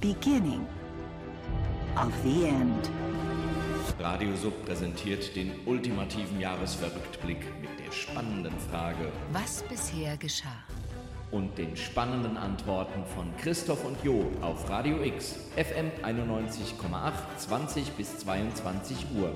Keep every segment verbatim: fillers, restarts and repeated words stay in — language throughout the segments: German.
beginning of the end. Radio Sub präsentiert den ultimativen Jahresverrückblick mit der spannenden Frage: Was bisher geschah? Und den spannenden Antworten von Christoph und Jo auf Radio X, F M einundneunzig Komma acht, zwanzig bis zweiundzwanzig Uhr.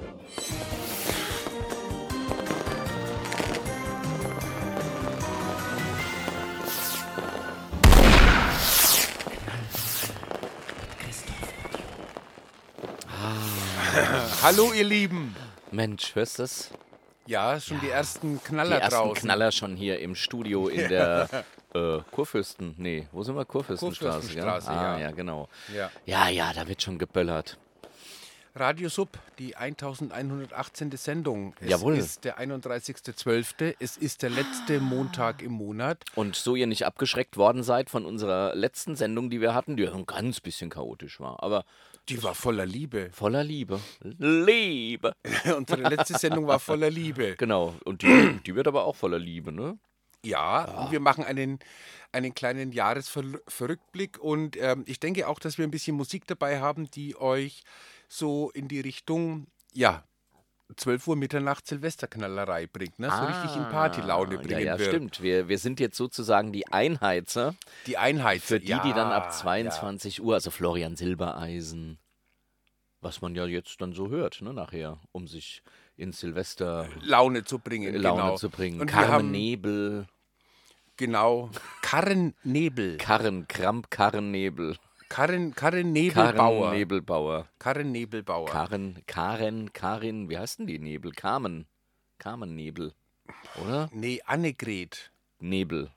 Hallo ihr Lieben. Mensch, hörst du das? Ja, schon ja, die ersten Knaller die ersten draußen. Knaller schon hier im Studio in der äh, Kurfürsten, nee, wo sind wir? Kurfürstenstraße. Kurfürstenstraße, ja? Ah, ja. ja, genau. Ja. ja, ja, da wird schon geböllert. Radio Sub, die elfhundertachtzehn. Sendung. Es Jawohl. ist der einunddreißigster zwölfte Es ist der letzte Montag im Monat. Und so ihr nicht abgeschreckt worden seid von unserer letzten Sendung, die wir hatten, die ein ganz bisschen chaotisch war, aber die war voller Liebe. Voller Liebe. Liebe. Unsere letzte Sendung war voller Liebe. Genau. Und die, die wird aber auch voller Liebe, ne? Ja, ja. Und wir machen einen, einen kleinen Jahresverrückblick. Und ähm, ich denke auch, dass wir ein bisschen Musik dabei haben, die euch so in die Richtung, ja, zwölf Uhr Mitternacht Silvesterknallerei bringt, ne? So ah, richtig in Partylaune bringen ja, ja, wird. Stimmt. Wir, wir sind jetzt sozusagen die Einheizer. Die Einheizer, Für die, ja, die dann ab zweiundzwanzig ja. Uhr, also Florian Silbereisen, was man ja jetzt dann so hört, ne, nachher, um sich in Silvester Laune zu bringen. Laune genau. zu bringen. Und Carmen wir haben, Nebel. Genau. Karren Nebel. Karren, Kramp, Karren Nebel. Karin, Karin Nebelbauer. Karin Nebelbauer. Karin Nebelbauer. Karin, Karen, Karin, wie heißt denn die Nebel? Carmen. Carmen Nebel, oder? Nee, Annegret. Nebel.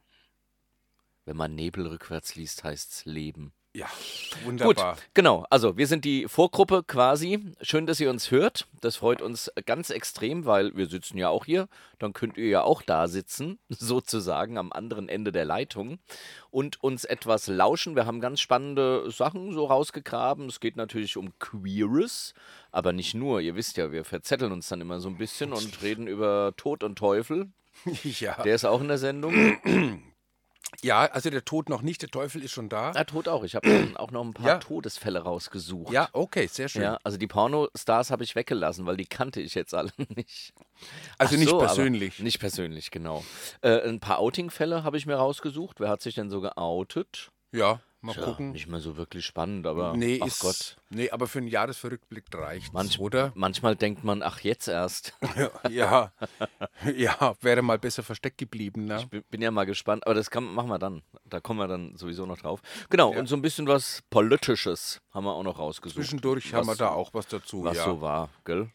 Wenn man Nebel rückwärts liest, heißt's Leben. Ja, wunderbar. Gut, genau. Also wir sind die Vorgruppe quasi. Schön, dass ihr uns hört. Das freut uns ganz extrem, weil wir sitzen ja auch hier. Dann könnt ihr ja auch da sitzen, sozusagen am anderen Ende der Leitung und uns etwas lauschen. Wir haben ganz spannende Sachen so rausgegraben. Es geht natürlich um Queeres, aber nicht nur. Ihr wisst ja, wir verzetteln uns dann immer so ein bisschen und reden über Tod und Teufel. Ja. Der ist auch in der Sendung. Ja, also der Tod noch nicht, der Teufel ist schon da. Ja, Tod auch. Ich habe auch noch ein paar ja. Todesfälle rausgesucht. Ja, okay, sehr schön. Ja, also die Pornostars habe ich weggelassen, weil die kannte ich jetzt alle nicht. Also Ach nicht so, persönlich. Nicht persönlich, genau. Äh, ein paar Outing-Fälle habe ich mir rausgesucht. Wer hat sich denn so geoutet? Ja, mal ja, gucken. Nicht mehr so wirklich spannend, aber nee, ach ist, Gott. Nee, aber für einen Jahresverrückblick reicht Manch, oder? Manchmal denkt man, ach jetzt erst. ja, ja, wäre mal besser versteckt geblieben. Ne? Ich bin, bin ja mal gespannt, aber das kann, machen wir dann. Da kommen wir dann sowieso noch drauf. Genau, ja. Und so ein bisschen was Politisches haben wir auch noch rausgesucht. Zwischendurch was, haben wir da auch was dazu. Was ja. so war, gell?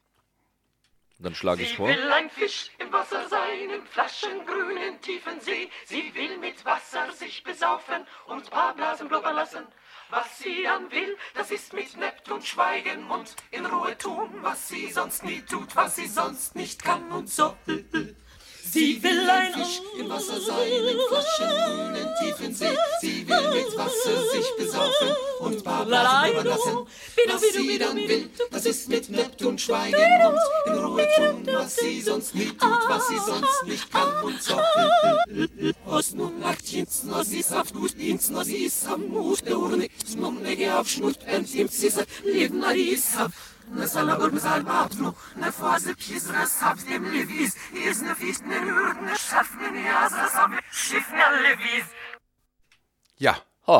Dann schlage ich vor. Sie will ein Fisch im Wasser sein, im flaschengrünen tiefen See. Sie will mit Wasser sich besaufen und paar Blasen blubbern lassen. Was sie dann will, das ist mit Neptun schweigen und in Ruhe tun, was sie sonst nie tut, was sie sonst nicht kann und so. Sie will ein Fisch im Wasser sein, im flaschengrünen tiefen See. Sie will mit Wasser sich besaufen und paar Blasen blubbern lassen. Was sie dann will, das ist mit Neptun schweigen und in Ruhe tun, was sie sonst nie tut, was sie sonst nicht kann und so. Os nun nachtjens, no sie ist auf Gut, ins no sie ist am Mut, der Urne, nun lege auf Schnut, und im Zisse, leben na die ist ab. Na sala gorm salbatno, na faze pizra sab dem Levis, is na fist ne Hürden, ne schaffen ne Asa sab Schiff ne Levis. Ja. Oh.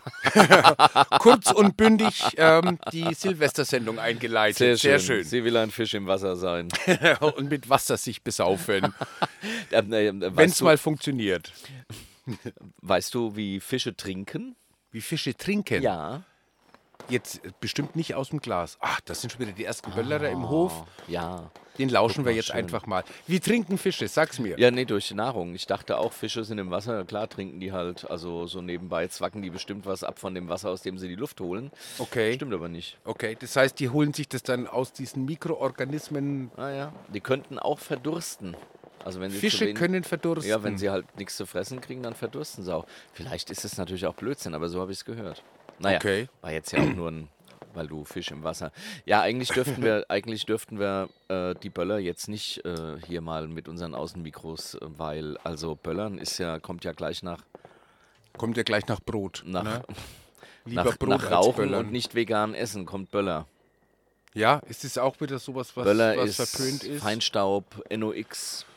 Kurz und bündig ähm, die Silvestersendung eingeleitet. Sehr, Sehr schön. schön. Sie will ein Fisch im Wasser sein. Und mit Wasser sich besaufen. ähm, äh, Wenn es mal funktioniert. Weißt du, wie Fische trinken? Wie Fische trinken? Ja. Jetzt bestimmt nicht aus dem Glas. Ach, das sind schon wieder die ersten Böllerer oh, im Hof. Ja. Den lauschen Guck wir mal, jetzt schön. einfach mal. Wie trinken Fische? Sag's mir. Ja, nee, durch Nahrung. Ich dachte auch, Fische sind im Wasser. Klar trinken die halt, also so nebenbei zwacken die bestimmt was ab von dem Wasser, aus dem sie die Luft holen. Okay. Stimmt aber nicht. Okay, das heißt, die holen sich das dann aus diesen Mikroorganismen. Ah ja. Die könnten auch verdursten. Also wenn sie Fische zu wenig, können verdursten. Ja, wenn sie halt nichts zu fressen kriegen, dann verdursten sie auch. Vielleicht ist es natürlich auch Blödsinn, aber so habe ich es gehört. Naja, Okay. war jetzt ja auch nur ein, weil du Fisch im Wasser. Ja, eigentlich dürften wir, eigentlich dürften wir äh, die Böller jetzt nicht äh, hier mal mit unseren Außenmikros, äh, weil also Böllern ist ja, kommt ja gleich nach, Kommt ja gleich nach Brot. nach Ne? Lieber nach, Brot nach als Rauchen Böllern. und nicht vegan essen kommt Böller. Ja, ist es auch wieder sowas, was, Böller was ist verpönt ist? Feinstaub, N O X.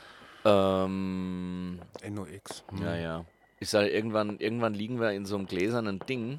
Ähm, N O X. Hm. ja, ja. Ich sage, irgendwann, irgendwann liegen wir in so einem gläsernen Ding.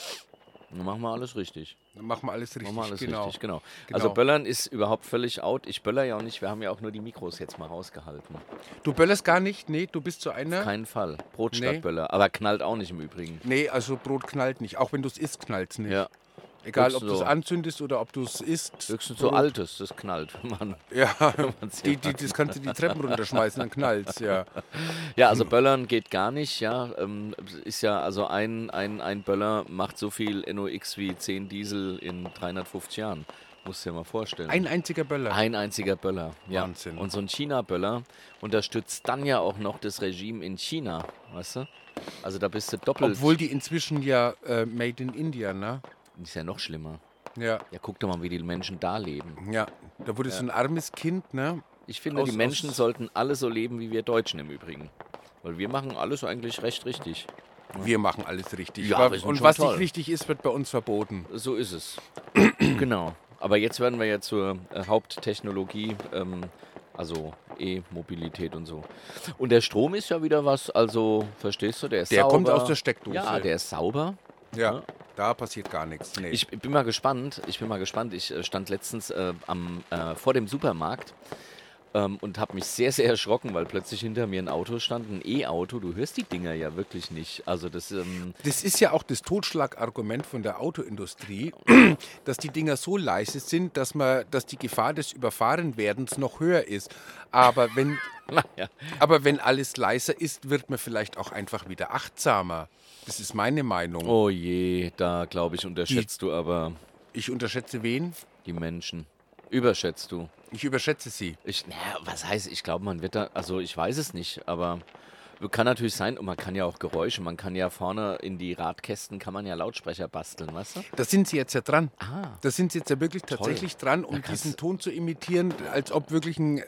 Dann machen wir alles richtig. Dann machen wir alles richtig. Machen wir alles genau. richtig, genau. Genau. Also Böllern ist überhaupt völlig out. Ich böller ja auch nicht. Wir haben ja auch nur die Mikros jetzt mal rausgehalten. Du böllerst gar nicht? Nee, du bist so einer? Kein Fall. Brot Nee. statt Böller. Aber knallt auch nicht im Übrigen. Nee, also Brot knallt nicht. Auch wenn du es isst, knallt es nicht. Ja. Egal, ob höchstens du es so. anzündest oder ob du es isst. Höchstens so Brot- altes, das knallt. Mann. Ja, man's die, ja die, das kannst du die Treppen runterschmeißen, dann knallt's, ja. Ja, also Böllern geht gar nicht, ja. Ähm, ist ja, also ein, ein, ein Böller macht so viel N O X wie zehn Diesel in dreihundertfünfzig Jahren. Musst du dir mal vorstellen. Ein einziger Böller. Ein einziger Böller, ja. Wahnsinn. Und so ein China-Böller unterstützt dann ja auch noch das Regime in China, weißt du? Also da bist du doppelt. Obwohl die inzwischen ja äh, made in India, ne? Ist ja noch schlimmer. Ja, Ja, guck doch mal, wie die Menschen da leben. ja. Da wurde so ein armes Kind, ne? Ich finde, Aus- die Menschen aus- sollten alle so leben wie wir Deutschen im Übrigen. Weil wir machen alles eigentlich recht richtig. Wir machen alles richtig. Ja, Aber, wir sind und schon was toll. nicht richtig ist, wird bei uns verboten. So ist es. Genau. Aber jetzt werden wir ja zur äh, Haupttechnologie, ähm, also E-Mobilität und so. Und der Strom ist ja wieder was, also verstehst du, der ist Der sauber. kommt aus der Steckdose. Ja, der ist sauber. Ja, Ja. da passiert gar nichts. Nee. Ich bin mal gespannt. Ich bin mal gespannt. Ich äh, stand letztens äh, am, äh, vor dem Supermarkt ähm, und habe mich sehr, sehr erschrocken, weil plötzlich hinter mir ein Auto stand, ein E-Auto. Du hörst die Dinger ja wirklich nicht. Also das, ähm, Das ist ja auch das Totschlagargument von der Autoindustrie, dass die Dinger so leise sind, dass man, dass die Gefahr des Überfahrenwerdens noch höher ist. Aber wenn, naja. aber wenn alles leiser ist, wird man vielleicht auch einfach wieder achtsamer. Das ist meine Meinung. Oh je, da glaube ich, unterschätzt du aber Ich unterschätze wen? die Menschen. Überschätzt du. Ich überschätze sie. Ich, naja, was heißt, ich glaube, man wird da, also ich weiß es nicht, aber kann natürlich sein, und man kann ja auch Geräusche, man kann ja vorne in die Radkästen, kann man ja Lautsprecher basteln, weißt du? Da sind sie jetzt ja dran. Ah. Da sind sie jetzt ja wirklich tatsächlich dran, um krass. diesen Ton zu imitieren, als ob wirklich ein äh,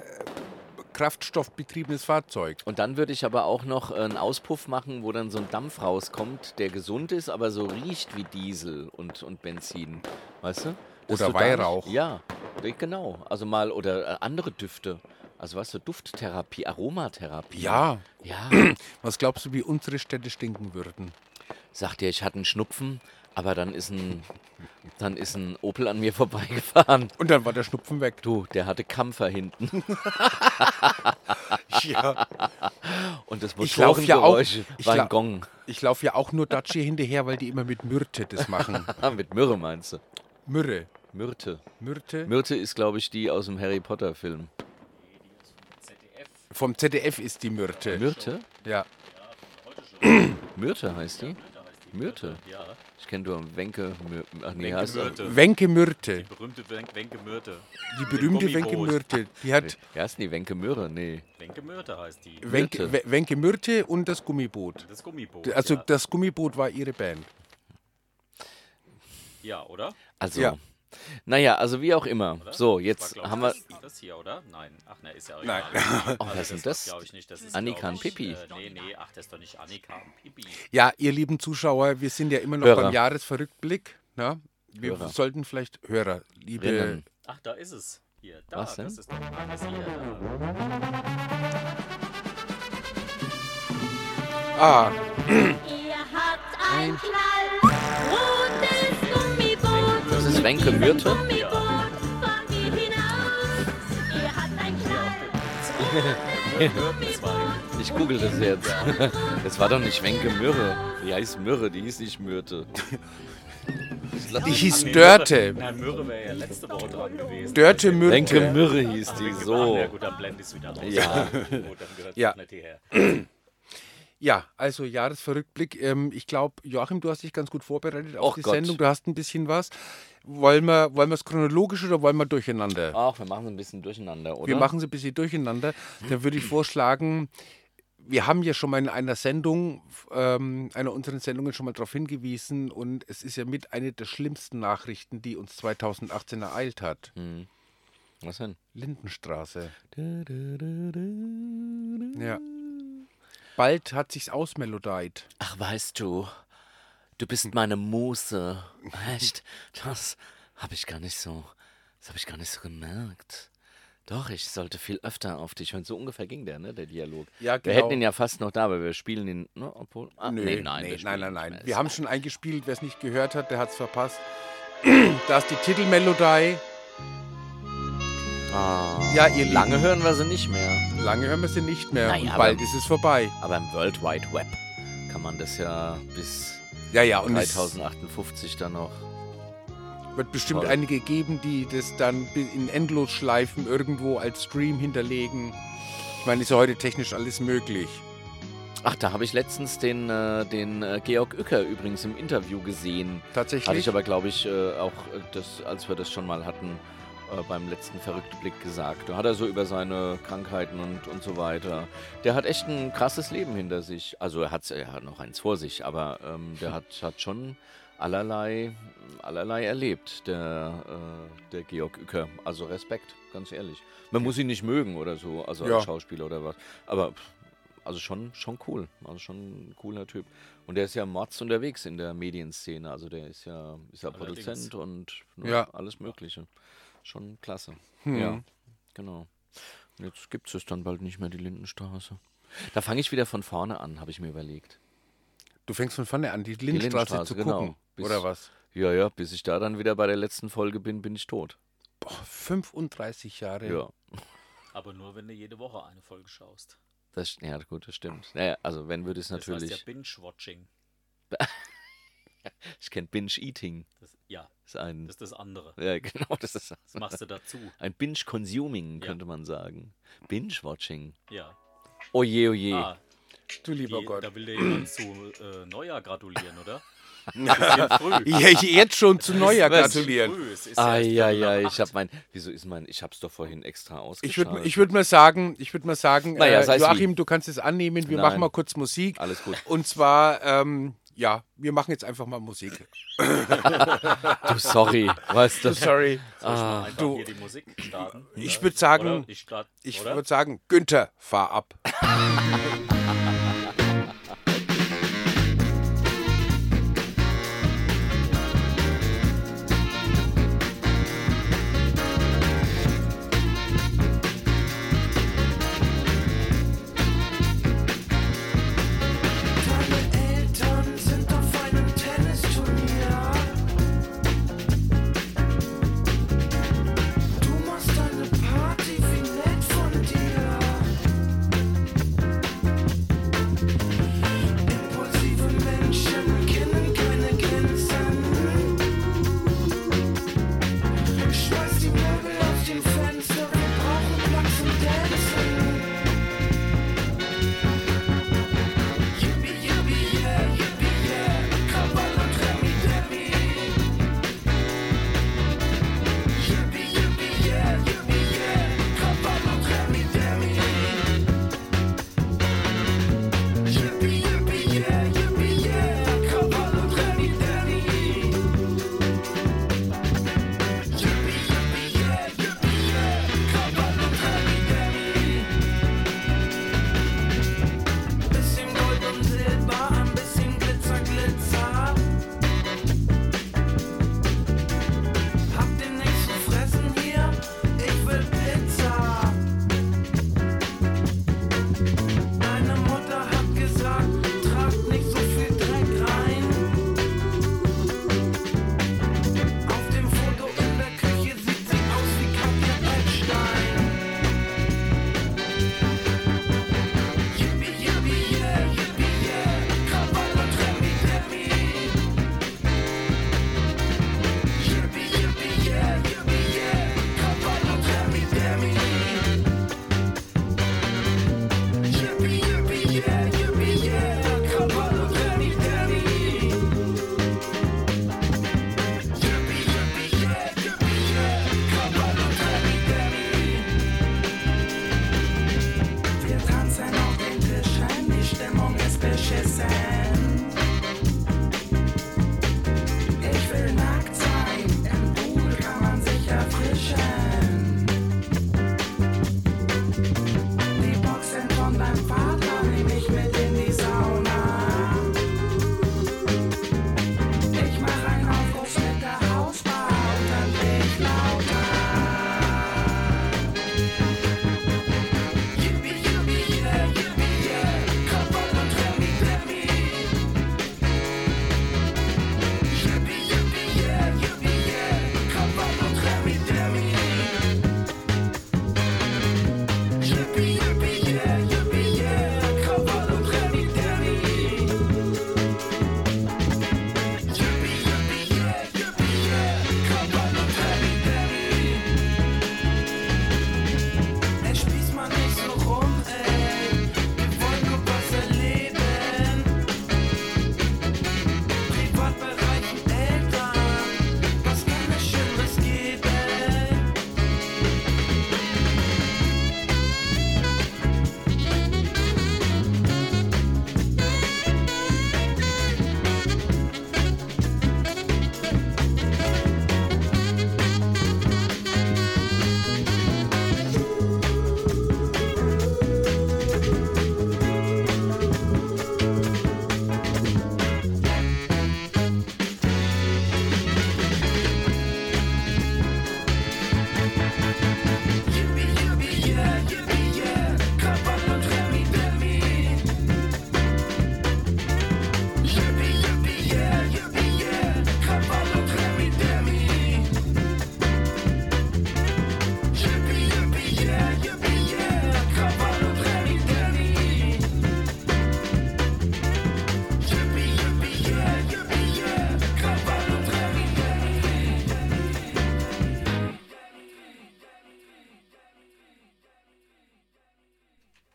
kraftstoffbetriebenes Fahrzeug. Und dann würde ich aber auch noch einen Auspuff machen, wo dann so ein Dampf rauskommt, der gesund ist, aber so riecht wie Diesel und, und Benzin, weißt du? Dass Oder du da nicht- Weihrauch. Ja, genau. Also mal, oder äh, andere Düfte. Also weißt du, Dufttherapie, Aromatherapie. Ja. Ja. Was glaubst du, wie unsere Städte stinken würden? Sagt ihr, ich hatte einen Schnupfen, aber dann ist ein, dann ist ein Opel an mir vorbeigefahren. Und dann war der Schnupfen weg. Du, der hatte Kampfer hinten. Ja. Und das Ich lauf ja auch- Motorengeräusch ich war lau- ein Gong. Ich laufe ja auch nur Dacia hinterher, weil die immer mit Myrte das machen. Ah, mit Myrrhe meinst du? Myrrhe. Myrte. Myrte? Myrte ist, glaube ich, die aus dem Harry Potter Film. Vom Z D F ist die Myrte. Myrte? Ja. Myrte heißt die? Myrte? Ich kenne nur Wenke Myrte. Ach nee, Wenke heißt Myrte. Wenke Myrte. Berühmte Wen- Wenke Myrte. Die berühmte Wenke Gummiboot. Myrte. Die hat Wie heißt denn die Wenke Myrrhe? Nee. Wenke Myrte heißt die. Wenke, Myrte. We- Wenke Myrte und das Gummiboot. Das Gummiboot. Also ja. das Gummiboot war ihre Band. ja, oder? Also, Ja. naja, also wie auch immer. Oder? So, Das jetzt war, glaub haben wir. ich, Das, das hier, oder? Nein. Ach, ne, ist ja auch Nein. egal. Oh, was ist denn das? glaube ich nicht. Das ist, Annika glaub und ich, Pippi. Äh, nee, nee, ach, das ist doch nicht Annika und Pippi. Ja, ihr lieben Zuschauer, wir sind ja immer noch Hörer. beim Jahresverrückblick. Na? Wir Hörer. sollten vielleicht Hörer, liebe. Rinnen. Ach, da ist es. Hier, da. Was denn? Das ist doch alles hier. Da. Ah, Ihr habt ein knallrotes Gummiboot. Das ist Wenke Myrte. Gummiboot, fahren wir hinaus. Ihr habt ein knallrotes Gummiboot. Ich google das jetzt. Das war doch nicht Wenke Myrrhe. Die heißt Myrrhe, die hieß nicht Myrte. die hieß Dörte. Nein, Myrrhe wäre ja letzte Woche dran gewesen. Dörte Wenke Myrte. Myrrhe hieß die, Ah, so. ja, gut, dann blende ich es wieder raus. Ja. Gut, dann gehört Ja. es nicht hierher. Ja, also Jahresverrückblick. Ähm, ich glaube, Joachim, du hast dich ganz gut vorbereitet auf Och die Gott. Sendung. Du hast ein bisschen was. Wollen wir wollen wir es chronologisch oder wollen wir durcheinander? Ach, wir machen es ein bisschen durcheinander, oder? Wir machen es ein bisschen durcheinander. Dann würde ich vorschlagen, wir haben ja schon mal in einer Sendung, ähm, einer unserer Sendungen schon mal darauf hingewiesen und es ist ja mit eine der schlimmsten Nachrichten, die uns zweitausendachtzehn ereilt hat. Hm. Was denn? Lindenstraße. Ja. Bald hat sich's ausmelodeit. Ach, weißt du, Du bist meine Muse. Echt? Das habe ich gar nicht so, das habe ich gar nicht so gemerkt. Doch, ich sollte viel öfter auf dich hören. So ungefähr ging der, ne, der Dialog. Ja, Wir genau. hätten ihn ja fast noch da, aber wir spielen ihn, ne, obwohl, ah, Nö, nee, nein, nee, wir spielen nein, nein, ihn nein. nicht mehr. Wir Ist haben ja- schon eingespielt, wer es nicht gehört hat, der hat es verpasst. Da ist die Titelmelodie. Ah, Ja, ihr lange Lieben. hören wir sie nicht mehr. Lange hören wir sie nicht mehr Naja, und aber- bald ist es vorbei. Aber im World Wide Web kann man das ja bis Ja, ja, und es dreitausendachtundfünfzig dann noch. wird bestimmt Toll. einige geben, die das dann bi- in Endlosschleifen irgendwo als Stream hinterlegen. Ich meine, ist ja heute technisch alles möglich. Ach, da habe ich letztens den, äh, den äh, Georg Uecker übrigens im Interview gesehen. Tatsächlich. Hatte ich aber, glaube ich, äh, auch, äh, das, als wir das schon mal hatten, äh, beim letzten Verrücktblick gesagt. Da hat er so über seine Krankheiten und, und so weiter. Der hat echt ein krasses Leben hinter sich. Also er, hat's, er hat noch eins vor sich, aber ähm, der hat, hat schon allerlei, allerlei erlebt, der, äh, der Georg Uecker. Also Respekt, ganz ehrlich. Man muss ihn nicht mögen oder so, also Ja. als Schauspieler oder was. Aber pff, also schon, schon cool. Also schon ein cooler Typ. Und der ist ja mords unterwegs in der Medienszene. Also der ist ja, ist ja Allerdings. Produzent und ne, Ja. alles Mögliche. Schon klasse. Hm. Ja, genau. Und jetzt gibt es dann bald nicht mehr, die Lindenstraße. Da fange ich wieder von vorne an, habe ich mir überlegt. Du fängst von vorne an, die Lindenstraße, Lindenstraße, zu genau. gucken. Bis- Oder was? Ja, ja, bis ich da dann wieder bei der letzten Folge bin, bin ich tot. Boah, fünfunddreißig Jahre. Ja. Aber nur, wenn du jede Woche eine Folge schaust. Das, ja, gut, das stimmt. Naja, also wenn würde es Das natürlich. heißt ja Binge-Watching. Ich kenne Binge-Eating. Das, ja, Das ist ein. das ist das andere. Ja, genau, das ist Das machst du dazu. ein Binge-Consuming, Ja. könnte man sagen. Binge-Watching. Ja. Oje, oje. Ah, Du lieber die, Gott. da will dir jemand zu äh, Neujahr gratulieren, oder? Bisschen früh. Ja, jetzt schon zu Neujahr Was? gratulieren. Früh. Es ist ja Ah, erst ja, Viertel nach ja, ich acht. habe mein, wieso ist mein, ich hab's doch vorhin extra Ich ausgeschaltet. würde ich würd mal sagen, ich würde mal sagen, Naja, äh, sei's Joachim, wie. du kannst es annehmen, wir Nein. machen mal kurz Musik. Alles gut. Und zwar, ähm, ja, wir machen jetzt einfach mal Musik. Du, sorry, weißt du. Sorry. Soll ich mal einfach du- hier die Musik starten? Ich Oder? würd sagen- Oder? Ich, start, Ich oder? würde sagen, Günther, fahr ab. Deine Eltern sind auf einem Tennisturnier. Du machst eine Party, wie nett von dir.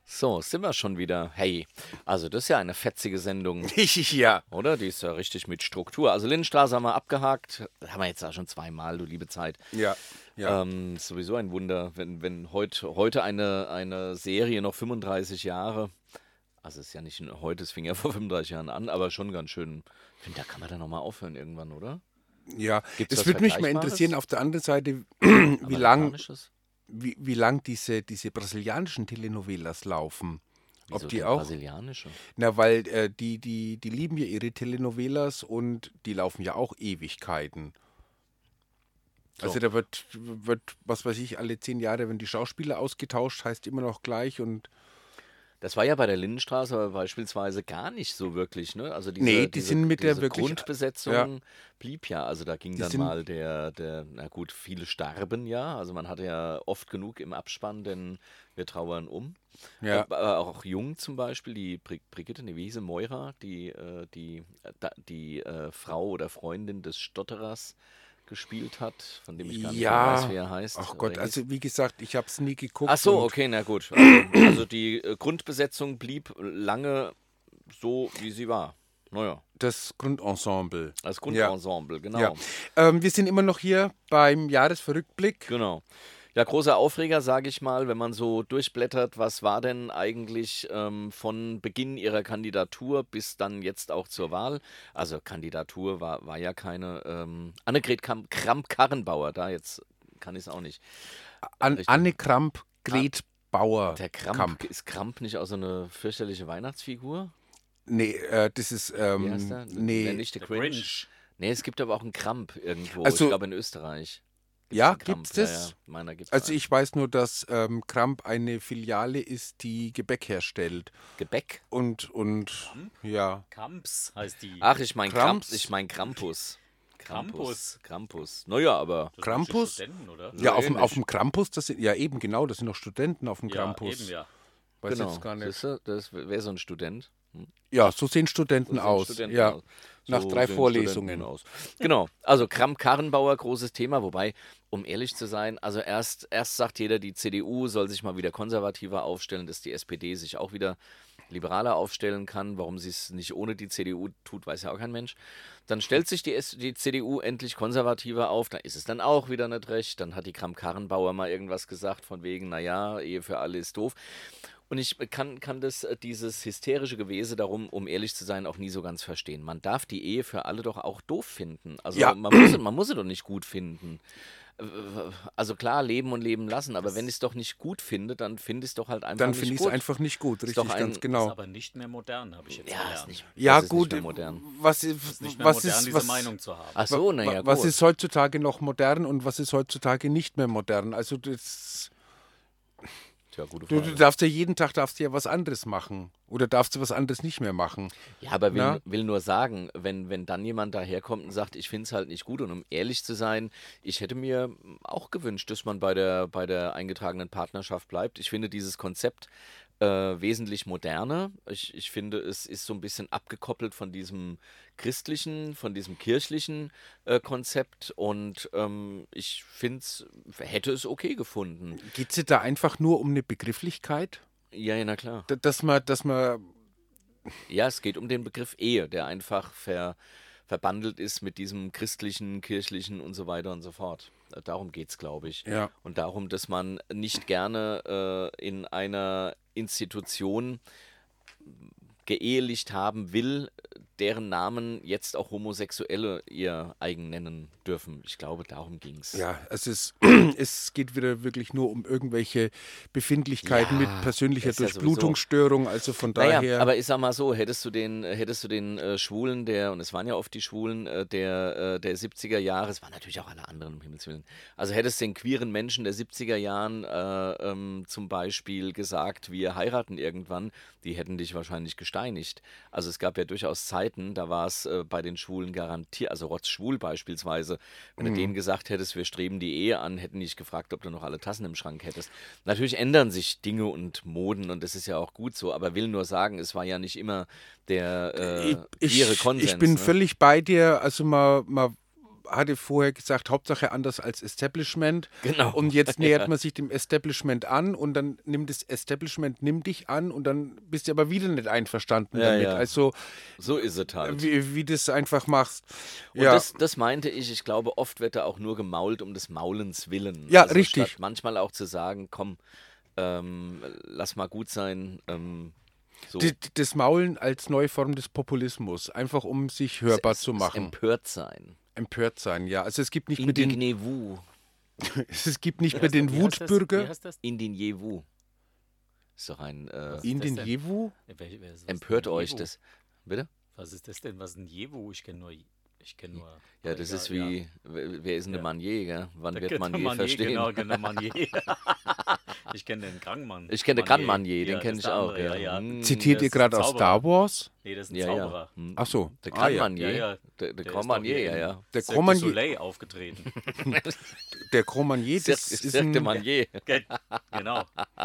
So, sind wir schon wieder. Hey, also das ist ja eine fetzige Sendung, ja. oder? Die ist ja richtig mit Struktur. Also Lindenstraße haben wir abgehakt. Das haben wir jetzt auch schon zweimal, du liebe Zeit. Ja. ja. Ähm, ist sowieso ein Wunder, wenn, wenn heut, heute eine, eine Serie noch fünfunddreißig Jahre, also es ist ja nicht heute, es fing ja vor fünfunddreißig Jahren an, aber schon ganz schön. Ich finde, da kann man dann nochmal aufhören irgendwann, oder? Ja, Gibt's es was würde mich mal Vergleichbares? interessieren, auf der anderen Seite, wie lang, Amerikanisches? wie, wie lang diese, diese brasilianischen Telenovelas laufen. Wieso Ob die denn auch? brasilianische? Na, weil äh, die, die, die lieben ja ihre Telenovelas und die laufen ja auch Ewigkeiten. So. Also da wird, wird, was weiß ich, alle zehn Jahre, wenn die Schauspieler ausgetauscht, heißt immer noch gleich und Das war ja bei der Lindenstraße aber beispielsweise gar nicht so wirklich, ne? Also diese, Nee, die diese, sind mit der diese wirklich- Grundbesetzung ja. blieb ja. Also da ging Die dann sind- mal der, der, na gut, viele starben ja. Also man hatte ja oft genug im Abspann, denn wir trauern um. ja. Aber auch Jung zum Beispiel, die Bri Brigitte, ne, wie hieß sie, Moira, die, äh, die, äh, da- die äh, Frau oder Freundin des Stotterers gespielt hat, von dem ich gar nicht mehr Ja. weiß, wie er heißt. Ach oder Gott, hieß. also wie gesagt, ich habe es nie geguckt. Ach so, und- okay, na gut. Also, also die äh, Grundbesetzung blieb lange so, wie sie war. Naja, Das Grundensemble. als Grundensemble, genau. Ja. Ähm, wir sind immer noch hier beim Jahresverrückblick. Genau. Ja, großer Aufreger, sage ich mal, wenn man so durchblättert, was war denn eigentlich ähm, von Beginn ihrer Kandidatur bis dann jetzt auch zur Wahl? Also Kandidatur war, war ja keine ähm, Annegret Kam- Kramp-Karrenbauer, da jetzt kann ich es auch nicht. An Richtig. Anne Kramp, Gret Bauer. Der Kramp, Kamp. ist Kramp nicht auch so eine fürchterliche Weihnachtsfigur? Nee, äh, das ist, Wie ähm, heißt der? nee, nicht der Der Grinch. Grinch. Nee, es gibt aber auch einen Kramp irgendwo, Also- ich glaube in Österreich. Gibt's Ja, einen Kramp? gibt's das? Ja, ja, meiner gibt's also einen. ich weiß nur, dass ähm, Kramp eine Filiale ist, die Gebäck herstellt. Gebäck? Und, und, ja. Kamps heißt die. Ach, ich mein Kramps? Kramp, ich mein Krampus. Krampus. Krampus. Naja, aber Das sind Krampus? die Studenten, oder? Ja, auf dem, ähnlich. auf dem Krampus, das sind, ja eben genau, das sind noch Studenten auf dem Ja, Krampus. eben, ja. Weiß genau. jetzt gar nicht. Siehste, das wäre so ein Student. Ja, so sehen Studenten So sehen aus. Studenten ja. aus. Nach So drei sehen Vorlesungen. Studenten aus. Genau, also Kramp-Karrenbauer, großes Thema, wobei, um ehrlich zu sein, also erst, erst sagt jeder, die C D U soll sich mal wieder konservativer aufstellen, dass die S P D sich auch wieder liberaler aufstellen kann. Warum sie es nicht ohne die C D U tut, weiß ja auch kein Mensch. Dann stellt sich die, S die C D U endlich konservativer auf, da ist es dann auch wieder nicht recht. Dann hat die Kramp-Karrenbauer mal irgendwas gesagt von wegen, naja, Ehe für alle ist doof. Und ich kann, kann das, äh, dieses hysterische Gewese darum, um ehrlich zu sein, auch nie so ganz verstehen. Man darf die Ehe für alle doch auch doof finden. Also Ja. man, muss, man muss sie doch nicht gut finden. Äh, Also klar, leben und leben lassen, aber wenn ich es doch nicht gut finde, dann finde ich es doch halt einfach Dann nicht finde ich es gut. einfach nicht gut, Ist richtig, doch ein- ganz Ist genau. aber nicht mehr modern, habe ich jetzt Ja, gelernt. ist nicht, Ja, das ist gut, nicht mehr modern. was, ist nicht mehr was modern, ist, diese was, Meinung zu haben. Ach so, naja, was gut. ist heutzutage noch modern und was ist heutzutage nicht mehr modern? Also das, Tja, gute du, Frage. du darfst ja jeden Tag darfst du ja was anderes machen oder darfst du was anderes nicht mehr machen. Ja, aber will, Na? will nur sagen, wenn, wenn dann jemand daherkommt und sagt, ich finde es halt nicht gut und um ehrlich zu sein, ich hätte mir auch gewünscht, dass man bei der, bei der eingetragenen Partnerschaft bleibt. Ich finde dieses Konzept äh, wesentlich moderner. Ich, ich finde, es ist so ein bisschen abgekoppelt von diesem christlichen, von diesem kirchlichen äh, Konzept und ähm, ich finde es, hätte es okay gefunden. Geht es da einfach nur um eine Begrifflichkeit? Ja, ja, na klar. D- Dass man, dass man, Ja, es geht um den Begriff Ehe, der einfach ver, verbandelt ist mit diesem christlichen, kirchlichen und so weiter und so fort. Äh, Darum geht es, glaube ich. ja. Und darum, dass man nicht gerne äh, in einer Institution geehelicht haben will, deren Namen jetzt auch Homosexuelle ihr eigen nennen dürfen. Ich glaube, darum ging es. Ja, es ist, es geht wieder wirklich nur um irgendwelche Befindlichkeiten Ja, mit persönlicher ist ja Durchblutungsstörung. Also von Naja, daher. aber ich sag mal so, hättest du den, hättest du den äh, Schwulen der, und es waren ja oft die Schwulen äh, der, äh, der siebziger Jahre, es waren natürlich auch alle anderen, um Himmels Willen, also hättest den queeren Menschen der siebziger Jahren äh, ähm, zum Beispiel gesagt, wir heiraten irgendwann, die hätten dich wahrscheinlich gesteinigt. Also es gab ja durchaus Zeiten, da war es äh, bei den Schwulen garantiert, also Rotzschwul beispielsweise, wenn du denen gesagt hättest, wir streben die Ehe an, hätten die dich gefragt, ob du noch alle Tassen im Schrank hättest. Natürlich ändern sich Dinge und Moden und das ist ja auch gut so, aber will nur sagen, es war ja nicht immer der äh, ich, queere ich, Konsens. ich bin ne? völlig bei dir. Also man, man hatte vorher gesagt, Hauptsache anders als Establishment. Genau. Und jetzt nähert Ja. man sich dem Establishment an und dann nimmt das Establishment nimmt dich an und dann bist du aber wieder nicht einverstanden Ja, damit. ja. Also So ist es halt. wie, wie du das einfach machst. Und ja. das, das meinte ich, ich glaube, oft wird da auch nur gemault um des Maulens willen. Ja, also richtig. Statt manchmal auch zu sagen, komm, ähm, lass mal gut sein. Ähm, so. D- d- das Maulen als neue Form des Populismus, einfach um sich hörbar Es- zu es machen. Empört sein. Empört sein, ja. Also es gibt nicht mehr den, Indignez-vous. es gibt nicht mehr den Wie heißt das? Wie Wutbürger. heißt das? Indignez-vous. Ist doch ein. Äh, In das den denn? Jewu? Wer- wer ist- was ist empört denn euch Jewu? das. Bitte? Was ist das denn? Was ist ein Jewu? Ich kenne nur. Ich kenne nur. Ja, aber das egal, ist wie, wer wer ist denn der Ja. Manier, gell? Wann Der wird kennt Manier, Manier, verstehen? Genau, genau, Manier. Ich kenne den Grangmann. Ich kenne den Gran Manier, den Ja, kenne das ich ist der auch. andere, Ja, ja, ja. Hm, Zitiert das ihr ist gerade ein aus Zauberer. Star Wars? Nee, das ist ein ja, ja. Zauberer. Hm. Ach so. Der Ah, Gran ja. Manier. Ja, ja. Der, der Der Grand ist doch Manier, hier ja, in ja. Der Cirque Grand du Manier- Soleil aufgetreten. Der Cromanier, das Cirque ist Cirque de ein... Manier. Ge- genau.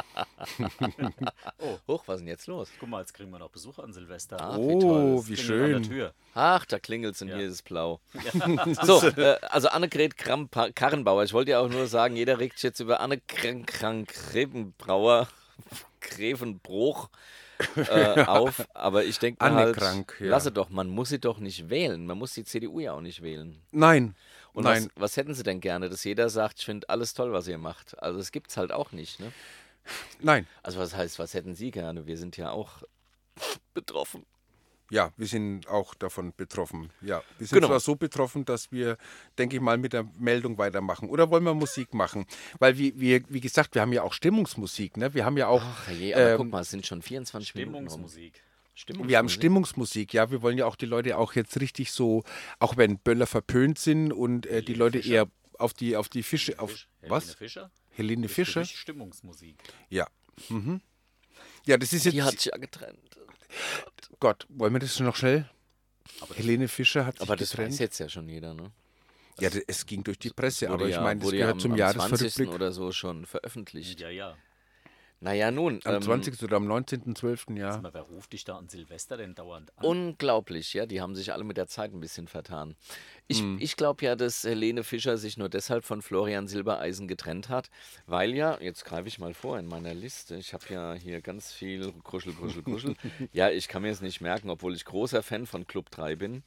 Hoch, was ist denn jetzt los? Guck mal, jetzt kriegen wir noch Besuch an Silvester. Ah, Oh, toll. wie Klingelt an der schön. Tür. Ach, da klingelt's und Ja. hier ist es blau. So, äh, also Annegret Kramp-Karrenbauer. Ich wollte ja auch nur sagen, jeder regt sich jetzt über Anne Krank-Grevenbrauer, Grevenbruch äh, auf. Aber ich denke mir Anne halt, Krank, ja. lasse doch, man muss sie doch nicht wählen. Man muss die C D U ja auch nicht wählen. Nein, Und nein. Was, was hätten sie denn gerne? Dass jeder sagt, ich finde alles toll, was ihr macht. Also das gibt's halt auch nicht, ne? Nein. Also was heißt, was hätten sie gerne? Wir sind ja auch betroffen. Ja, wir sind auch davon betroffen. Ja, wir sind Genau. zwar so betroffen, dass wir, denke ich mal, mit der Meldung weitermachen. Oder wollen wir Musik machen? Weil, wie, wie, wie gesagt, wir haben ja auch Stimmungsmusik. Ne? Wir haben ja auch, Ach je, aber ähm, guck mal, es sind schon vierundzwanzig Minuten rum. Stimmungsmusik. Stimmungsmusik. wir haben Stimmungsmusik. Ja, wir wollen ja auch die Leute auch jetzt richtig so, auch wenn Böller verpönt sind und äh, die Helene Leute Fischer. eher auf die, auf die Fische, auf Fisch- Helene was? Fischer? Helene Das ist für Fischer? mich Stimmungsmusik. Ja. Mhm. Ja, das ist jetzt, Die hat sich ja getrennt. Gott, wollen wir das noch schnell? Aber Helene Fischer hat sich Aber das getrennt. weiß jetzt ja schon jeder, ne? Ja, das, es ging durch die Presse, Wurde aber ich ja- meine, das wurde ja gehört am, zum am Jahresrückblick. zwanzigsten oder so schon veröffentlicht. ja, ja. Naja, nun. Am ähm, zwanzigsten oder am neunzehnten zwölften Ja. Sag mal, wer ruft dich da an Silvester denn dauernd an? Unglaublich, ja. Die haben sich alle mit der Zeit ein bisschen vertan. Ich, Hm. ich glaube ja, dass Helene Fischer sich nur deshalb von Florian Silbereisen getrennt hat, weil ja, jetzt greife ich mal vor in meiner Liste, ich habe ja hier ganz viel Kuschel, Kuschel, Kuschel. Ja, ich kann mir es nicht merken, obwohl ich großer Fan von Club drei bin.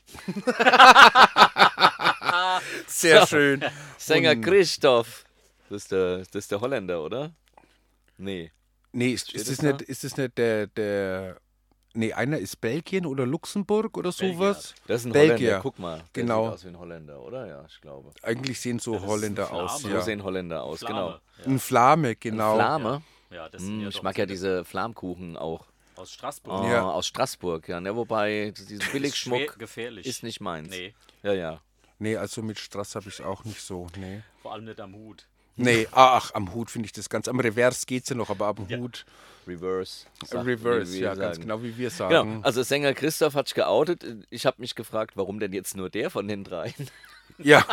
Sehr schön. Sänger Und- Christoph. Das ist, der, das ist der Holländer, oder? Nee. Nee, ist, Steht ist, das das nicht, ist das nicht der, der. Nee, einer ist Belgien oder Luxemburg oder sowas? Das ist ein Belgier. Holländer, guck mal. Der Genau. sieht aus wie ein Holländer, oder? Ja, ich glaube. Eigentlich sehen so Das ist ein Holländer Flame. aus. So Ja. sehen Holländer aus, Flamme. Ein Flame, genau. Flame. Ja, ja das Hm, sind ja ich doch mag ja diese- diese Flammkuchen auch. aus Straßburg. Oh, Ja. Aus Straßburg, ja. Ne, wobei, diesen Ist schwer Billigschmuck gefährlich. ist nicht meins. Nee, Ja, ja. Nee, also mit Strass habe ich auch nicht so. Nee. vor allem nicht am Hut. Nee, ach, am Hut finde ich das ganz. Am Revers geht es ja noch, aber am Ja. Hut. Reverse. sagt- Reverse, wie wir ja, ganz sagen. genau wie wir Genau, sagen. also Sänger Christoph hat sich geoutet. Ich habe mich gefragt, warum denn jetzt nur der von den dreien? Ja,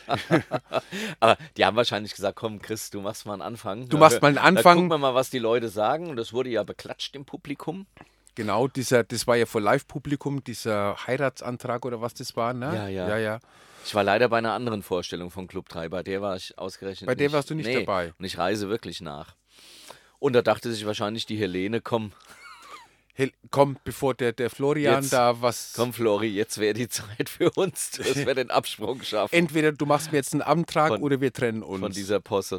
Aber die haben wahrscheinlich gesagt, komm Chris, du machst mal einen Anfang. Du machst mal einen Da Anfang. gucken wir mal, was die Leute sagen. Und das wurde ja beklatscht im Publikum. genau, dieser, das war ja vor Live-Publikum, dieser Heiratsantrag oder was das war, ne? Ja, ja. ja, ja. Ich war leider bei einer anderen Vorstellung von Club drei. Bei der war ich ausgerechnet Bei der nicht. warst du nicht nee. dabei. Und ich reise wirklich nach. Und da dachte sich wahrscheinlich die Helene, komm, Hel komm, bevor der, der Florian Jetzt. da was. komm Flori, jetzt wäre die Zeit für uns, dass wir den Absprung schaffen Entweder du machst mir jetzt einen Antrag Von- oder wir trennen uns. von dieser Posse.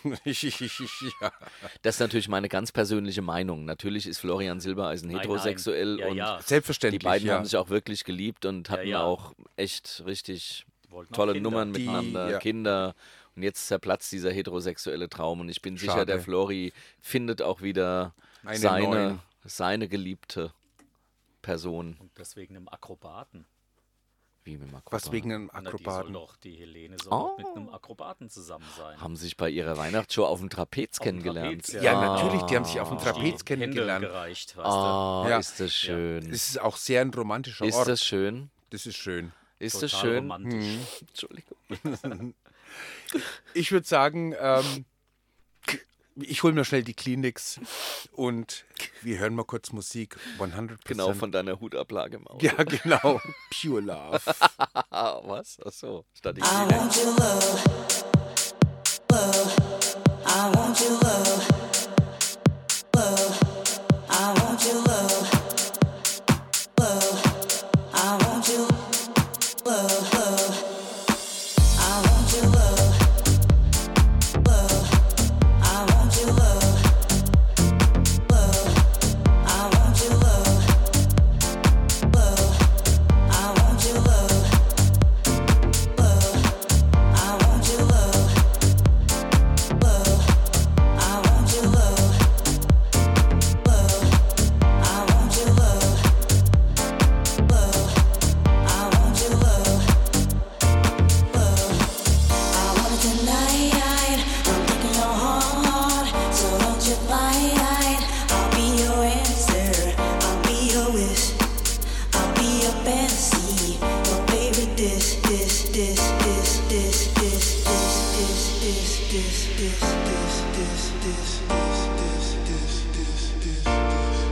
ja. Das ist natürlich meine ganz persönliche Meinung. Natürlich ist Florian Silbereisen Nein, heterosexuell nein. Ja, und ja. Selbstverständlich. die beiden ja. haben sich auch wirklich geliebt und hatten ja. auch echt richtig Wollten auch tolle Kinder. Nummern Die- miteinander, ja. Kinder. Und jetzt zerplatzt dieser heterosexuelle Traum. Und ich bin sicher, Schade. der Flori findet auch wieder Einen seine, neuen. seine geliebte Person. Und deswegen einem Akrobaten. Wie mit Makroba. Was wegen einem Na, die soll Akrobaten. doch, die Helene soll Oh. doch mit einem Akrobaten zusammen sein. Haben sich bei ihrer Weihnachtsshow auf dem Trapez Auf dem kennengelernt. Trapez, Ja, Ah. natürlich, die haben sich auf dem Die Trapez Hände kennengelernt. gereicht, weißt Ah, Ja. ist das schön. Es ist auch sehr ein romantischer Ist Ort. das schön? Das ist schön. Ist du. das Total schön? romantisch. Entschuldigung. Ich würde sagen, ähm, Ich hole mir schnell die Kleenex und wir hören mal kurz Musik. hundert Prozent. Genau, von deiner Hutablage im Auto. Ja, genau. Pure Love. Was? Ach so, statt die I Kleenex. want your love, love. I want your love, love. I want your love, love. I want your love, love. I want your love, love. I want your love, love. I want your love, love. I want your love, love. I want your love, love. I want your love, love. I want your love, love. I want your love, love. I want it tonight. I'm taking your heart, so don't you fight. I'll be your answer. I'll be your wish. I'll be your fantasy. Your favorite dish, dish, dish, dish, dish, dish, dish, dish, dish, dish, dish, dish, dish, dish, dish, dish, dish, dish, dish.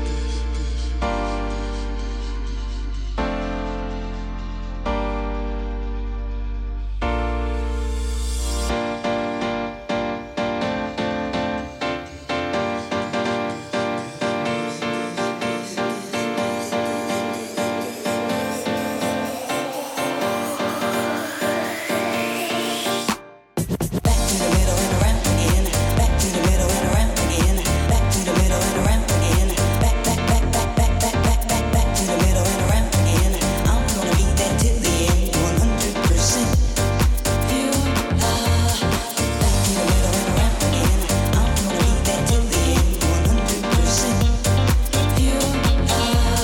Back to the middle and around again. Back to the middle and around again. Back to the middle and around again. Back, back, back, back, back, back, back, back, back to the middle and around again. I'm gonna be there till the end, one hundred percent. You are. Back to the middle and around again. I'm gonna be there till the end, one hundred percent. You are.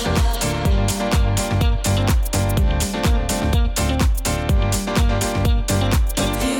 You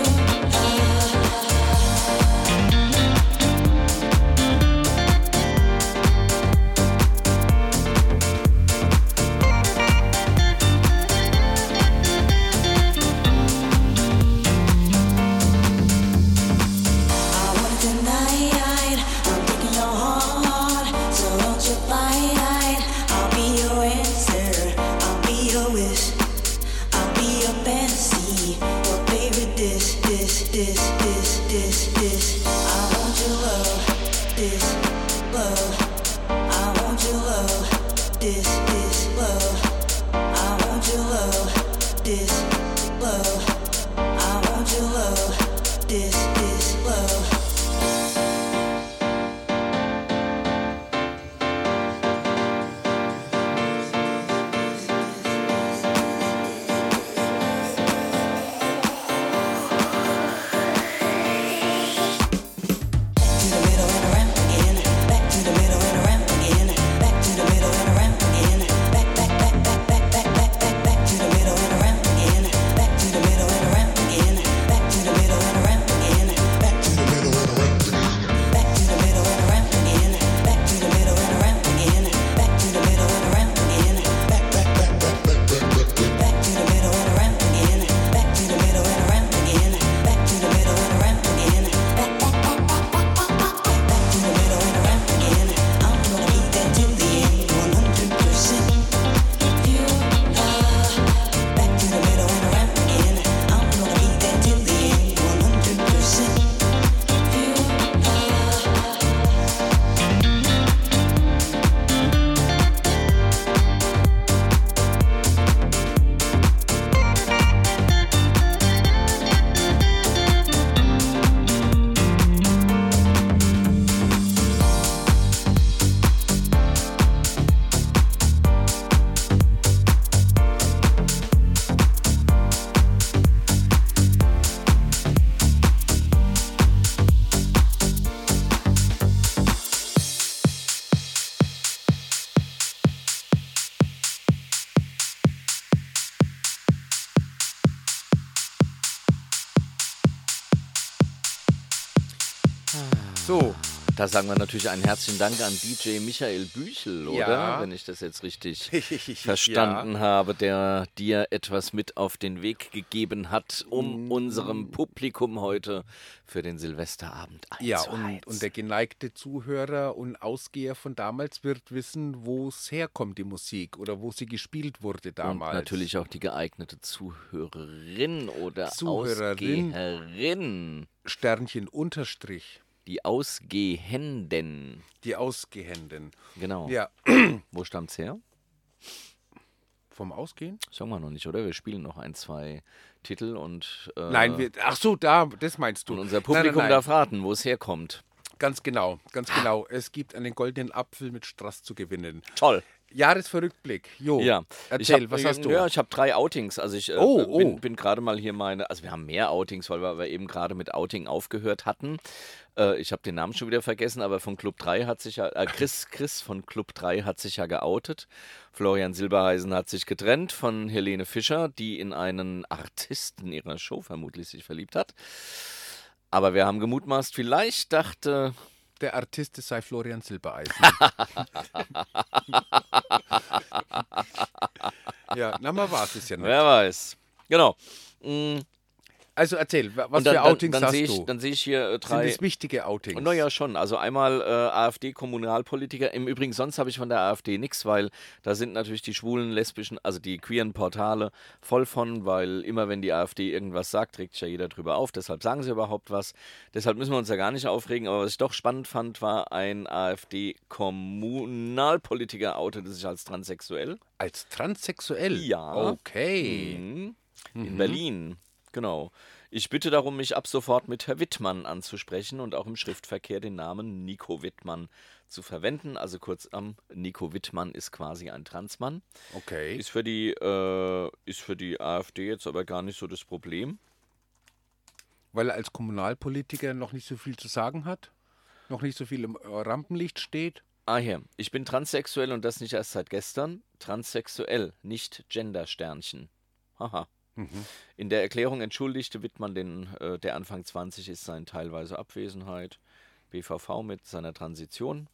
I want it tonight. I'm taking your heart, so don't you fight. I'll be your answer. I'll be your wish. I'll be your fantasy. Your favorite dish, dish, dish, dish, dish, dish. I want your love, dish, love. I want your love, dish, dish, love. I want your love, dish, love. I want your love, dish, dish, love. To the middle and around again. Back to the middle and around again. Back to the middle and around again. Back, back, back, back, back, back, back, back, back to the middle and around again. Back to the middle and around again. Back to the middle and around again. Back to the middle and around again. Back to the middle and around again. Back to the middle and around again. Back to the middle and around again. Back, back, back, back, back, back, back, back to the middle and around again. Back to the middle and around again. Back to the middle and around again. Back, back, back, back, back, back, back, back to the middle and around again. I'm gonna be there till the end, one hundred percent. You are. Back to the middle and around again. I'm gonna be there till the end, one hundred percent. You are. So, Da sagen wir natürlich einen herzlichen Dank an D J Michael Büchel, oder? Ja. Wenn ich das jetzt richtig verstanden Ja. habe, der dir etwas mit auf den Weg gegeben hat, um Mm. unserem Publikum heute für den Silvesterabend Ja, einzuheizen. und, und der geneigte Zuhörer und Ausgeher von damals wird wissen, wo es herkommt, die Musik, oder wo sie gespielt wurde damals. Und natürlich auch die geeignete Zuhörerin oder Zuhörerin. Ausgeherin. Sternchen Unterstrich, Die Ausgehenden. die Ausgehenden. Genau. Ja, Wo stammt's her? vom Ausgehen? Sagen wir noch nicht, oder? Wir spielen noch ein, zwei Titel und. Äh, Nein, wir, ach so, da, das meinst du. Und unser Nein, Publikum nein, nein. darf raten, wo es herkommt. Ganz genau, ganz genau. Es gibt einen goldenen Apfel mit Strass zu gewinnen. Toll. Jahresverrückblick. Jo, Ja, erzähl, ich hab, was hast du? Ja, ich habe drei Outings. Also ich äh, Oh, bin, oh. bin gerade mal hier meine, also wir haben mehr Outings, weil wir aber eben gerade mit Outing aufgehört hatten. Äh, ich habe den Namen schon wieder vergessen, aber von Club drei hat sich ja, äh, Chris, Chris von Club drei hat sich ja geoutet. Florian Silbereisen hat sich getrennt von Helene Fischer, die in einen Artisten ihrer Show vermutlich sich verliebt hat. Aber wir haben gemutmaßt, vielleicht dachte Der Artist sei Florian Silbereisen. Ja, na mal war es ja nicht. wer weiß. Genau. Mm, Also erzähl, wa- was und dann, für Outings dann, dann hast sehe ich, du? dann sehe ich hier äh, Sind drei. das wichtige Outings? Naja, schon. Also einmal äh, AfD-Kommunalpolitiker. Im Übrigen, sonst habe ich von der AfD nichts, weil da sind natürlich die schwulen, lesbischen, also die queeren Portale voll von, weil immer wenn die AfD irgendwas sagt, regt sich ja jeder drüber auf. Deshalb sagen sie überhaupt was. Deshalb müssen wir uns ja gar nicht aufregen. Aber was ich doch spannend fand, war ein AfD-Kommunalpolitiker outete sich als transsexuell. Als transsexuell? Ja. Okay. Mhm. In Berlin, genau. Ich bitte darum, mich ab sofort mit Herr Wittmann anzusprechen und auch im Schriftverkehr den Namen Nico Wittmann zu verwenden. Also kurz am Nico Wittmann ist quasi ein Transmann. Okay. Ist für die, äh, ist für die AfD jetzt aber gar nicht so das Problem. Weil er als Kommunalpolitiker noch nicht so viel zu sagen hat? Noch nicht so viel im äh, Rampenlicht steht? Ah, hier. Ich bin transsexuell und das nicht erst seit gestern. Transsexuell, nicht Gendersternchen. Haha. In der Erklärung entschuldigte Wittmann, den, äh, der Anfang zwanzig ist, seine teilweise Abwesenheit. B V V mit seiner Transition.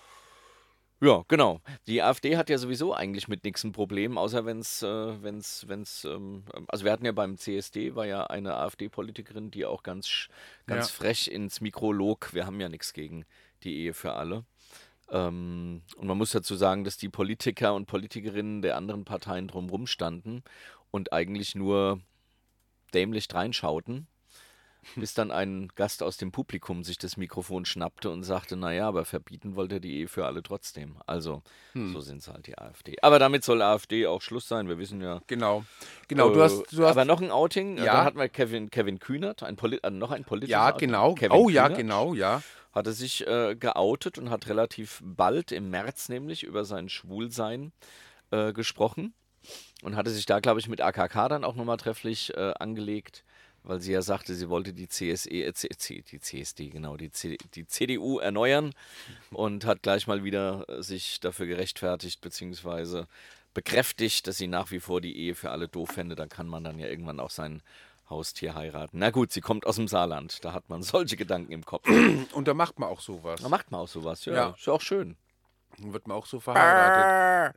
Ja, genau. Die AfD hat ja sowieso eigentlich mit nichts ein Problem, außer wenn es, äh, wenn's, wenn's, ähm, also wir hatten ja beim C S D, war ja eine AfD-Politikerin, die auch ganz, sch- ganz Ja. frech ins Mikro log, wir haben ja nichts gegen die Ehe für alle. Ähm, und man muss dazu sagen, dass die Politiker und Politikerinnen der anderen Parteien drumherum standen und eigentlich nur dämlich reinschauten, bis dann ein Gast aus dem Publikum sich das Mikrofon schnappte und sagte, naja, aber verbieten wollte er die Ehe für alle trotzdem. Also, so sind es halt die AfD. Aber damit soll AfD auch Schluss sein, wir wissen ja. Genau. Genau, du äh, hast. Du hast aber noch ein Outing, äh, Ja. da hatten wir Kevin, Kevin Kühnert, ein Poli äh, noch ein politisches ja, Outing. genau. Kevin Oh ja, Kühnert genau, ja. hatte sich äh, geoutet und hat relativ bald, im März nämlich, über sein Schwulsein äh, gesprochen und hatte sich da, glaube ich, mit A K K dann auch nochmal trefflich äh, angelegt, weil sie ja sagte, sie wollte die C S E, äh, C, C, die C S D, genau, die, C, die C D U erneuern und hat gleich mal wieder äh, sich dafür gerechtfertigt, beziehungsweise bekräftigt, dass sie nach wie vor die Ehe für alle doof fände. Da kann man dann ja irgendwann auch sein Haustier heiraten. Na gut, sie kommt aus dem Saarland, da hat man solche Gedanken im Kopf. Und da macht man auch sowas. Da macht man auch sowas, ja. Ja. Ist ja auch schön. Dann wird man auch so verheiratet.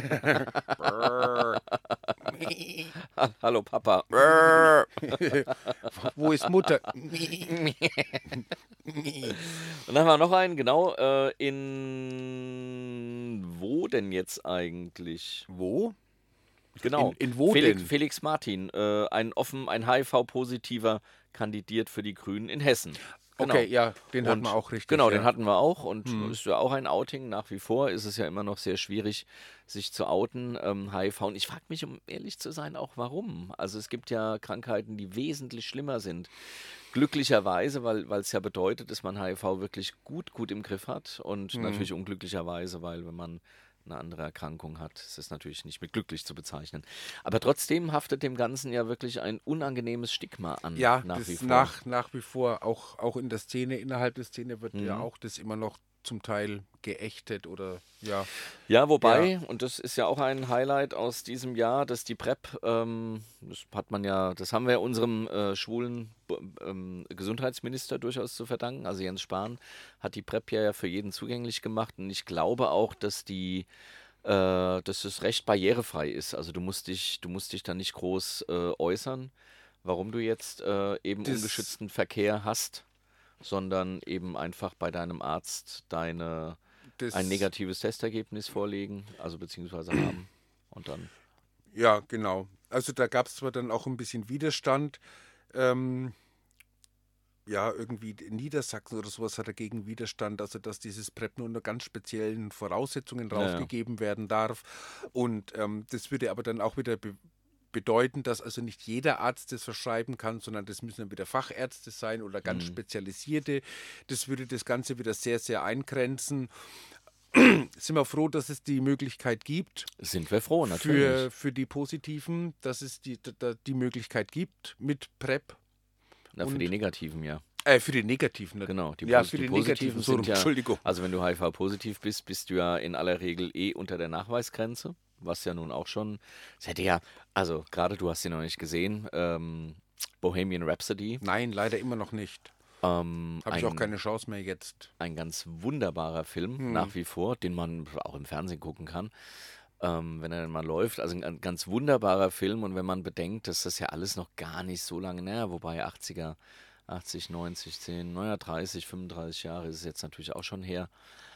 Hallo Papa. Wo ist Mutter? Und dann haben wir noch einen, genau, äh, in wo denn jetzt eigentlich? Wo? Genau. In- in wo Felix, denn? Felix Martin, äh, ein offen, ein H I V-Positiver, kandidiert für die Grünen in Hessen. Genau. Okay, ja, den hatten Und wir auch richtig. Genau, ja. den hatten wir auch und ist ja auch ein Outing. Nach wie vor ist es ja immer noch sehr schwierig, sich zu outen, ähm, H I V. Und ich frage mich, um ehrlich zu sein, auch warum. Also es gibt ja Krankheiten, die wesentlich schlimmer sind. Glücklicherweise, weil es ja bedeutet, dass man H I V wirklich gut, gut im Griff hat. Und natürlich unglücklicherweise, weil wenn man eine andere Erkrankung hat, ist es natürlich nicht mit glücklich zu bezeichnen. Aber trotzdem haftet dem Ganzen ja wirklich ein unangenehmes Stigma an. Ja, nach das wie vor. Nach, nach wie vor, auch, auch in der Szene, innerhalb der Szene wird ja Mhm. auch das immer noch zum Teil geächtet oder ja. Ja, wobei, ja. und das ist ja auch ein Highlight aus diesem Jahr, dass die PrEP, ähm, das hat man ja, das haben wir unserem äh, schwulen ähm, Gesundheitsminister durchaus zu verdanken. Also Jens Spahn hat die PrEP ja für jeden zugänglich gemacht und ich glaube auch, dass die, äh, dass es recht barrierefrei ist. Also du musst dich, du musst dich da nicht groß äh, äußern, warum du jetzt äh, eben Das- ungeschützten Verkehr hast, sondern eben einfach bei deinem Arzt deine Das, ein negatives Testergebnis vorlegen, also beziehungsweise haben und dann. Ja, genau. Also da gab es zwar dann auch ein bisschen Widerstand. Ähm, ja, irgendwie in Niedersachsen oder sowas hat dagegen Widerstand, also dass dieses PrEP nur unter ganz speziellen Voraussetzungen Ja, ja. rausgegeben werden darf. Und ähm, das würde aber dann auch wieder be bedeuten, dass also nicht jeder Arzt das verschreiben kann, sondern das müssen dann wieder Fachärzte sein oder ganz Mhm. spezialisierte. Das würde das Ganze wieder sehr, sehr eingrenzen. Sind wir froh, dass es die Möglichkeit gibt. Sind wir froh, Für, natürlich. für die Positiven, dass es die, da, die Möglichkeit gibt mit PrEP. Na, für und- die Negativen, ja. Äh, für die Negativen. ne? Genau. Die, ja, Posi- für die, Positiven Negativen, so, sind ja, Entschuldigung. also wenn du H I V-positiv bist, bist du ja in aller Regel eh unter der Nachweisgrenze, was ja nun auch schon, es hätte ja, also gerade du hast sie noch nicht gesehen, ähm, Bohemian Rhapsody, Nein, leider immer noch nicht. ähm, Habe ich ein- auch keine Chance mehr jetzt. ein ganz wunderbarer Film, Hm. nach wie vor, den man auch im Fernsehen gucken kann, ähm, wenn er dann mal läuft. Also ein, ein ganz wunderbarer Film und wenn man bedenkt, dass das ja alles noch gar nicht so lange, naja, wobei achtziger, achtzig, neunzig, zehn, naja, dreißig, fünfunddreißig Jahre ist es jetzt natürlich auch schon her.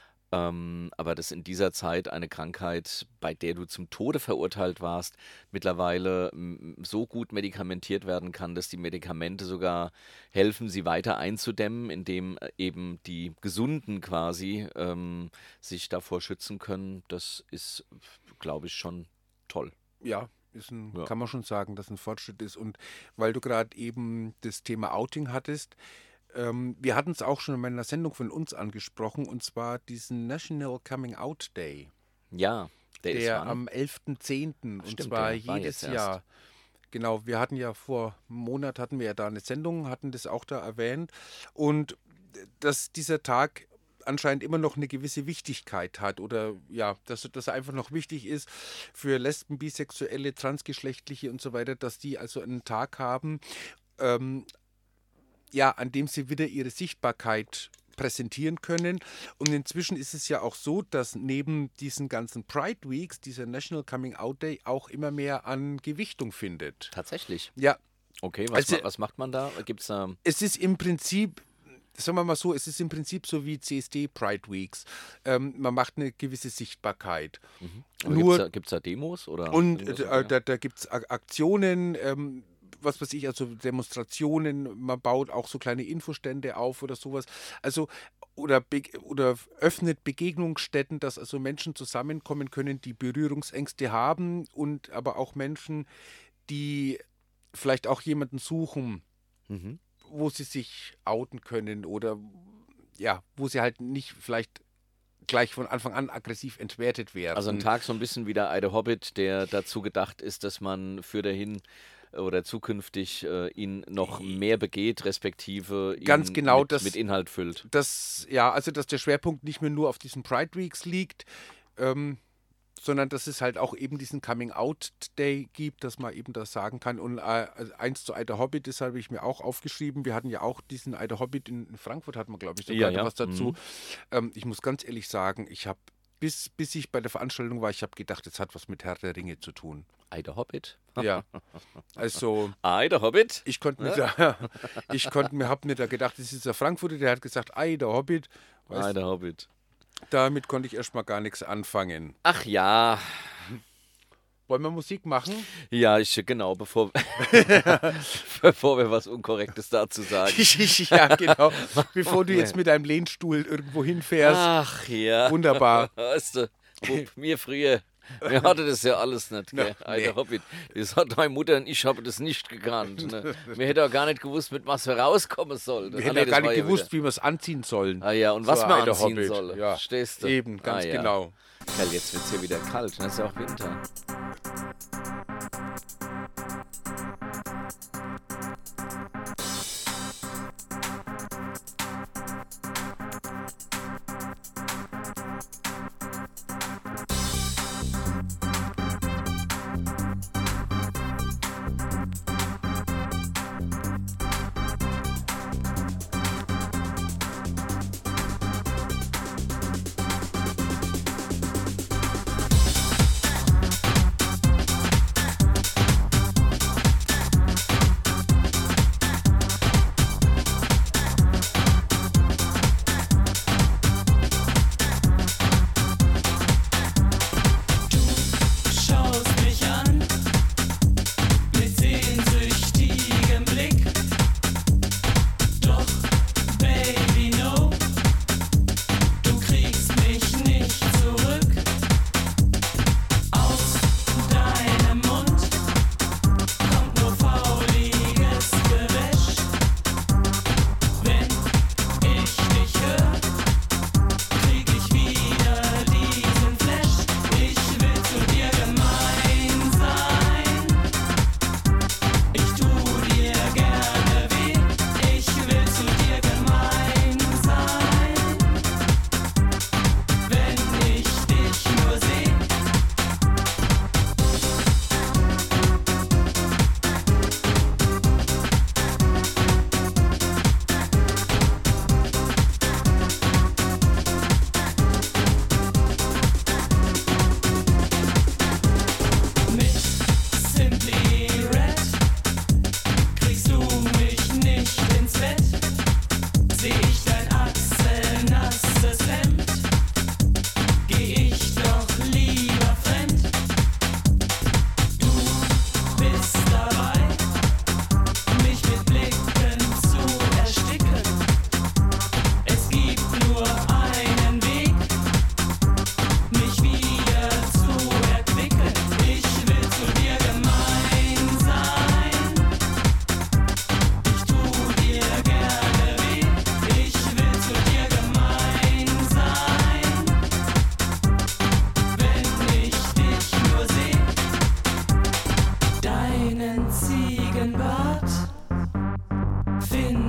Ähm, aber dass in dieser Zeit eine Krankheit, bei der du zum Tode verurteilt warst, mittlerweile m, so gut medikamentiert werden kann, dass die Medikamente sogar helfen, sie weiter einzudämmen, indem äh, eben die Gesunden quasi ähm, sich davor schützen können, das ist, glaube ich, schon toll. Ja, ist ein, Ja. kann man schon sagen, dass ein Fortschritt ist. Und weil du gerade eben das Thema Outing hattest, ähm, wir hatten es auch schon in meiner Sendung von uns angesprochen, und zwar diesen National Coming Out Day, Ja, der, ist der wann? am elften zehnten und Stimmt, zwar der war jedes jetzt erst. Jahr. Genau, wir hatten ja vor einem Monat hatten wir ja da eine Sendung, hatten das auch da erwähnt, und dass dieser Tag anscheinend immer noch eine gewisse Wichtigkeit hat oder ja, dass, dass er einfach noch wichtig ist für Lesben, Bisexuelle, Transgeschlechtliche und so weiter, dass die also einen Tag haben, ähm, ja, an dem sie wieder ihre Sichtbarkeit präsentieren können. Und inzwischen ist es ja auch so, dass neben diesen ganzen Pride Weeks dieser National Coming Out Day auch immer mehr an Gewichtung findet. Tatsächlich. Ja, Okay, was, Also- ma was macht man da? Gibt es da. es ist im Prinzip, sagen wir mal so, es ist im Prinzip so wie C S D Pride Weeks. Ähm, man macht eine gewisse Sichtbarkeit. Nur- Gibt es da, gibt's da Demos? Oder Und irgendwas äh, dabei? da, da gibt es Aktionen, ähm, was weiß ich, also Demonstrationen, man baut auch so kleine Infostände auf oder sowas. Also oder, be oder öffnet Begegnungsstätten, dass also Menschen zusammenkommen können, die Berührungsängste haben und aber auch Menschen, die vielleicht auch jemanden suchen, Mhm. wo sie sich outen können oder ja, wo sie halt nicht vielleicht gleich von Anfang an aggressiv entwertet werden. Also ein Tag so ein bisschen wie der Eide Hobbit, der dazu gedacht ist, dass man für dahin oder zukünftig äh, ihn noch mehr begeht, respektive ihn Ganz genau, mit, das- mit Inhalt füllt. dass, ja, also dass der Schwerpunkt nicht mehr nur auf diesen Pride Weeks liegt, ähm, sondern dass es halt auch eben diesen Coming Out Day gibt, dass man eben das sagen kann. Und äh, also eins zu Eide Hobbit, das habe ich mir auch aufgeschrieben. Wir hatten ja auch diesen Eide Hobbit in, in Frankfurt, hatten wir, glaube ich, sogar Ja, ja. was dazu. Mhm. Ähm, ich muss ganz ehrlich sagen, ich habe, bis, bis ich bei der Veranstaltung war, ich habe gedacht, es hat was mit Herr der Ringe zu tun. Eide Hobbit? Ja, also Eide Hobbit? ich konnte mir da, ich konnte mir, habe mir da gedacht, das ist der Frankfurter, der hat gesagt, ei, der Hobbit. Weißt, Eide Hobbit. damit konnte ich erstmal gar nichts anfangen. Ach ja, Wollen wir Musik machen? ja, ich, genau, bevor, bevor wir was Unkorrektes dazu sagen. Ja, genau. Bevor du jetzt mit deinem Lehnstuhl irgendwo hinfährst. Ach ja. Wunderbar. Weißt du, Bub, mir früher, mir hatte das ja alles nicht, gell? Na, Alter nee. Hobbit. Das hat meine Mutter und ich habe das nicht gekannt. Ne? Mir hätte auch gar nicht gewusst, mit was wir rauskommen sollen. Wir Ah, hätten nee, ja das gar war nicht ja gewusst, wieder- wie wir es anziehen sollen. Ah ja, und So was ein man alter anziehen Hobbit. soll. Ja. Stehst du? Eben, ganz Ah, ja. genau. Kerl, jetzt wird es hier wieder kalt. Ne? Ist ja auch Winter.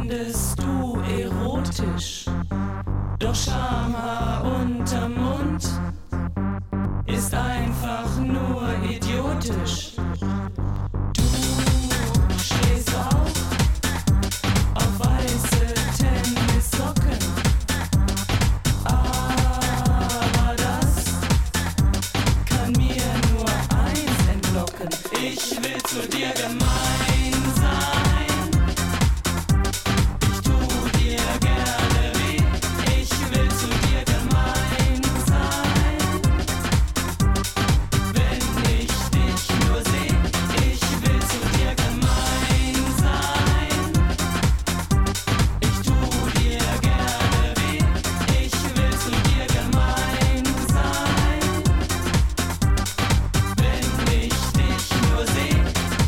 findest du erotisch. Doch Schamhaar unterm Mund ist einfach nur idiotisch. Du stehst auf, auf weiße Tennissocken. Aber das kann mir nur eins entlocken. Ich will zu dir gemein sein. Ich tu dir gerne weh. Ich will zu dir gemein sein. Wenn ich dich nur seh. Ich will zu dir gemein sein. Ich tu dir gerne weh. Ich will zu dir gemein sein. Wenn ich dich nur seh.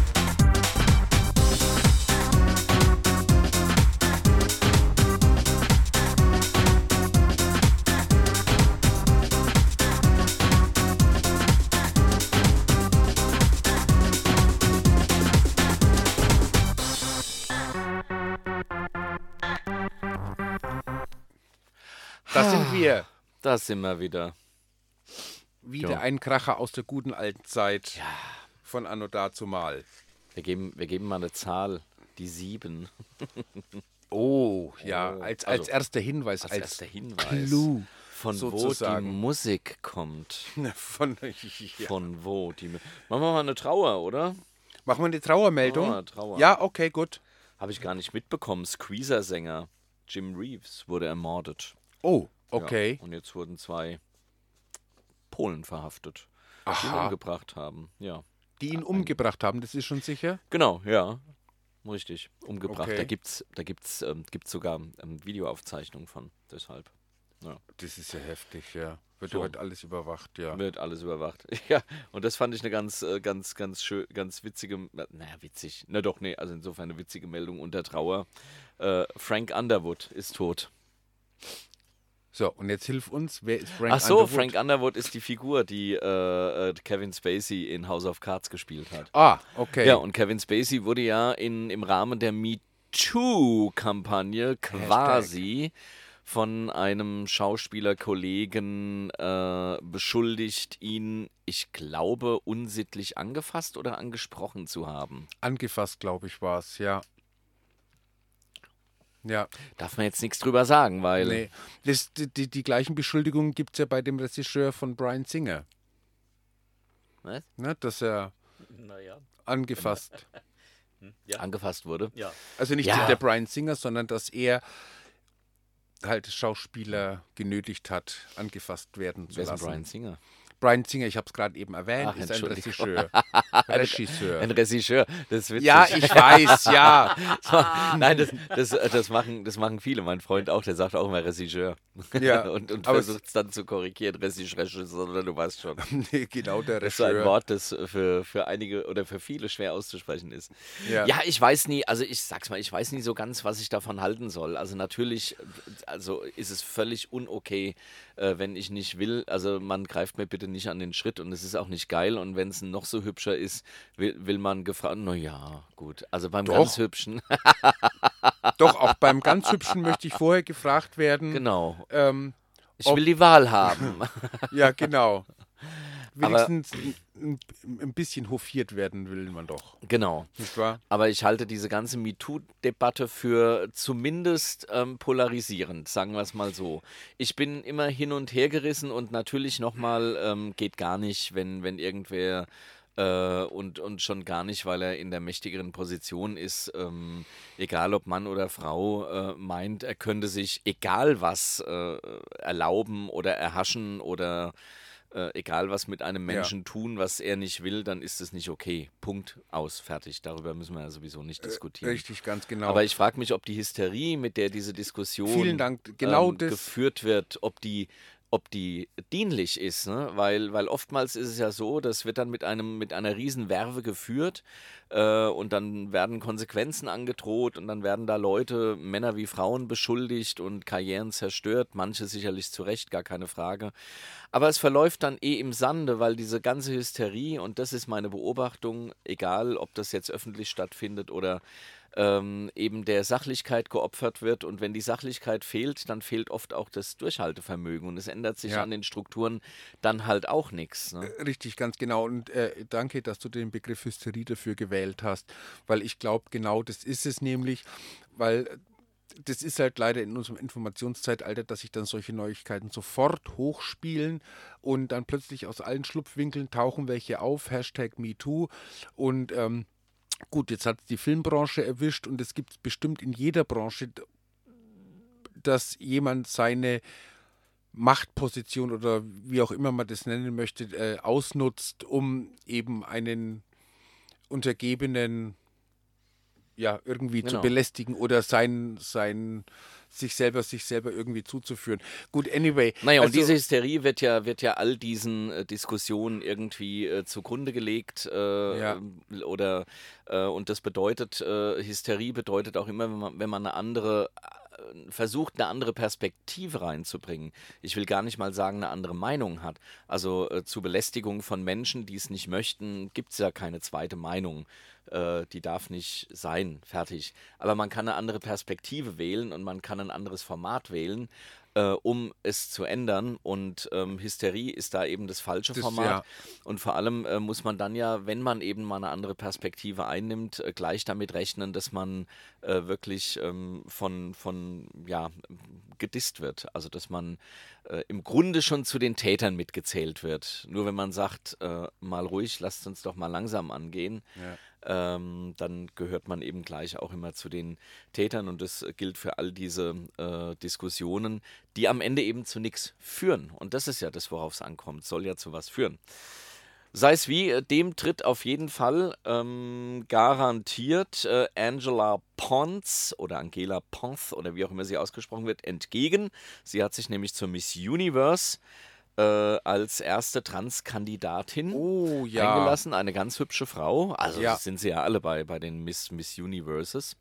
Da sind wir. Da sind wir wieder. Wieder Ja. ein Kracher aus der guten alten Zeit. Von Anno dazumal. Wir geben, wir geben mal eine Zahl, die sieben. Oh, ja, Oh, als, also, als erster Hinweis, als als, erster Hinweis. Clue. Von sozusagen. wo die Musik kommt. Von, ja. Von wo die. Mu- Machen wir mal eine Trauer, oder? Machen wir eine Trauermeldung? Machen wir eine Trauer. Ja, okay, gut. Habe ich gar nicht mitbekommen. Squeezer-Sänger Jim Reeves wurde ermordet. Oh, okay. Ja, und jetzt wurden zwei Polen verhaftet, die ihn Aha. umgebracht haben. Ja. Die ihn umgebracht haben, das ist schon sicher? Genau, ja. Richtig, umgebracht. Okay. Da gibt es da gibt's, ähm, gibt's sogar ähm, Videoaufzeichnungen von, deshalb. Ja. Das ist ja heftig, ja. Wird So. ja heute alles überwacht, ja. Wird alles überwacht. Ja, und das fand ich eine ganz, äh, ganz, ganz schön, ganz witzige, äh, naja, witzig, na doch, nee, also insofern eine witzige Meldung unter Trauer. Äh, Frank Underwood ist tot. So, und jetzt hilf uns, wer ist Frank Ach so, Underwood? Frank Underwood ist die Figur, die äh, äh, Kevin Spacey in House of Cards gespielt hat. Ah, okay. Ja, und Kevin Spacey wurde ja in, im Rahmen der MeToo-Kampagne quasi von einem Schauspielerkollegen äh, beschuldigt, ihn, ich glaube, unsittlich angefasst oder angesprochen zu haben. Angefasst, glaube ich, war es, ja. Ja, Darf man jetzt nichts drüber sagen, weil... nee. Das, die, die, die gleichen Beschuldigungen gibt es ja bei dem Regisseur von Bryan Singer. Was? Ne, dass er Naja. angefasst, Ja. Angefasst wurde. Ja. also nicht Ja. der Bryan Singer, sondern dass er halt Schauspieler genötigt hat, angefasst werden zu Wer ist denn lassen. Bryan Singer? Bryan Singer, ich habe es gerade eben erwähnt, Ach, ist ein Entschuldigung. Regisseur. Regisseur. Ein Regisseur, das ist witzig. Ja, ich weiß, ja. Nein, das, das, das, machen, das machen viele. Mein Freund auch, der sagt auch immer Regisseur. Ja, und und aber es- versucht es dann zu korrigieren. Regisseur, oder du weißt schon. Nee, genau der Das ist so ein Regisseur. Wort, das für, für einige oder für viele schwer auszusprechen ist. Ja. Ja, ich weiß nie, also ich sag's mal, ich weiß nie so ganz, was ich davon halten soll. Also natürlich, also ist es völlig unokay, äh, wenn ich nicht will. Also man greift mir bitte nicht an den Schritt und es ist auch nicht geil. Und wenn es noch so hübscher ist, will, will man gefragt, naja, gut. Also beim Doch. ganz hübschen, Doch, auch beim ganz Hübschen möchte ich vorher gefragt werden. genau. Ähm, Ich ob- will die Wahl haben. ja, genau. Aber- Wenigstens ein, ein bisschen hofiert werden will man doch, Genau. nicht wahr? Aber ich halte diese ganze MeToo-Debatte für zumindest ähm, polarisierend, sagen wir es mal so. Ich bin immer hin und her gerissen und natürlich nochmal ähm, geht gar nicht, wenn, wenn irgendwer äh, und, und schon gar nicht, weil er in der mächtigeren Position ist, ähm, egal ob Mann oder Frau, äh, meint, er könnte sich egal was äh, erlauben oder erhaschen oder äh, egal was mit einem Ja. Menschen tun, was er nicht will, dann ist es nicht okay. Punkt, aus, fertig. Darüber müssen wir ja sowieso nicht diskutieren. Richtig, ganz genau. Aber ich frage mich, ob die Hysterie, mit der diese Diskussion Vielen Dank. Genau ähm, das- geführt wird, ob die, ob die dienlich ist, ne? weil, weil oftmals ist es ja so, das wird dann mit einem mit einer riesen Werbe geführt äh, und dann werden Konsequenzen angedroht und dann werden da Leute, Männer wie Frauen, beschuldigt und Karrieren zerstört, manche sicherlich zu Recht, gar keine Frage. Aber es verläuft dann eh im Sande, weil diese ganze Hysterie, und das ist meine Beobachtung, egal ob das jetzt öffentlich stattfindet oder ähm, eben der Sachlichkeit geopfert wird. Und wenn die Sachlichkeit fehlt, dann fehlt oft auch das Durchhaltevermögen. Und es ändert sich Ja. an den Strukturen dann halt auch nichts. Ne? Richtig, ganz genau. Und äh, danke, dass du den Begriff Hysterie dafür gewählt hast, weil ich glaube, genau das ist es nämlich, weil äh, das ist halt leider in unserem Informationszeitalter, dass sich dann solche Neuigkeiten sofort hochspielen und dann plötzlich aus allen Schlupfwinkeln tauchen welche auf, Hashtag MeToo. Und ähm, gut, jetzt hat es die Filmbranche erwischt und es gibt bestimmt in jeder Branche, d- dass jemand seine Machtposition oder wie auch immer man das nennen möchte, äh, ausnutzt, um eben einen Untergebenen ja irgendwie zu Genau. belästigen oder sein, sein sich selber sich selber irgendwie zuzuführen. Gut, anyway. Naja, und also- diese Hysterie wird ja, wird ja all diesen äh, Diskussionen irgendwie äh, zugrunde gelegt. Äh, Ja. oder äh, und das bedeutet, äh, Hysterie bedeutet auch immer, wenn man, wenn man eine andere äh, versucht, eine andere Perspektive reinzubringen. Ich will gar nicht mal sagen, eine andere Meinung hat. Also äh, zur Belästigung von Menschen, die es nicht möchten, gibt es ja keine zweite Meinung. Äh, die darf nicht sein, fertig. Aber man kann eine andere Perspektive wählen und man kann ein anderes Format wählen, äh, um es zu ändern. Und ähm, Hysterie ist da eben das falsche Das- Format. ja. Und vor allem äh, muss man dann ja, wenn man eben mal eine andere Perspektive einnimmt, äh, gleich damit rechnen, dass man äh, wirklich ähm, von, von ja, gedisst wird. Also dass man äh, im Grunde schon zu den Tätern mitgezählt wird. Nur wenn man sagt, äh, mal ruhig, lasst uns doch mal langsam angehen, Ja. ähm, dann gehört man eben gleich auch immer zu den Tätern. Und das äh, gilt für all diese äh, Diskussionen, die am Ende eben zu nichts führen. Und das ist ja das, worauf es ankommt. Soll ja zu was führen. Sei es wie, äh, dem tritt auf jeden Fall ähm, garantiert äh, Angela Pons oder Angela Pons oder wie auch immer sie ausgesprochen wird, entgegen. Sie hat sich nämlich zur Miss Universe äh, als erste Trans-Kandidatin Oh ja. eingelassen. Eine ganz hübsche Frau. Also Ja. das sind sie ja alle bei, bei den Miss, Miss Universes.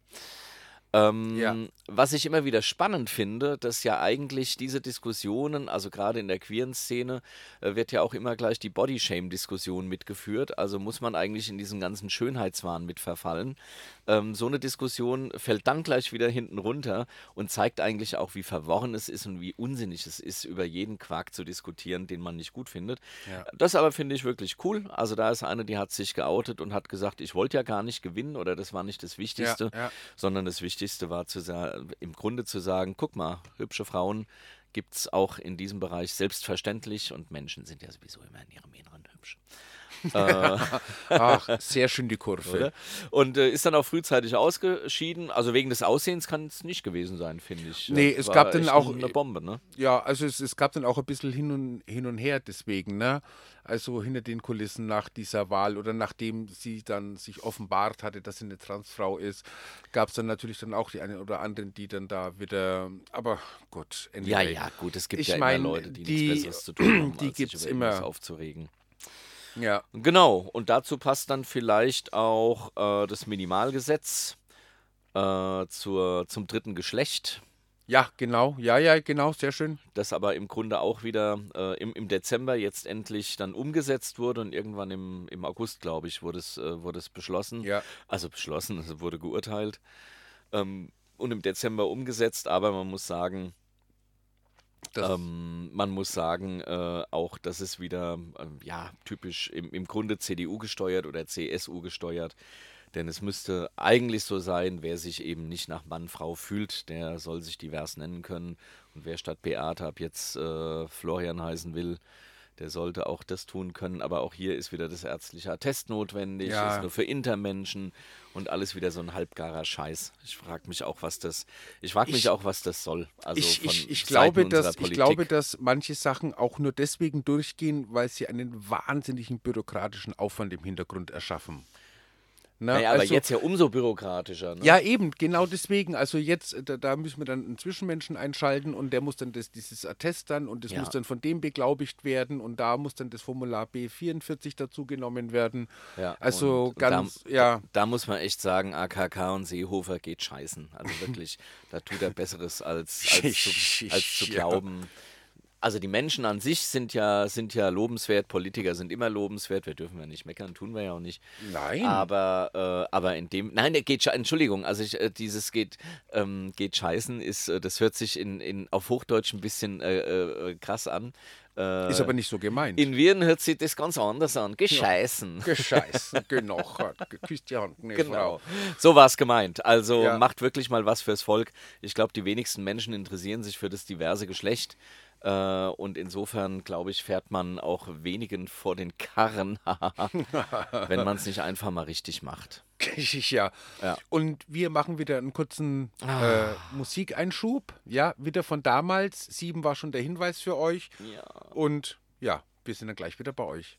Ähm, Ja. Was ich immer wieder spannend finde, dass ja eigentlich diese Diskussionen, also gerade in der queeren Szene, äh, wird ja auch immer gleich die Body-Shame-Diskussion mitgeführt. Also muss man eigentlich in diesen ganzen Schönheitswahn mit verfallen. Ähm, so eine Diskussion fällt dann gleich wieder hinten runter und zeigt eigentlich auch, wie verworren es ist und wie unsinnig es ist, über jeden Quark zu diskutieren, den man nicht gut findet. Ja. Das aber finde ich wirklich cool. Also da ist eine, die hat sich geoutet und hat gesagt, ich wollte ja gar nicht gewinnen oder das war nicht das Wichtigste, Ja, ja. sondern das Wichtigste war zu sa- im Grunde zu sagen, guck mal, hübsche Frauen gibt es auch in diesem Bereich selbstverständlich und Menschen sind ja sowieso immer in ihrem Inneren hübsch. äh, Ach, sehr schön die Kurve. oder? Und äh, ist dann auch frühzeitig ausgeschieden. Also wegen des Aussehens kann es nicht gewesen sein, finde ich. Nee, Das es war gab dann echt auch- eine Bombe, ne? Ja, also es, es gab dann auch ein bisschen hin und, hin und her deswegen, ne? Also hinter den Kulissen nach dieser Wahl oder nachdem sie dann sich offenbart hatte, dass sie eine Transfrau ist, gab es dann natürlich dann auch die einen oder anderen, die dann da wieder, aber gut, Ja, anyway. ja, gut, es gibt Ich ja mein, immer Leute, die, die- nichts Besseres zu tun haben, die als sich gibt's über irgendwas immer. aufzuregen. Ja, Genau, und dazu passt dann vielleicht auch äh, das Minimalgesetz äh, zur, zum dritten Geschlecht, ja, genau, ja, ja, genau, sehr schön. das aber im Grunde auch wieder äh, im, im Dezember jetzt endlich dann umgesetzt wurde und irgendwann im, im August, glaube ich, wurde es, äh, wurde es beschlossen. Ja. Also beschlossen, es wurde geurteilt ähm, und im Dezember umgesetzt, aber man muss sagen, Das, Ähm, man muss sagen, äh, auch das ist wieder, ähm, ja, typisch im, im Grunde C D U gesteuert oder C S U gesteuert. Denn es müsste eigentlich so sein, wer sich eben nicht nach Mann, Frau fühlt, der soll sich divers nennen können. Und wer statt Beate ab jetzt äh, Florian heißen will, der sollte auch das tun können. Aber auch hier ist wieder das ärztliche Attest notwendig, Ja. ist nur für Intermenschen und alles wieder so ein halbgarer Scheiß. Ich frage mich auch, was das, ich frage mich Ich- auch, was das soll. Also ich, von ich, ich, Seiten glaube, unserer dass, ich Politik. glaube, dass manche Sachen auch nur deswegen durchgehen, weil sie einen wahnsinnigen bürokratischen Aufwand im Hintergrund erschaffen. Na, Naja, aber also- jetzt ja umso bürokratischer. Ne? Ja, eben, genau deswegen. Also jetzt, da, da müssen wir dann einen Zwischenmenschen einschalten und der muss dann das, dieses Attest dann und das Ja. muss dann von dem beglaubigt werden und da muss dann das Formular B vierundvierzig dazu genommen werden. Ja, Also und ganz, da, ja. Da muss man echt sagen, A K K und Seehofer geht scheißen. Also wirklich, da tut er Besseres als, als, zu, als zu Ja. glauben. Also die Menschen an sich sind ja, sind ja lobenswert, Politiker sind immer lobenswert, wir dürfen ja nicht meckern, tun wir ja auch nicht. Nein. Aber, äh, aber in dem, nein, der geht, sche- Entschuldigung, also ich, äh, dieses geht, ähm, geht scheißen, ist, äh, das hört sich in, in, auf Hochdeutsch ein bisschen äh, äh, krass an. Äh, Ist aber nicht so gemeint. In Viren hört sich das ganz anders an, gescheißen. Gescheißen, genau. Küsst die Hand, ne, Genau. Frau. So war es gemeint. Also Ja. macht wirklich mal was fürs Volk. Ich glaube, die wenigsten Menschen interessieren sich für das diverse Geschlecht. Äh, und insofern, glaube ich, fährt man auch wenigen vor den Karren, wenn man es nicht einfach mal richtig macht. Ja. Ja. Und wir machen wieder einen kurzen äh, Musikeinschub. Ja, wieder von damals. Sieben war schon der Hinweis für euch. Ja. Und ja, wir sind dann gleich wieder bei euch.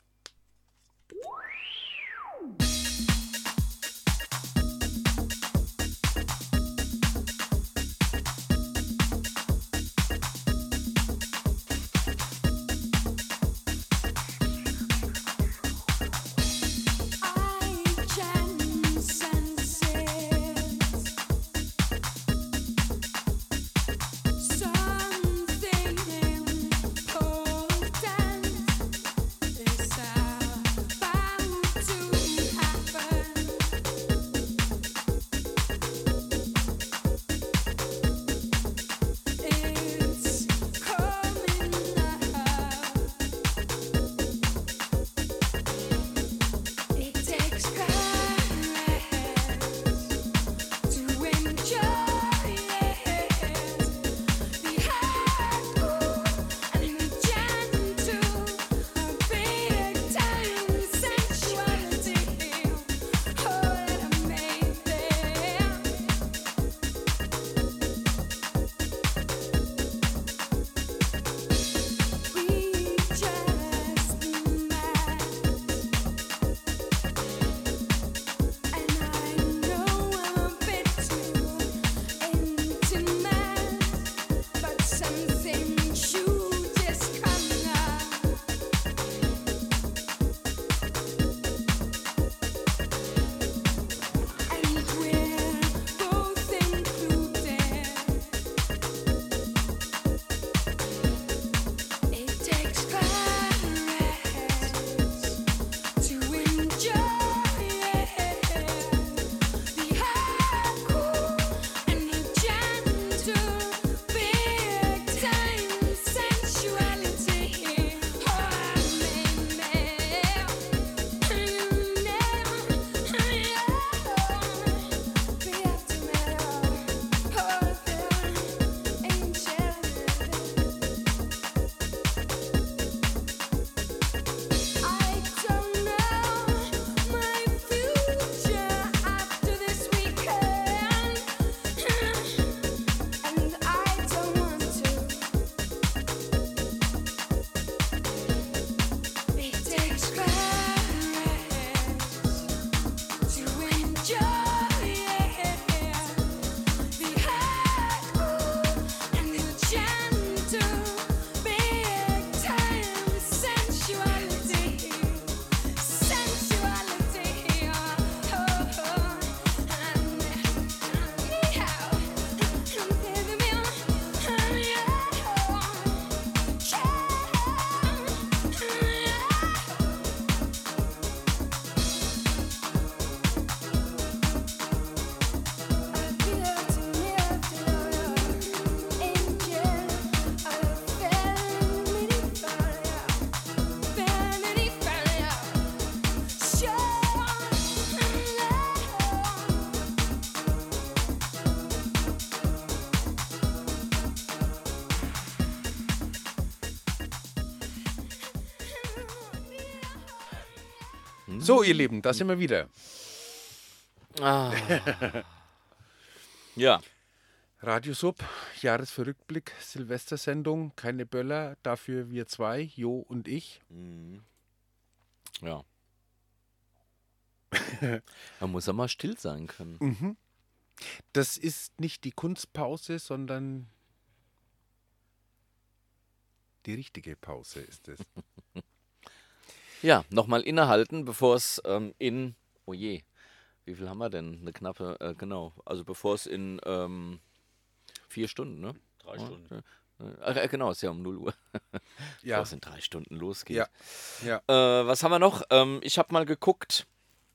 So, ihr Lieben, da sind wir wieder. Ah. Ja. Radio Sub, Jahresverrückblick, Silvestersendung, keine Böller, dafür wir zwei, Jo und ich. Ja. Man muss ja mal still sein können. Mhm. Das ist nicht die Kunstpause, sondern die richtige Pause ist es. Ja, nochmal innehalten, bevor es ähm, in, oh je, wie viel haben wir denn? Eine knappe, äh, genau, also bevor es in ähm, vier Stunden, ne? Drei Stunden. Ach, äh, genau, ist ja um null Uhr. Ja. Was in drei Stunden losgeht. Ja. Ja. Äh, was haben wir noch? Ähm, ich habe mal geguckt.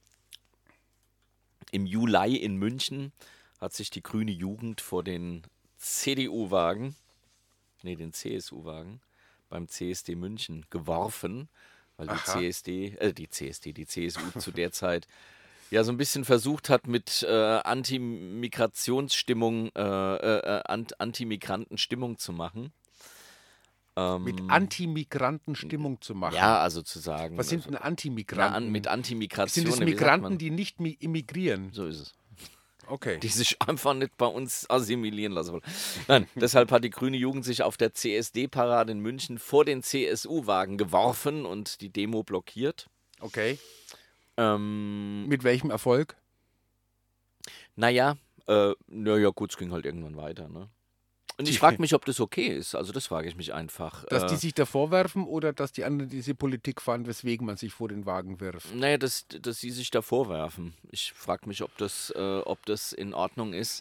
Im Juli in München hat sich die grüne Jugend vor den C D U-Wagen, nee, den C S U-Wagen, beim C S D München geworfen, weil die Aha. C S D, äh, die C S D, die C S U zu der Zeit ja so ein bisschen versucht hat, mit äh, Anti-Migrationsstimmung, äh, äh, Ant- Anti-Migranten-Stimmung zu machen. Ähm, Mit Anti-Migranten-Stimmung zu machen. Ja, also zu sagen. Was sind denn Na, Anti-Migranten? an, mit Anti-Migration. Sind es wie sagt Migranten, man? die nicht mi- immigrieren? So ist es. Okay. Die sich einfach nicht bei uns assimilieren lassen wollen. Nein, deshalb hat die grüne Jugend sich auf der C S D-Parade in München vor den C S U-Wagen geworfen und die Demo blockiert. Okay. Ähm, Mit welchem Erfolg? naja, äh, naja, gut, es ging halt irgendwann weiter, ne? Und ich Die- frage mich, ob das okay ist. Also das frage ich mich einfach. Dass äh, die sich da vorwerfen oder dass die anderen diese Politik fahren, weswegen man sich vor den Wagen wirft? Naja, dass, dass sie sich da vorwerfen. Ich frage mich, ob das, äh, ob das in Ordnung ist.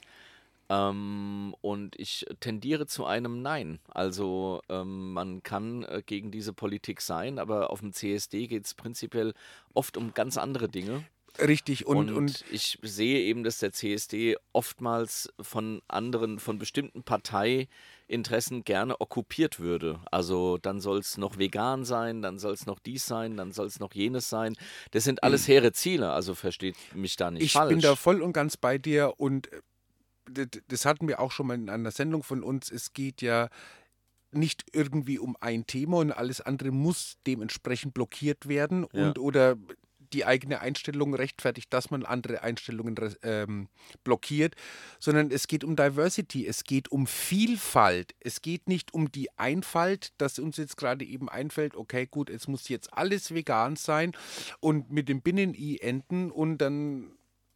Ähm, und ich tendiere zu einem Nein. Also ähm, man kann äh, gegen diese Politik sein, aber auf dem C S D geht es prinzipiell oft um ganz andere Dinge. Richtig. Und, Und, und, ich sehe eben, dass der C S D oftmals von anderen, von bestimmten Parteiinteressen gerne okkupiert würde. Also dann soll es noch vegan sein, dann soll es noch dies sein, dann soll es noch jenes sein. Das sind alles hehre Ziele, also versteht mich da nicht ich falsch. bin da voll und ganz bei dir und äh, d- d- das hatten wir auch schon mal in einer Sendung von uns. Es geht ja nicht irgendwie um ein Thema und alles andere muss dementsprechend blockiert werden Ja. und oder die eigene Einstellung rechtfertigt, dass man andere Einstellungen res- ähm, blockiert, sondern es geht um Diversity, es geht um Vielfalt, es geht nicht um die Einfalt, dass uns jetzt gerade eben einfällt, okay, gut, es muss jetzt alles vegan sein und mit dem Binnen-I enden und dann,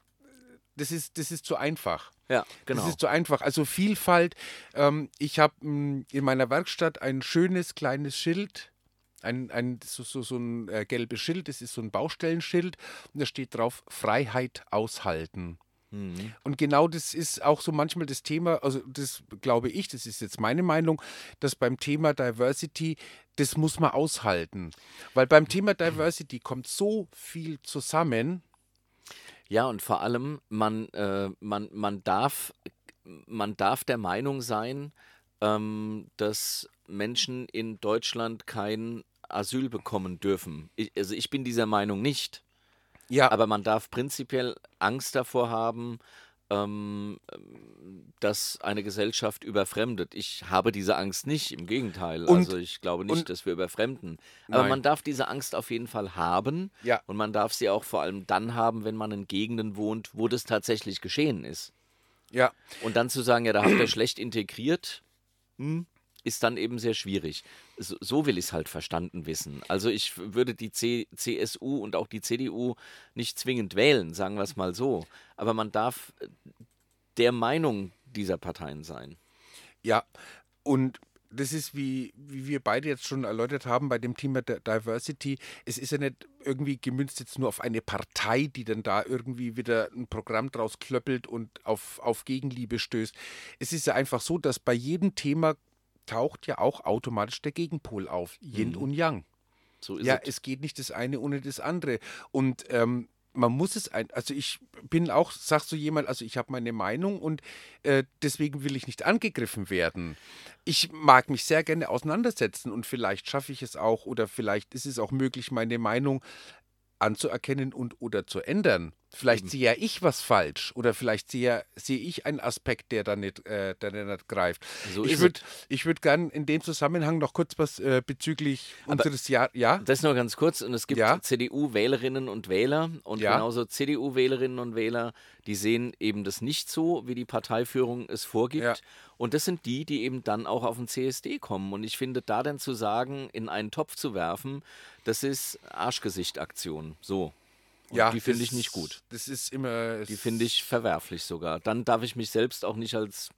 das ist, das ist zu einfach. Ja, genau. Das ist zu einfach. Also Vielfalt. Ähm, ich habe in meiner Werkstatt ein schönes kleines Schild, ein, ein, so, so, so ein äh, gelbes Schild, das ist so ein Baustellenschild und da steht drauf Freiheit aushalten. Mhm. Und genau das ist auch so manchmal das Thema, also das glaube ich, das ist jetzt meine Meinung, dass beim Thema Diversity, das muss man aushalten. Weil beim Thema Diversity kommt so viel zusammen. Ja, und vor allem, man, äh, man, man, darf, man darf der Meinung sein, ähm, dass Menschen in Deutschland kein Asyl bekommen dürfen. Ich, also ich bin dieser Meinung nicht. Ja, Aber man darf prinzipiell Angst davor haben, ähm, dass eine Gesellschaft überfremdet. Ich habe diese Angst nicht, im Gegenteil. Und- also ich glaube nicht, und- dass wir überfremden. Aber Nein. man darf diese Angst auf jeden Fall haben. Ja. Und man darf sie auch vor allem dann haben, wenn man in Gegenden wohnt, wo das tatsächlich geschehen ist. ja. Und dann zu sagen, ja, da habt ihr schlecht integriert, hm, ist dann eben sehr schwierig. So, so will ich es halt verstanden wissen. Also ich würde die C C S U und auch die C D U nicht zwingend wählen, sagen wir es mal so. Aber man darf äh, der Meinung dieser Parteien sein. Ja, und das ist, wie, wie wir beide jetzt schon erläutert haben bei dem Thema der Diversity, es ist ja nicht irgendwie gemünzt jetzt nur auf eine Partei, die dann da irgendwie wieder ein Programm draus klöppelt und auf, auf Gegenliebe stößt. Es ist ja einfach so, dass bei jedem Thema taucht ja auch automatisch der Gegenpol auf, Yin Mhm. und Yang. So ist Ja, es. es geht nicht das eine ohne das andere. Und ähm, man muss es, ein, also ich bin auch, sagst du jemand, also ich habe meine Meinung und äh, deswegen will ich nicht angegriffen werden. Ich mag mich sehr gerne auseinandersetzen und vielleicht schaffe ich es auch oder vielleicht ist es auch möglich, meine Meinung anzuerkennen und oder zu ändern. Vielleicht sehe ja ich was falsch oder vielleicht sehe, sehe ich einen Aspekt, der da nicht, äh, der da nicht greift. So ich ist würde ich würd gern in dem Zusammenhang noch kurz was äh, bezüglich unseres Jahr, ja? Das nur ganz kurz. Und es gibt Ja. C D U-Wählerinnen und Wähler und Ja. genauso C D U-Wählerinnen und Wähler, die sehen eben das nicht so, wie die Parteiführung es vorgibt. Ja. Und das sind die, die eben dann auch auf den C S D kommen. Und ich finde, da dann zu sagen, in einen Topf zu werfen, das ist Arschgesicht-Aktion. So. Und Ja, die finde das- ich nicht gut. Das ist immer. Die finde ich verwerflich sogar. Dann darf ich mich selbst auch nicht als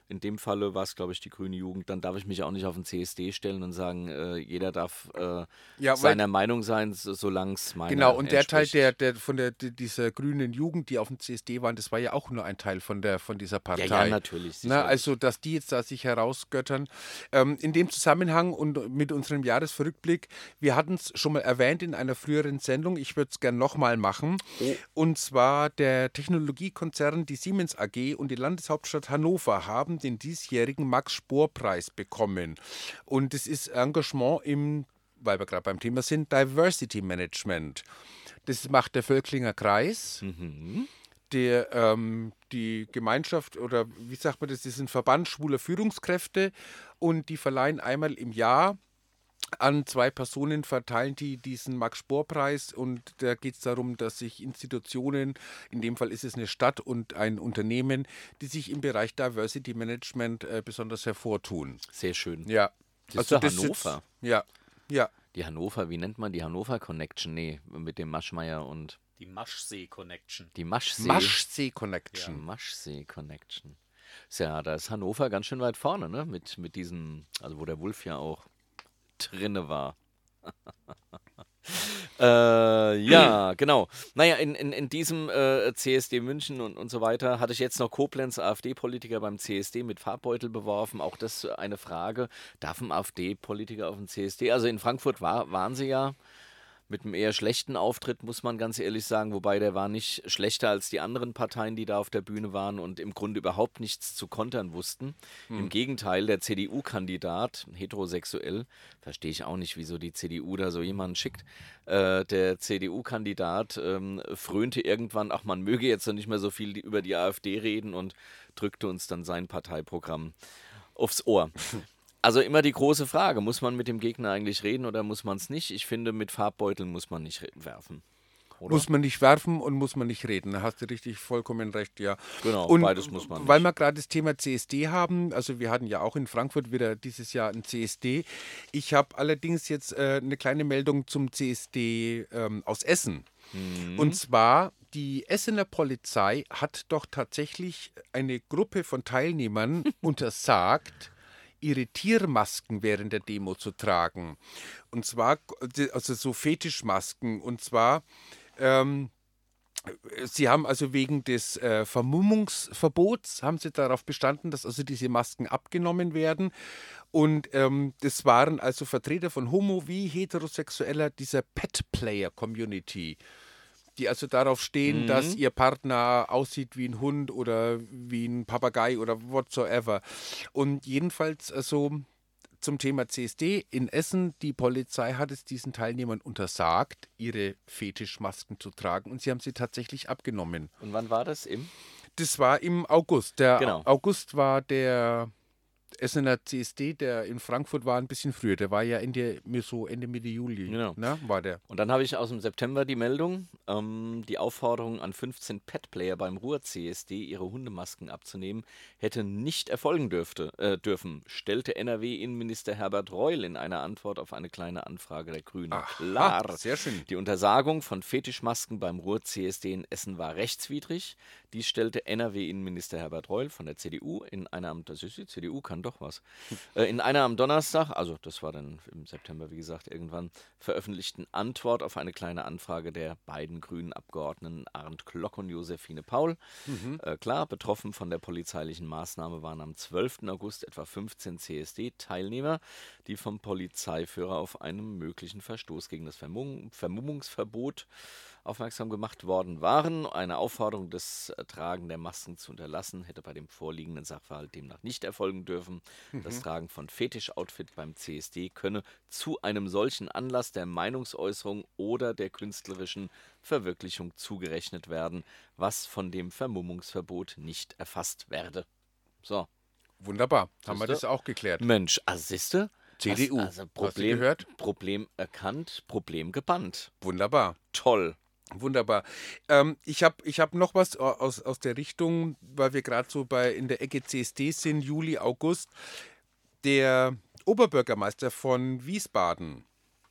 In dem Falle war es, glaube ich, die grüne Jugend. Dann darf ich mich auch nicht auf den C S D stellen und sagen, äh, jeder darf äh, Ja, seiner weil- Meinung sein, so- solange es meiner Genau, und der Teil entspricht. der, der von der die- dieser grünen Jugend, die auf dem C S D waren, das war ja auch nur ein Teil von der von dieser Partei. Ja, ja, natürlich, Na, sicherlich. also, dass die jetzt da sich herausgöttern. Ähm, in dem Zusammenhang und mit unserem Jahresverrückblick, wir hatten es schon mal erwähnt in einer früheren Sendung, ich würde es gern nochmal machen. Oh. Und zwar der Technologiekonzern, die Siemens A G und die Landeshauptstadt Hannover haben den diesjährigen Max-Spohr-Preis bekommen. Und es ist Engagement im, weil wir gerade beim Thema sind, Diversity Management. Das macht der Völklinger Kreis, Mhm. der, ähm, die Gemeinschaft oder wie sagt man das, das ist ein Verband schwuler Führungskräfte und die verleihen einmal im Jahr an zwei Personen, verteilen die diesen Max-Spohr-Preis und da geht es darum, dass sich Institutionen, in dem Fall ist es eine Stadt und ein Unternehmen, die sich im Bereich Diversity Management äh, besonders hervortun. Sehr schön. Ja. Das ist doch das Hannover. Jetzt, ja, ja. Die Hannover, wie nennt man die Hannover Connection? Nee, mit dem Maschmeyer und Die Maschsee-Connection. die Maschsee. Maschsee Connection. Die Maschsee Connection. Ist ja, da ist Hannover ganz schön weit vorne, ne? Mit, mit diesen, also wo der Wulff ja auch drinne war. äh, ja, genau. Naja, in, in, in diesem äh, C S D München und, und so weiter hatte ich jetzt noch Koblenz AfD-Politiker beim C S D mit Farbbeutel beworfen. Auch das eine Frage. Darf ein AfD-Politiker auf dem C S D? Also in Frankfurt war, waren sie ja mit einem eher schlechten Auftritt, muss man ganz ehrlich sagen, wobei der war nicht schlechter als die anderen Parteien, die da auf der Bühne waren und im Grunde überhaupt nichts zu kontern wussten. Im Gegenteil, der C D U-Kandidat, heterosexuell, verstehe ich auch nicht, wieso die C D U da so jemanden schickt, äh, der C D U-Kandidat ähm, frönte irgendwann, ach, man möge jetzt noch nicht mehr so viel die, über die AfD reden und drückte uns dann sein Parteiprogramm aufs Ohr. Also immer die große Frage, muss man mit dem Gegner eigentlich reden oder muss man es nicht? Ich finde, mit Farbbeuteln muss man nicht re- werfen. Oder? Muss man nicht werfen und muss man nicht reden. Da hast du richtig vollkommen recht, ja. Genau, und beides muss man Weil nicht. wir gerade das Thema C S D haben, also wir hatten ja auch in Frankfurt wieder dieses Jahr ein C S D. Ich habe allerdings jetzt äh, eine kleine Meldung zum C S D ähm, aus Essen. Mhm. Und zwar, die Essener Polizei hat doch tatsächlich eine Gruppe von Teilnehmern untersagt, ihre Tiermasken während der Demo zu tragen. Und zwar, also so Fetischmasken. Und zwar, ähm, sie haben also wegen des äh, Vermummungsverbots, haben sie darauf bestanden, dass also diese Masken abgenommen werden. Und ähm, das waren also Vertreter von homo- wie heterosexueller, dieser Pet-Player-Community, die also darauf stehen, Mhm. dass ihr Partner aussieht wie ein Hund oder wie ein Papagei oder whatsoever. Und jedenfalls also zum Thema C S D in Essen, die Polizei hat es diesen Teilnehmern untersagt, ihre Fetischmasken zu tragen und sie haben sie tatsächlich abgenommen. Und wann war das? Im? Das war im August. Der Genau. August war der Essener C S D, der in Frankfurt war, ein bisschen früher. Der war ja Ende, so Ende Mitte Juli. Genau. Ne, war der. Und dann habe ich aus dem September die Meldung, ähm, die Aufforderung an fünfzehn Pet-Player beim Ruhr-C S D, ihre Hundemasken abzunehmen, hätte nicht erfolgen dürfte, äh, dürfen, stellte N R W-Innenminister Herbert Reul in einer Antwort auf eine kleine Anfrage der Grünen klar. Ah, sehr schön. Die Untersagung von Fetischmasken beim Ruhr-C S D in Essen war rechtswidrig. Dies stellte N R W-Innenminister Herbert Reul von der C D U in einer, am- das ist die C D U, kann doch was, äh, in einer am Donnerstag, also das war dann im September, wie gesagt, irgendwann, veröffentlichten Antwort auf eine kleine Anfrage der beiden grünen Abgeordneten Arndt Klock und Josephine Paul. Äh, klar, betroffen von der polizeilichen Maßnahme waren am zwölften August etwa fünfzehn C S D-Teilnehmer, die vom Polizeiführer auf einen möglichen Verstoß gegen das Vermumm Vermummungsverbot aufmerksam gemacht worden waren. Eine Aufforderung, das Tragen der Masken zu unterlassen, hätte bei dem vorliegenden Sachverhalt demnach nicht erfolgen dürfen. Das Tragen von Fetisch-Outfit beim C S D könne zu einem solchen Anlass der Meinungsäußerung oder der künstlerischen Verwirklichung zugerechnet werden, was von dem Vermummungsverbot nicht erfasst werde. So. Wunderbar. Haben wir Siehste? das auch geklärt. Mensch, also siehste? C D U. Also Hast du Problem, gehört? Problem erkannt, Problem gebannt. Wunderbar. Toll. Wunderbar. Ähm, ich habe ich hab noch was aus, aus der Richtung, weil wir gerade so bei in der Ecke C S D sind, Juli, August. Der Oberbürgermeister von Wiesbaden,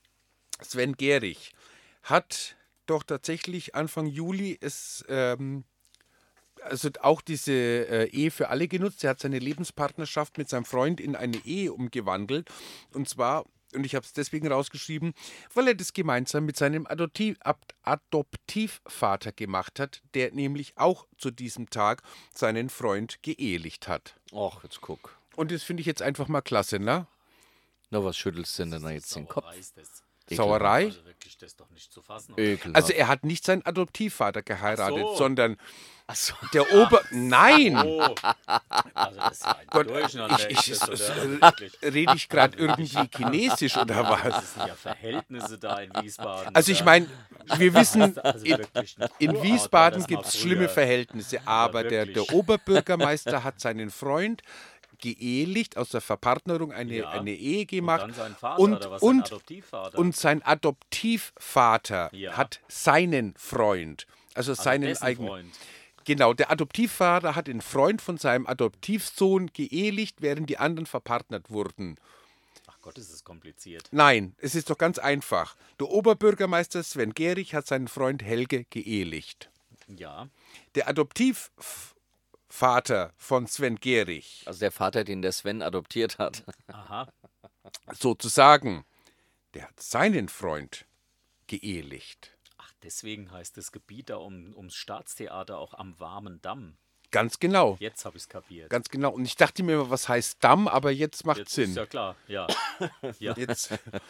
Sven Gehrig, hat doch tatsächlich Anfang Juli es ähm, also auch diese äh, Ehe für alle genutzt. Er hat seine Lebenspartnerschaft mit seinem Freund in eine Ehe umgewandelt. Und zwar, und ich habe es deswegen rausgeschrieben, weil er das gemeinsam mit seinem Adoptiv, Ad- Adoptivvater gemacht hat, der nämlich auch zu diesem Tag seinen Freund geehelicht hat. Och, jetzt guck. Und das finde ich jetzt einfach mal klasse, ne? Na, was schüttelst du denn da jetzt den Kopf? Sauerei ist das. Sauerei? Also wirklich, das ist doch nicht zu fassen. Ekelhaft. Also er hat nicht seinen Adoptivvater geheiratet, Ach so. sondern Ach so. der Ober... Nein! Oh. Also das ist ein Gott, Durcheinander. ich, ich, ist das, äh, oder? Wirklich. rede ich gerade irgendwie chinesisch oder Das was? sind ja Verhältnisse da in Wiesbaden. Also ich oder? meine, wir wissen, Also in, wirklich ein in Kurort war Wiesbaden das gibt mal es früher. schlimme Verhältnisse, aber der, wirklich. der Oberbürgermeister hat seinen Freund geehelicht, aus der Verpartnerung eine, Ja. eine Ehe Und gemacht. dann sein Vater und, oder was, sein und, Adoptivvater? und sein Adoptivvater Ja. hat seinen Freund, also, Also seinen dessen eigenen... Freund. Genau, der Adoptivvater hat den Freund von seinem Adoptivsohn geehelicht, während die anderen verpartnert wurden. Ach Gott, ist es kompliziert. Nein, es ist doch ganz einfach. Der Oberbürgermeister Sven Gehrig hat seinen Freund Helge geehelicht. Ja. Der Adoptivvater von Sven Gehrig, Also der Vater, den der Sven adoptiert hat. Aha. sozusagen, der hat seinen Freund geehelicht. Ach, deswegen heißt das Gebiet da um, ums Staatstheater auch am Warmen Damm. Ganz genau. Jetzt habe ich es kapiert. Ganz genau. Und ich dachte mir immer, was heißt Damm, aber jetzt macht Jetzt Sinn. ist ja klar, ja. ja. Jetzt,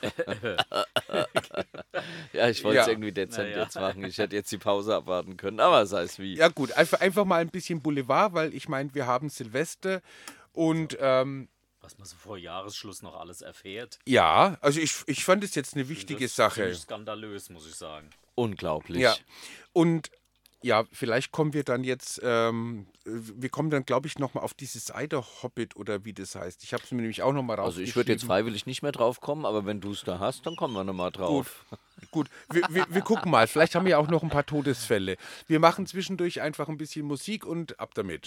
Ja, ich wollte es Ja. irgendwie dezent Na ja. jetzt machen. Ich hätte jetzt die Pause abwarten können, aber sei es wie. ja gut, einfach, einfach mal ein bisschen Boulevard, weil ich meine, wir haben Silvester und ähm, Was man so vor Jahresschluss noch alles erfährt. ja, also ich, ich fand es jetzt eine wichtige das Sache. ziemlich skandalös, muss ich sagen. Unglaublich. Ja, und ja, vielleicht kommen wir dann jetzt, ähm, wir kommen dann, glaube ich, nochmal auf dieses Eider-Hobbit oder wie das heißt. Ich habe es mir nämlich auch nochmal Also rausgeschrieben. ich würde jetzt freiwillig nicht mehr drauf kommen, aber wenn du es da hast, dann kommen wir nochmal drauf. Gut, wir, wir, wir gucken mal. Vielleicht haben wir auch noch ein paar Todesfälle. Wir machen zwischendurch einfach ein bisschen Musik und ab damit.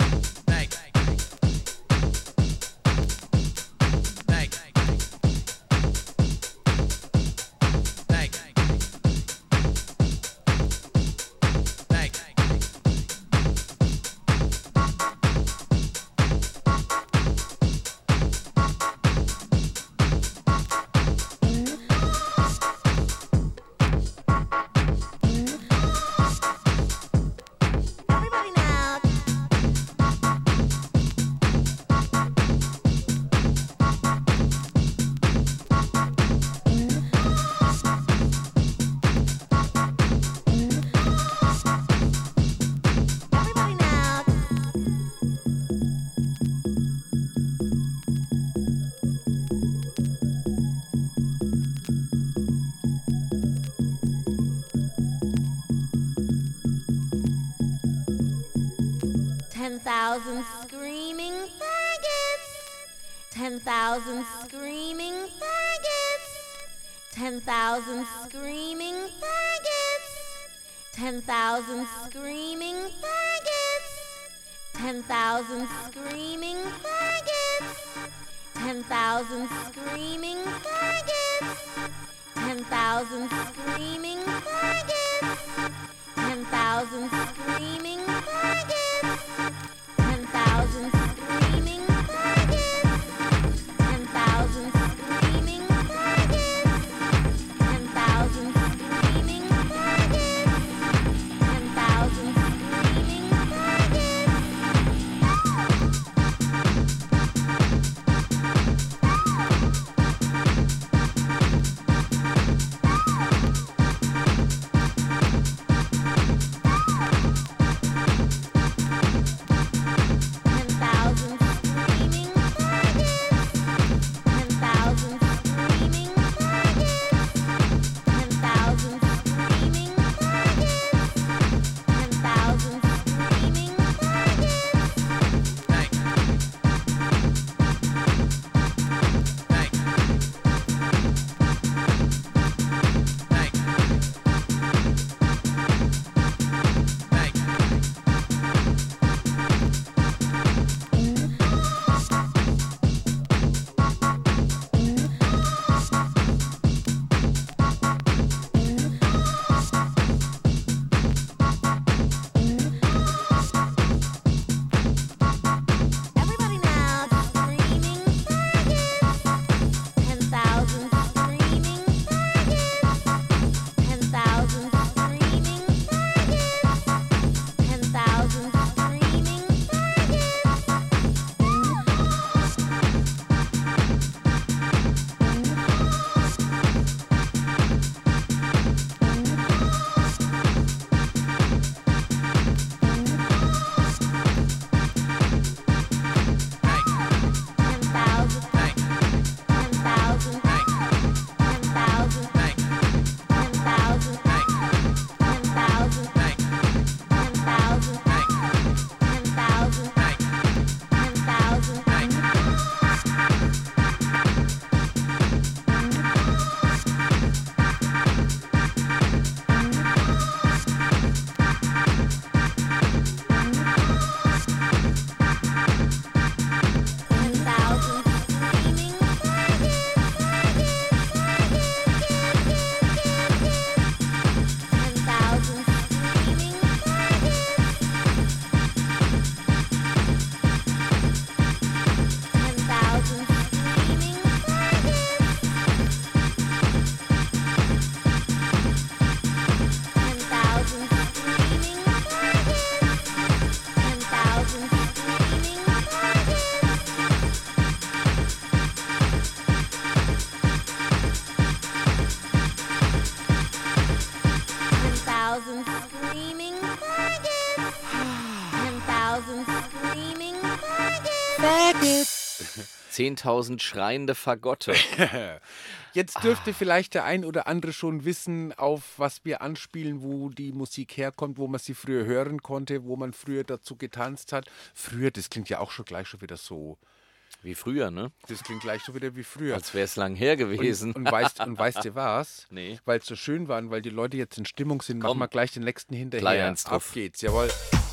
Everybody now. Everybody now. Ten thousand screaming faggots. Ten thousand screaming faggots. Ten thousand screaming faggots. Ten thousand screaming faggots. Ten thousand screaming faggots. Ten thousand screaming faggots. Ten thousand screaming faggots. Ten thousand screaming faggots. Ten thousand screaming faggots. Ten thousand screaming faggots. Ten thousand screaming faggots. Ten thousand screaming faggots. zehntausend schreiende Fagotte. Jetzt dürfte vielleicht der ein oder andere schon wissen, auf was wir anspielen, wo die Musik herkommt, wo man sie früher hören konnte, wo man früher dazu getanzt hat. Früher, das klingt ja auch schon gleich schon wieder so. Wie früher, ne? Das klingt gleich schon wieder wie früher. Als wäre es lang her gewesen. Und, und, weißt, und weißt du was? Nee. Weil es so schön war und weil die Leute jetzt in Stimmung sind, Komm. machen wir gleich den nächsten hinterher. Gleich eins Ab drauf. geht's, jawohl.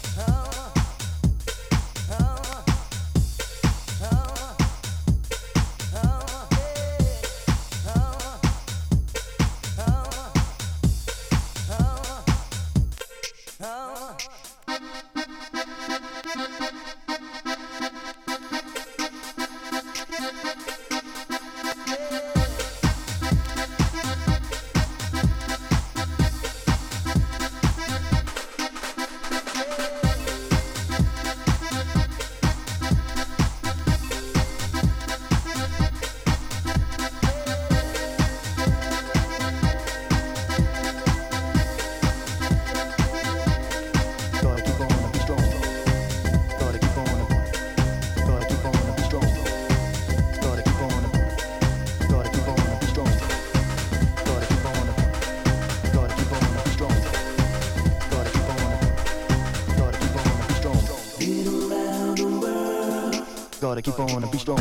Gotta keep on and be strong.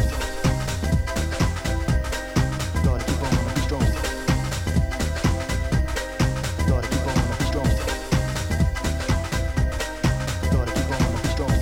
Gotta keep on and be strong. Gotta keep on and be strong. Gotta keep on and be strong.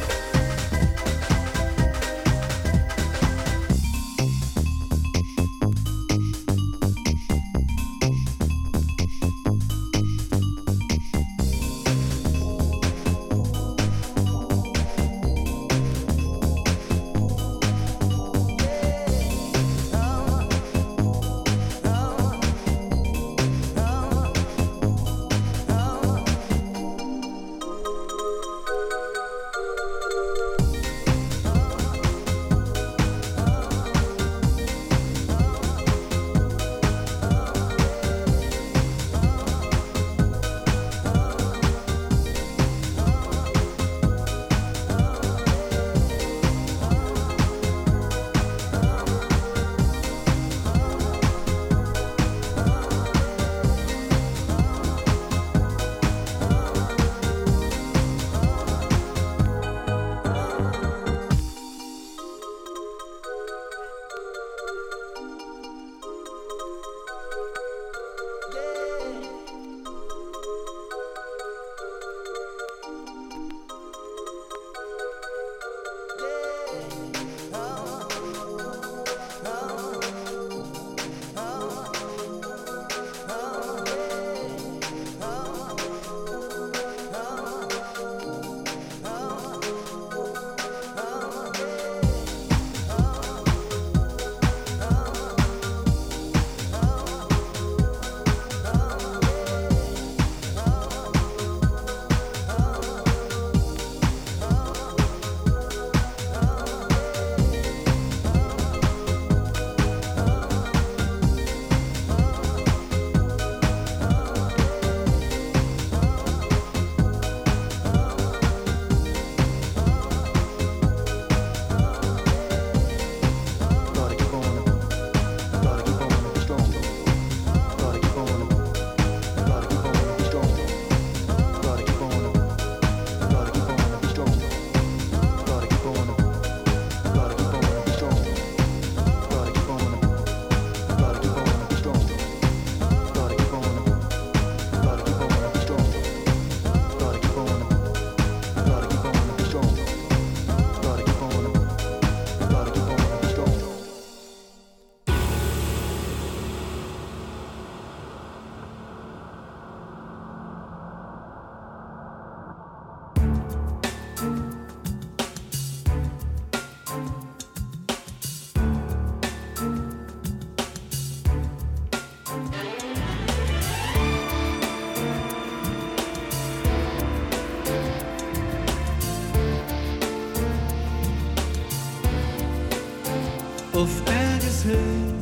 Auf Bergeshöhe,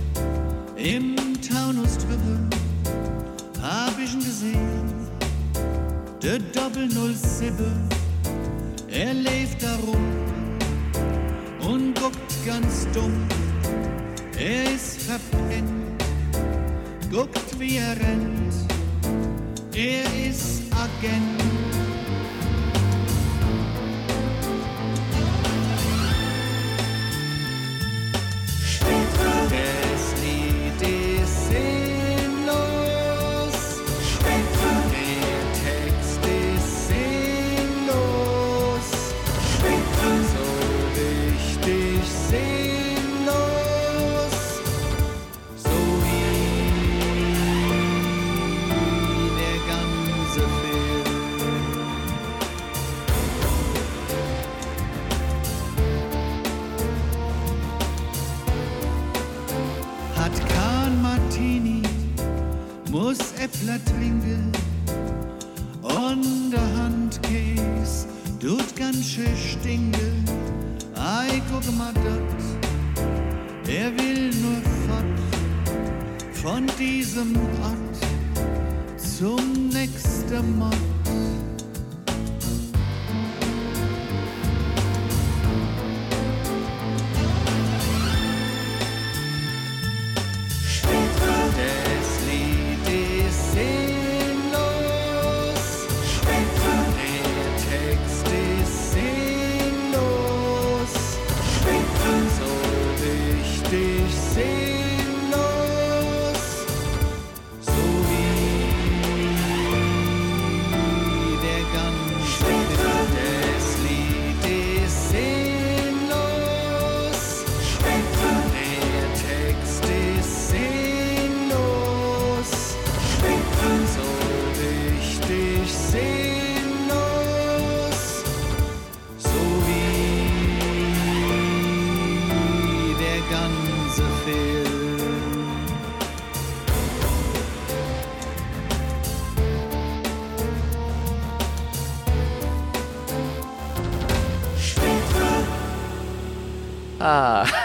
im Taunus drüben, hab ich ihn gesehen, der Doppel null sieben, er lebt darum und guckt ganz dumm. Er ist verpennt, guckt wie er rennt. Er ist Agent. Das Lied ist sinnlos. Der Text ist sinnlos. So richtig sinnlos. So wie der ganze Film. Hat kein Martini, muss Äppler trinken und der Handkäse tut ganz schön stinken. Ei, guck mal dort, er will nur fort von diesem Ort zum nächsten Mord. Das Lied ist sinnlos. Der Text ist sinnlos. So richtig sinnlos. So wie der ganze Film. Das Lied ist sinnlos. Der Text ist sinnlos. So richtig sinnlos. So wie der ganze Film. Ah.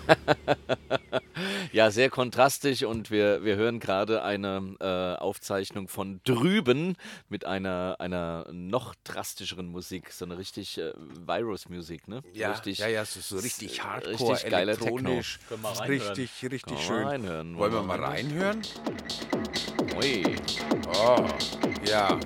Ja, sehr kontrastisch und wir, wir hören gerade eine äh, Aufzeichnung von drüben mit einer, einer noch drastischeren Musik, so eine richtig äh, Virus-Musik, ne? Ja, richtig, ja, ja, so, so richtig hardcore, richtig geiler Techno. elektronisch. Können wir reinhören. Richtig, richtig Können wir schön. reinhören. Wollen wir Wollen wir mal rein? reinhören? Ui. Oh, ja,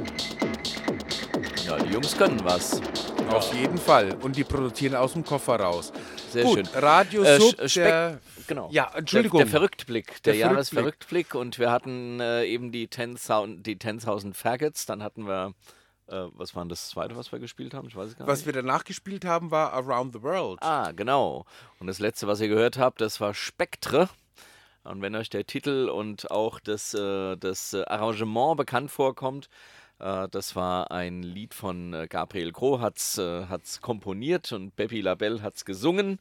Ja, die Jungs können was. auf jeden Fall. Und die produzieren aus dem Koffer raus. Sehr Gut, schön. Radio Äh, Sub, Sch- Speck- der, Genau. ja, Entschuldigung. Der, der Verrücktblick, der, Der Jahresverrücktblick. Und wir hatten äh, eben die Tenshausen die Tenshausen Faggots. Dann hatten wir, äh, was war denn das zweite, was wir gespielt haben? Ich weiß es gar Was nicht. wir danach gespielt haben, war Around the World. Ah, genau. Und das letzte, was ihr gehört habt, das war Spektre. Und wenn euch der Titel und auch das, äh, das äh, Arrangement bekannt vorkommt, äh, das war ein Lied von äh, Gabriel Gros, hat es äh, hat's komponiert und Beppi Labelle hat es gesungen.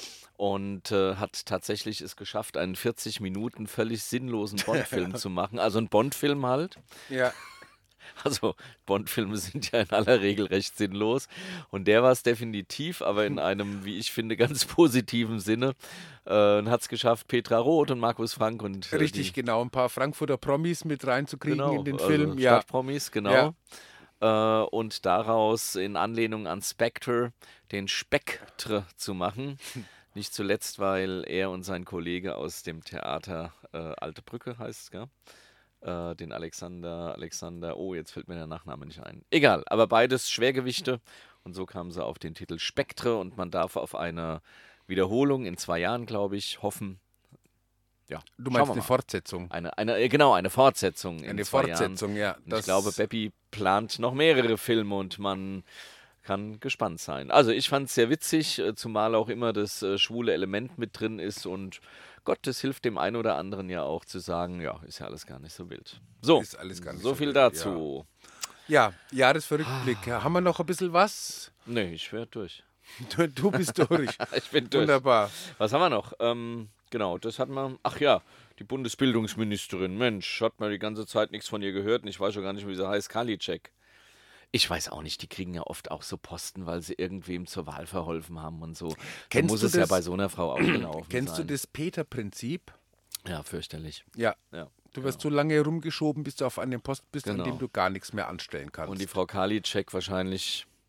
Und äh, hat tatsächlich es geschafft, einen vierzig Minuten völlig sinnlosen Bond-Film zu machen. Also ein Bond-Film halt. Ja. Also Bond-Filme sind ja in aller Regel recht sinnlos. Und der war es definitiv, aber in einem, wie ich finde, ganz positiven Sinne. Äh, hat es geschafft, Petra Roth und Markus Frank und äh, Richtig, die, genau. Ein paar Frankfurter Promis mit reinzukriegen genau, in den also Film. Ja. Stadtpromis, genau. Äh, und daraus in Anlehnung an Spectre den Spektre zu machen. Nicht zuletzt, weil er und sein Kollege aus dem Theater äh, Alte Brücke heißt es, gell? Äh, den Alexander, Alexander, oh, jetzt fällt mir der Nachname nicht ein. Egal, aber beides Schwergewichte und so kamen sie auf den Titel Spektre und man darf auf eine Wiederholung in zwei Jahren, glaube ich, hoffen. Ja, Du schauen meinst wir eine mal. Fortsetzung. Eine, eine, äh, genau, eine Fortsetzung in Eine zwei Fortsetzung, Jahren. ja. Und ich glaube, Beppi plant noch mehrere Filme und man kann gespannt sein. Also ich fand es sehr witzig, äh, zumal auch immer das äh, schwule Element mit drin ist und Gott, das hilft dem einen oder anderen ja auch zu sagen, ja, ist ja alles gar nicht so wild. So, Ist alles gar nicht so so viel wild, dazu. Ja, Jahresverrückblick. Haben wir noch ein bisschen was? Nee, ich werde durch. Du, du bist durch. Ich bin durch. Wunderbar. Was haben wir noch? Ähm, genau, das hat man. Ach ja, die Bundesbildungsministerin. Mensch, hat man die ganze Zeit nichts von ihr gehört und ich weiß schon gar nicht, wie sie heißt. Karliczek. Ich weiß auch nicht, die kriegen ja oft auch so Posten, weil sie irgendwem zur Wahl verholfen haben und so. Kennst da muss du es ja das- bei so einer Frau auch gelaufen Kennst sein. du das Peter-Prinzip? Ja, fürchterlich. Ja. Ja. Du wirst so lange herumgeschoben, bis du auf einem Posten bist, Genau. an dem du gar nichts mehr anstellen kannst. Und die Frau Karliczek wahrscheinlich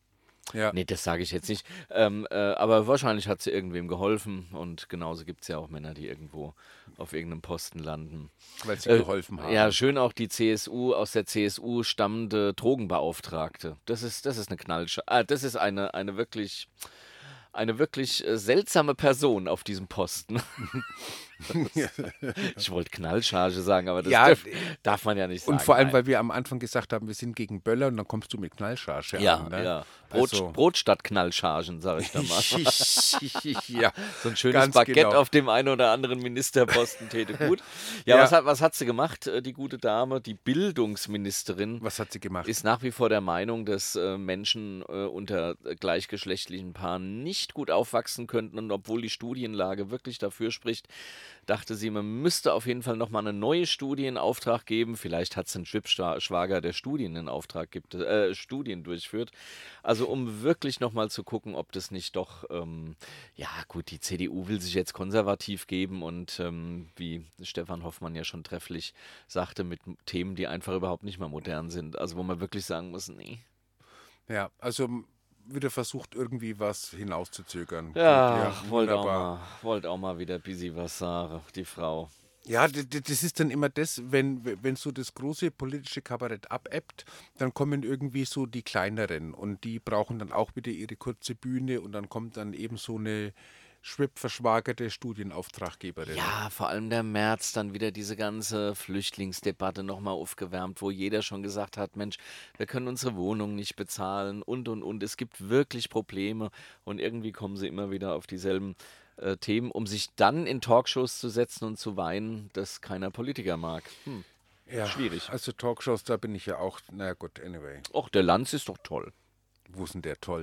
Ja. Nee, das sage ich jetzt nicht. Ähm, äh, aber wahrscheinlich hat sie irgendwem geholfen und genauso gibt es ja auch Männer, die irgendwo auf irgendeinem Posten landen. Weil sie Äh, geholfen haben. Ja, schön auch die C S U, aus der C S U stammende Drogenbeauftragte. Das ist, das ist eine Knallscha ah, das ist eine, eine wirklich, eine wirklich äh, seltsame Person auf diesem Posten. Ich wollte Knallcharge sagen, aber das Ja, darf, darf man ja nicht sagen. Und vor allem, nein. weil wir am Anfang gesagt haben, wir sind gegen Böller und dann kommst du mit Knallcharge Ja, an. Ne? ja. Brot, Also- Brot statt Knallchargen, sage ich da mal. ja, So ein schönes ganz Baguette genau. auf dem einen oder anderen Ministerposten täte gut. Ja, Ja. Was, hat, was hat sie gemacht, äh, die gute Dame? Die Bildungsministerin Was hat sie gemacht? ist nach wie vor der Meinung, dass äh, Menschen äh, unter äh, gleichgeschlechtlichen Paaren nicht gut aufwachsen könnten. Und obwohl die Studienlage wirklich dafür spricht, dachte sie, man müsste auf jeden Fall nochmal eine neue Studie in Auftrag geben. Vielleicht hat es einen Schwibschwager, der Studien in Auftrag gibt, äh, Studien durchführt. Also um wirklich nochmal zu gucken, ob das nicht doch, ähm, ja gut, die C D U will sich jetzt konservativ geben und ähm, wie Stefan Hoffmann ja schon trefflich sagte, mit Themen, die einfach überhaupt nicht mehr modern sind. Also wo man wirklich sagen muss, nee. Ja, also wieder versucht, irgendwie was hinauszuzögern. Ja, Gut, wollte auch, wunderbar. mal- wollt auch mal wieder busy was sagen, die Frau. Ja, d- d- das ist dann immer das, wenn, wenn so das große politische Kabarett abebbt, dann kommen irgendwie so die kleineren und die brauchen dann auch wieder ihre kurze Bühne und dann kommt dann eben so eine schwipp-verschwagerte Studienauftraggeberin. Ja, vor allem der März dann wieder diese ganze Flüchtlingsdebatte nochmal aufgewärmt, wo jeder schon gesagt hat, Mensch, wir können unsere Wohnung nicht bezahlen und, und, und. Es gibt wirklich Probleme und irgendwie kommen sie immer wieder auf dieselben äh, Themen, um sich dann in Talkshows zu setzen und zu weinen, dass keiner Politiker mag. Hm. Ja, Schwierig. Also Talkshows, da bin ich ja auch, na gut, anyway. Och, der Lanz ist doch toll. Wo ist denn der toll?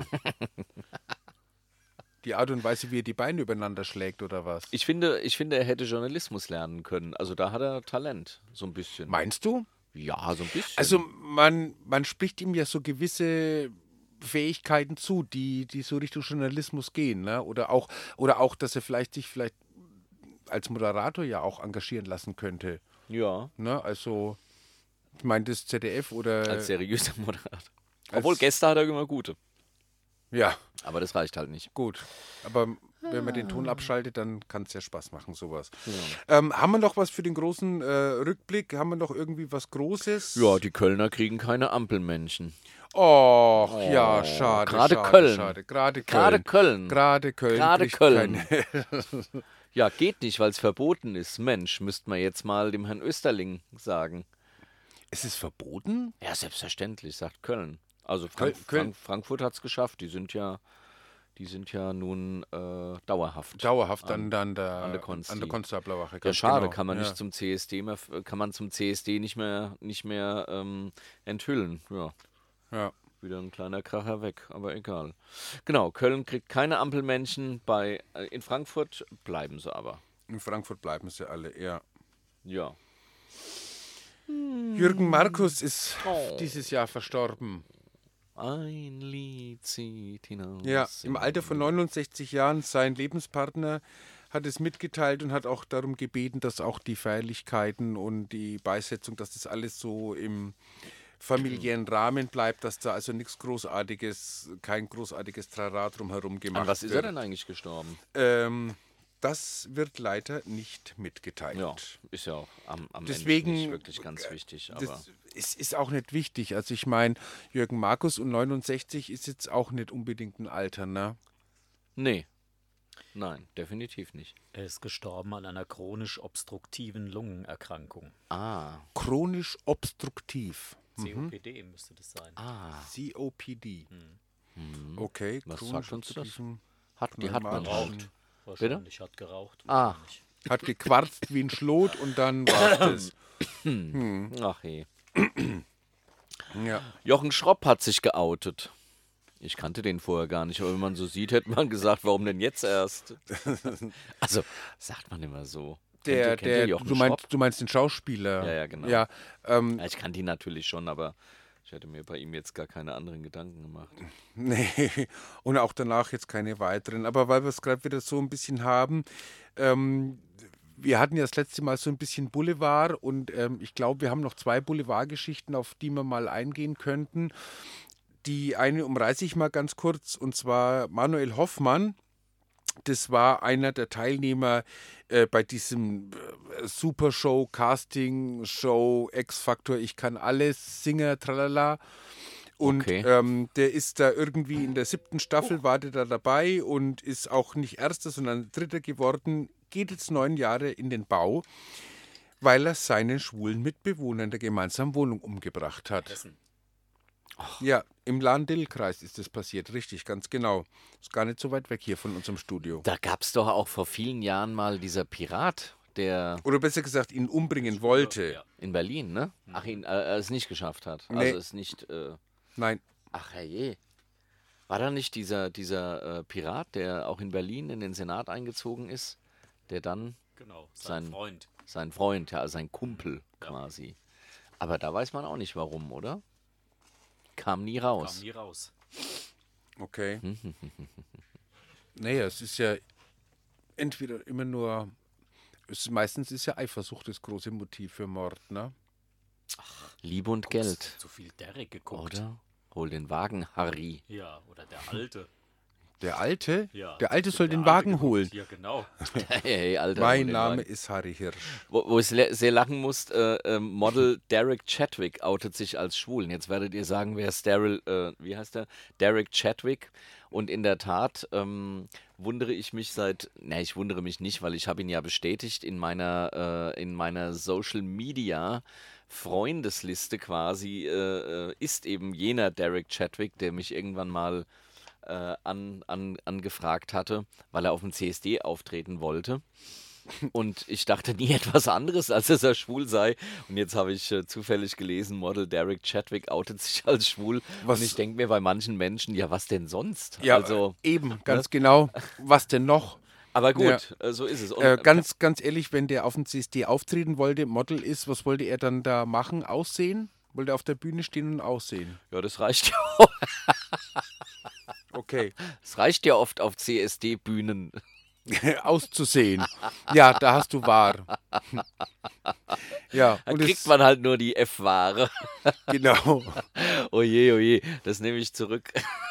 Die Art und Weise, wie er die Beine übereinander schlägt oder was? Ich finde, ich finde, er hätte Journalismus lernen können. Also da hat er Talent, so ein bisschen. Meinst du? Ja, so ein bisschen. Also man, man spricht ihm ja so gewisse Fähigkeiten zu, die, die so Richtung Journalismus gehen, ne? Oder auch, oder auch, dass er vielleicht sich vielleicht als Moderator ja auch engagieren lassen könnte. Ja. Ne? Also, ich meine, das Z D F oder. Als seriöser Moderator. als- Obwohl Gäste hat er immer gute. Ja. Aber das reicht halt nicht. Gut. Aber wenn man den Ton abschaltet, dann kann es ja Spaß machen, sowas. Ähm, haben wir noch was für den großen äh, Rückblick? Haben wir noch irgendwie was Großes? Ja, die Kölner kriegen keine Ampelmännchen. Och, Oh, ja, schade. gerade schade, Köln. Schade. Gerade Köln. Gerade Köln. Gerade Köln. Gerade kriegt Köln. keine- Ja, geht nicht, weil es verboten ist. Mensch, müsste man jetzt mal dem Herrn Österling sagen. Es ist verboten? Ja, selbstverständlich, sagt Köln. Also Köl- Frank Köln- Frank Frankfurt hat es geschafft. Die sind ja, die sind ja nun äh, dauerhaft. Dauerhaft an, an, an, der, an der Konsti. an der Konstablerwache. Ja, ganz schade, genau. kann man ja. nicht zum C S D mehr, kann man zum C S D nicht mehr, nicht mehr ähm, enthüllen. Ja. Ja. Wieder ein kleiner Kracher weg, aber egal. Genau, Köln kriegt keine Ampelmännchen, bei, äh, in Frankfurt bleiben sie aber. In Frankfurt bleiben sie alle, ja. Ja. Jürgen Markus ist Oh. dieses Jahr verstorben. Ein Lied zieht hinaus. Ja, im Alter von neunundsechzig Jahren. Sein Lebenspartner hat es mitgeteilt und hat auch darum gebeten, dass auch die Feierlichkeiten und die Beisetzung, dass das alles so im familiären Rahmen bleibt, dass da also nichts Großartiges, kein großartiges Trara drumherum gemacht An was ist er wird. denn eigentlich gestorben? Ähm, das wird leider nicht mitgeteilt. Ja, ist ja auch am, am Deswegen, Ende nicht wirklich ganz wichtig. Aber Das ist, ist auch nicht wichtig. Also ich meine, Jürgen Markus und neunundsechzig ist jetzt auch nicht unbedingt ein Alter, ne? nee. Nein, definitiv nicht. Er ist gestorben an einer chronisch obstruktiven Lungenerkrankung. Ah. Chronisch obstruktiv. C O P D müsste das sein. Ah. C O P D. Hm. Okay, Was chronisch sagt uns das? obstruktiven Hat, die hat man pneumatischen- schon. Wahrscheinlich hat geraucht. Ah. wahrscheinlich. Hat gequarzt wie ein Schlot und dann war es. Hm. Ach je. Ja. Jochen Schropp hat sich geoutet. Ich kannte den vorher gar nicht, aber wenn man so sieht, hätte man gesagt, warum denn jetzt erst? Also, sagt man immer so. Der, kennt ihr, kennt ihr der, Jochen du, meinst, Schropp? du meinst den Schauspieler? Ja, ja, genau. Ja, ähm, Ja, ich kannte ihn natürlich schon, aber ich hätte mir bei ihm jetzt gar keine anderen Gedanken gemacht. nee, und auch danach jetzt keine weiteren. Aber weil wir es gerade wieder so ein bisschen haben, ähm, wir hatten ja das letzte Mal so ein bisschen Boulevard und ähm, ich glaube, wir haben noch zwei Boulevardgeschichten, auf die wir mal eingehen könnten. die eine umreiße ich mal ganz kurz, und zwar Manuel Hoffmann. Das war einer der Teilnehmer äh, bei diesem äh, Supershow, Casting-Show, X-Factor, ich kann alles, Singer, tralala. Und Okay. ähm, der ist da irgendwie in der siebten Staffel, war der da dabei und ist auch nicht Erster, sondern Dritter geworden, geht jetzt neun Jahre in den Bau, weil er seinen schwulen Mitbewohner in der gemeinsamen Wohnung umgebracht hat. Hessen. Ja, im Lahn-Dill-Kreis ist das passiert, richtig, ganz genau. Ist gar nicht so weit weg hier von unserem Studio. Da gab es doch auch vor vielen Jahren mal dieser Pirat, der Oder besser gesagt, ihn umbringen wollte. Ja. in Berlin, ne? Ach, ihn äh, es nicht geschafft hat. Nee. Also es nicht. Äh, Nein, ach herrje. War da nicht dieser, dieser äh, Pirat, der auch in Berlin in den Senat eingezogen ist, der dann Genau, sein, Sein- Freund. sein Freund, ja, sein Kumpel Ja. quasi. Aber da weiß man auch nicht warum, oder? Kam nie raus. Kam nie raus. okay. Naja, es ist ja entweder immer nur, es, meistens ist ja Eifersucht das große Motiv für Mord, ne? Liebe und Geld, Zu viel Derek geguckt. oder? Hol den Wagen, Harry. Ja, oder der Alte. Der Alte? Ja, Der Alte zu soll der den Alte Wagen geguckt. holen. Ja, genau. Hey, Alter. hol Mein den Name Wagen. ist Harry Hirsch. Wo, wo ich le- sehr lachen muss, äh, äh, Model Derek Chadwick outet sich als schwul. Und jetzt werdet ihr sagen, wer ist Daryl, äh, wie heißt der? Derek Chadwick. Und in der Tat ähm, wundere ich mich seit, ne, ich wundere mich nicht, weil ich habe ihn ja bestätigt in meiner, äh, in meiner Social Media Freundesliste quasi, äh, äh, ist eben jener Derek Chadwick, der mich irgendwann mal äh, an, an, angefragt hatte, weil er auf dem C S D auftreten wollte. Und ich dachte nie etwas anderes, als dass er schwul sei. Und jetzt habe ich äh, zufällig gelesen, Model Derek Chadwick outet sich als schwul. Was- Und ich denke mir bei manchen Menschen, ja, was denn sonst? Ja, also, eben, ganz genau. Was denn noch? aber gut, äh, so ist es. Und, Äh, ganz, ganz ehrlich, wenn der auf dem C S D auftreten wollte, Model ist, was wollte er dann da machen? Aussehen? Wollte er auf der Bühne stehen und aussehen? ja, das reicht ja. Okay. Das reicht ja oft auf C S D-Bühnen. Auszusehen. Ja, da hast du wahr. Ja, Da und kriegt es, man halt nur die F-Ware. genau. Oje, oje, das nehme ich zurück.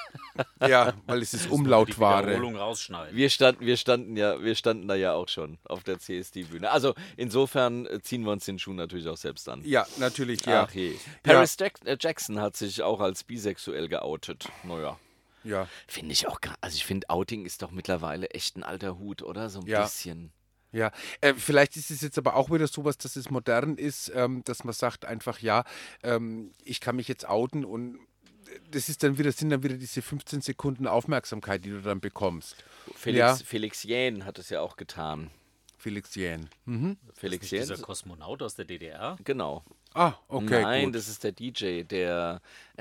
Ja, weil es ist Die Umlautware. Wiederholung rausschneiden. Wir standen, wir standen ja, wir standen da ja auch schon auf der C S D-Bühne. Also insofern äh, ziehen wir uns den Schuh natürlich auch selbst an. Ja, natürlich, ja. Ach je. Paris Jack äh, Jackson hat sich auch als bisexuell geoutet. Naja. Ja, Finde ich auch gar. Also ich finde, Outing ist doch mittlerweile echt ein alter Hut, oder? So ein Ja. bisschen. ja. Äh, vielleicht ist es jetzt aber auch wieder sowas, dass es modern ist, ähm, dass man sagt einfach, ja, ähm, ich kann mich jetzt outen und das ist dann wieder, sind dann wieder diese fünfzehn Sekunden Aufmerksamkeit, die du dann bekommst. Felix, Ja. Felix Jähn hat es ja auch getan. Felix Jähn. Mhm. Felix Nicht Jähn? dieser Kosmonaut aus der D D R? Genau. Ah, okay, Nein, gut. das ist der D J, der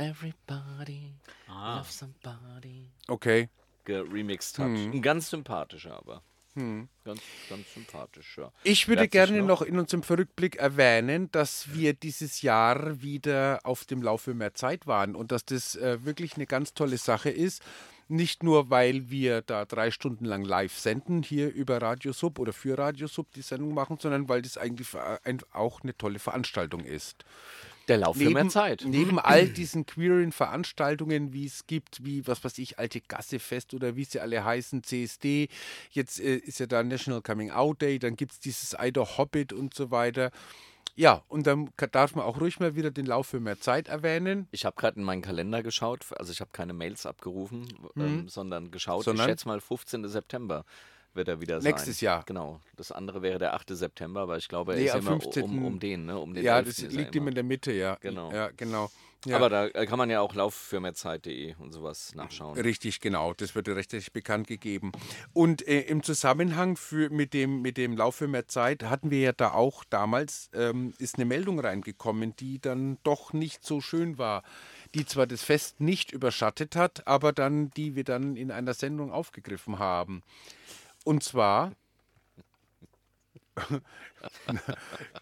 Everybody Ah. Love Somebody Okay. geremixed hat. Hm. Ein ganz sympathischer aber. Hm. Ganz, ganz sympathisch, ja. Ich würde Wer hat sich gerne noch in unserem Rückblick erwähnen, dass wir dieses Jahr wieder auf dem Laufe mehr Zeit waren und dass das äh, wirklich eine ganz tolle Sache ist. Nicht nur, weil wir da drei Stunden lang live senden, hier über Radio Sub oder für Radio Sub die Sendung machen, sondern weil das eigentlich ver- ein- auch eine tolle Veranstaltung ist. Der Lauf für mehr Zeit. Neben all diesen queeren Veranstaltungen, wie es gibt, wie, was weiß ich, Alte Gassefest oder wie sie alle heißen, C S D, jetzt äh, ist ja da National Coming Out Day, dann gibt es dieses Eider Hobbit und so weiter. Ja, und dann ka- darf man auch ruhig mal wieder den Lauf für mehr Zeit erwähnen. Ich habe gerade in meinen Kalender geschaut, also ich habe keine Mails abgerufen, ähm, sondern geschaut. Sondern? Ich schätze mal fünfzehnten September wird er wieder sein. Nächstes Jahr. Genau. Das andere wäre der achte September, aber ich glaube, er Nee, ist am immer um, fünfzehnten um den, ne? Um den Ja, elften das ist er liegt immer in der Mitte, ja. Genau. Ja, genau. Ja. Aber da äh, kann man ja auch lauf für mehr Zeit punkt de und sowas nachschauen. Richtig, genau. Das wird rechtzeitig bekannt gegeben. Und äh, im Zusammenhang für, mit, dem, mit dem Lauf für mehr Zeit hatten wir ja da auch damals, ähm, ist eine Meldung reingekommen, die dann doch nicht so schön war. Die zwar das Fest nicht überschattet hat, aber dann, die wir dann in einer Sendung aufgegriffen haben. Und zwar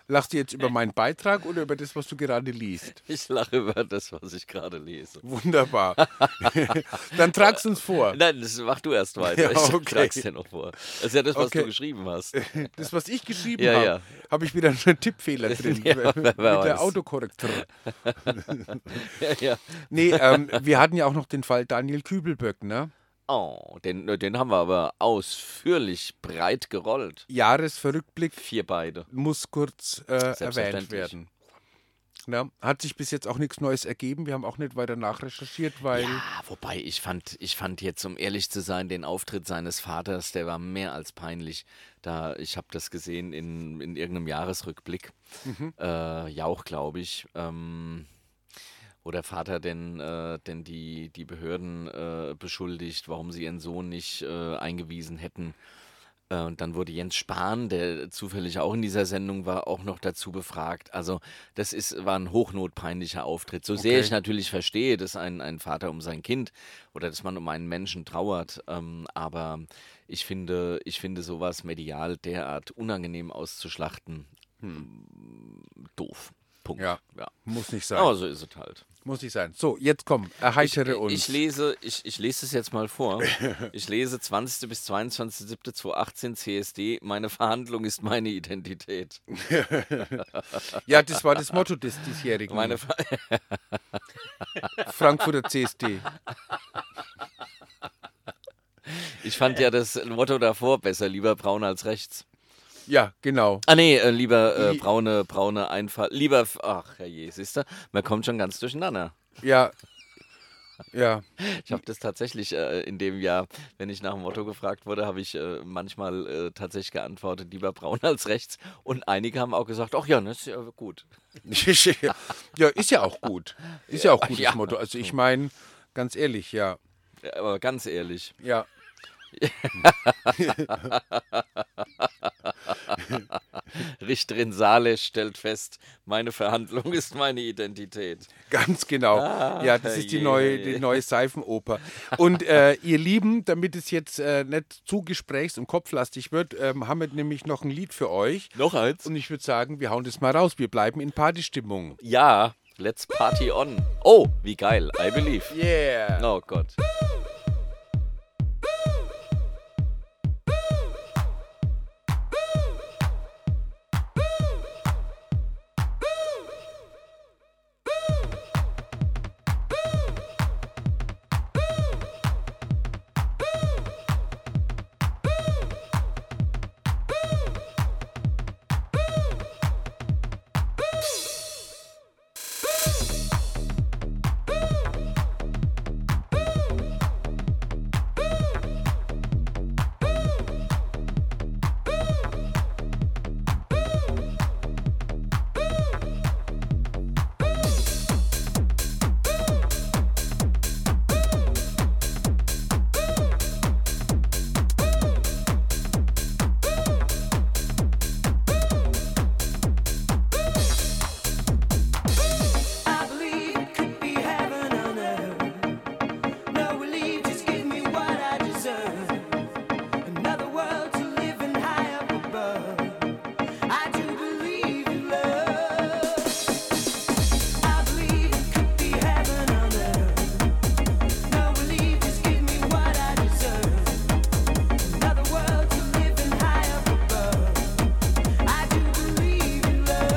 Lachst du jetzt über meinen Beitrag oder über das, was du gerade liest? Ich lache über das, was ich gerade lese. Wunderbar. Dann trag's uns vor. Nein, das mach du erst weiter. Ja, Ich okay. trag's dir noch vor. Das ist ja das, was Okay. du geschrieben hast. Das, was ich geschrieben Ja, habe, ja. habe ich wieder einen Tippfehler drin. Ja, wer mit weiß. der Autokorrektur. Ja, ja. Nee, ähm, wir hatten ja auch noch den Fall Daniel Kübelböck, ne? Oh, den, den haben wir aber ausführlich breit gerollt. Jahresverrückblick Vier beide. muss kurz äh, erwähnt Selbstverständlich. werden. Ja, hat sich bis jetzt auch nichts Neues ergeben. Wir haben auch nicht weiter nachrecherchiert, weil. Ja, wobei ich fand, ich fand jetzt, um ehrlich zu sein, den Auftritt seines Vaters, der war mehr als peinlich. Da, ich habe das gesehen in, in irgendeinem Jahresrückblick. Mhm. Äh, Jauch, glaube ich. Ähm, wo der Vater denn, äh, denn die, die Behörden äh, beschuldigt, warum sie ihren Sohn nicht äh, eingewiesen hätten. Äh, und dann wurde Jens Spahn, der zufällig auch in dieser Sendung war, auch noch dazu befragt. Also das ist, war ein hochnotpeinlicher Auftritt. So sehr Okay. ich natürlich verstehe, dass ein, ein Vater um sein Kind oder dass man um einen Menschen trauert. Ähm, aber ich finde, ich finde sowas medial derart unangenehm auszuschlachten, doof. Punkt. Ja, Ja. muss nicht sein. Aber so ist es halt. Muss nicht sein. So, jetzt komm, erheitere ich, uns. Ich lese, ich, ich lese es jetzt mal vor. Ich lese zwanzigster bis zweiundzwanzigster siebter zweitausendachtzehn C S D. Meine Verhandlung ist meine Identität. Ja, das war das Motto des diesjährigen Meine Ver Frankfurter C S D. ich fand ja das Motto davor besser, lieber braun als rechts. Ja, genau. Ah nee, äh, lieber äh, Lie- braune, braune Einfall. Lieber, f- ach herrje, siehst du, man kommt schon ganz durcheinander. Ja. Ja. Ich habe das tatsächlich äh, in dem Jahr, wenn ich nach dem Motto gefragt wurde, habe ich äh, manchmal äh, tatsächlich geantwortet, lieber braun als rechts. Und einige haben auch gesagt, ach ja, das ist ja gut. Ja, ist ja auch gut. Ist ja auch gutes Ja. Motto. Also ich meine, ganz ehrlich, ja. Ja, aber ganz ehrlich. Ja. Richterin Sales stellt fest, meine Verhandlung ist meine Identität. Ganz genau. Ah, Ja, das ist die je. neue, die neue Seifenoper. Und äh, ihr Lieben, damit es jetzt äh, nicht zu gesprächs- und kopflastig wird, ähm, haben wir nämlich noch ein Lied für euch. Noch eins? Und ich würde sagen, wir hauen das mal raus. Wir bleiben in Partystimmung. Ja, let's party on. Oh, wie geil, I believe. Yeah. Oh Gott. I believe it could be heaven on earth. No relief, just give me what I deserve. Another world to live in high up above. I do believe in love. I believe it could be heaven on earth. No relief, just give me what I deserve. Another world to live in high up above. I do believe in love.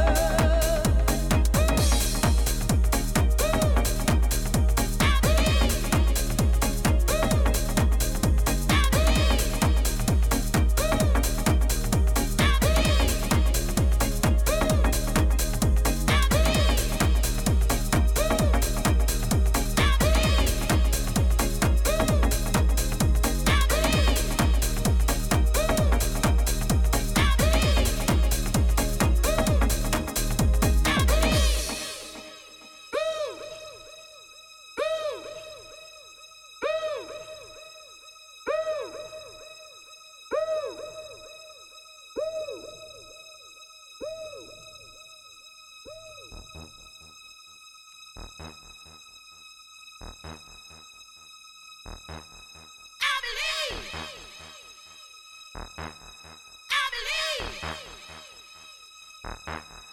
I believe.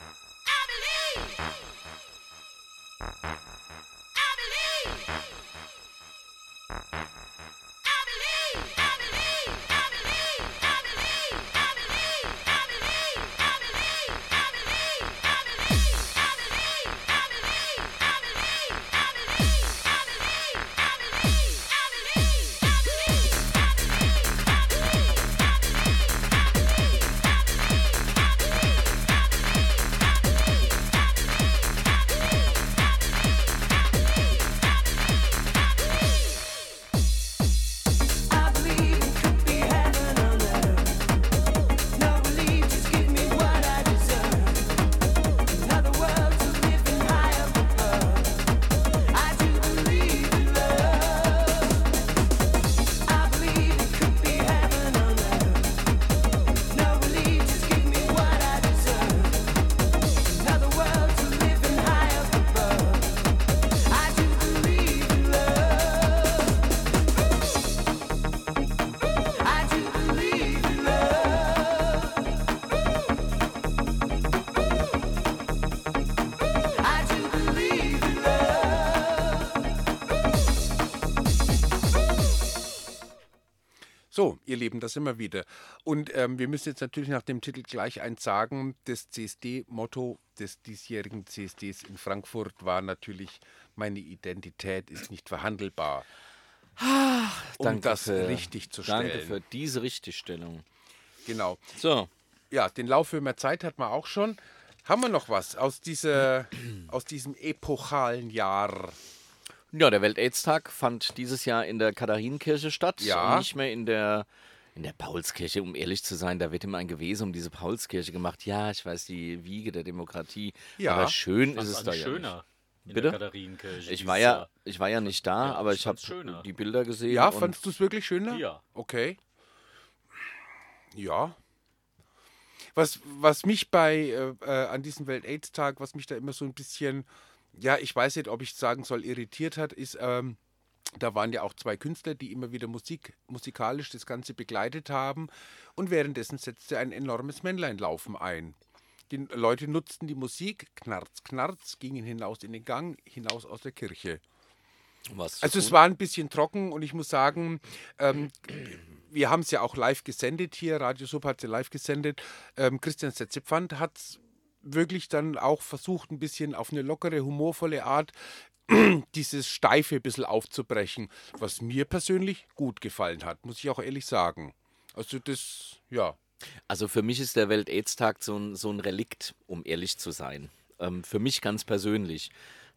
So, ihr Lieben, das sind wir wieder. Und ähm, wir müssen jetzt natürlich nach dem Titel gleich eins sagen. Das C S D-Motto des diesjährigen C S Ds in Frankfurt war natürlich, meine Identität ist nicht verhandelbar. Um danke das für, richtig zu stellen. Danke für diese Richtigstellung. Genau. So. Ja, den Lauf für mehr Zeit hat man auch schon. Haben wir noch was aus, dieser, aus diesem epochalen Jahr? Ja, der Welt-Aids-Tag fand dieses Jahr in der Katharinenkirche statt. Ja. Und nicht mehr in der, in der Paulskirche, um ehrlich zu sein. Da wird immer ein Gewese um diese Paulskirche gemacht. Ja, ich weiß, die Wiege der Demokratie. Ja. Aber schön Fand ist es es da eigentlich ja schöner nicht. in Bitte? der Katharinenkirche Ich dieses war ja, Jahr. ich war ja nicht da, Ja, aber ich ich habe fand's schöner. die Bilder gesehen. Ja, und fandest du es wirklich schöner? Ja. Okay. Ja. Was, was mich bei, äh, äh, an diesem Welt-Aids-Tag, was mich da immer so ein bisschen, ja, ich weiß nicht, ob ich sagen soll, irritiert hat, ist, ähm, da waren ja auch zwei Künstler, die immer wieder Musik, musikalisch das Ganze begleitet haben und währenddessen setzte ein enormes Männleinlaufen ein. Die Leute nutzten die Musik, knarz, knarz, gingen hinaus in den Gang, hinaus aus der Kirche. was zu Also es tun. war ein bisschen trocken und ich muss sagen, ähm, wir haben es ja auch live gesendet hier, Radio Sub hat es ja live gesendet. Ähm, Christian Setzepfand hat es wirklich dann auch versucht, ein bisschen auf eine lockere, humorvolle Art dieses Steife ein bisschen aufzubrechen, was mir persönlich gut gefallen hat, muss ich auch ehrlich sagen. Also das, ja. Also für mich ist der Welt-Aids-Tag so ein, so ein Relikt, um ehrlich zu sein. Ähm, für mich ganz persönlich.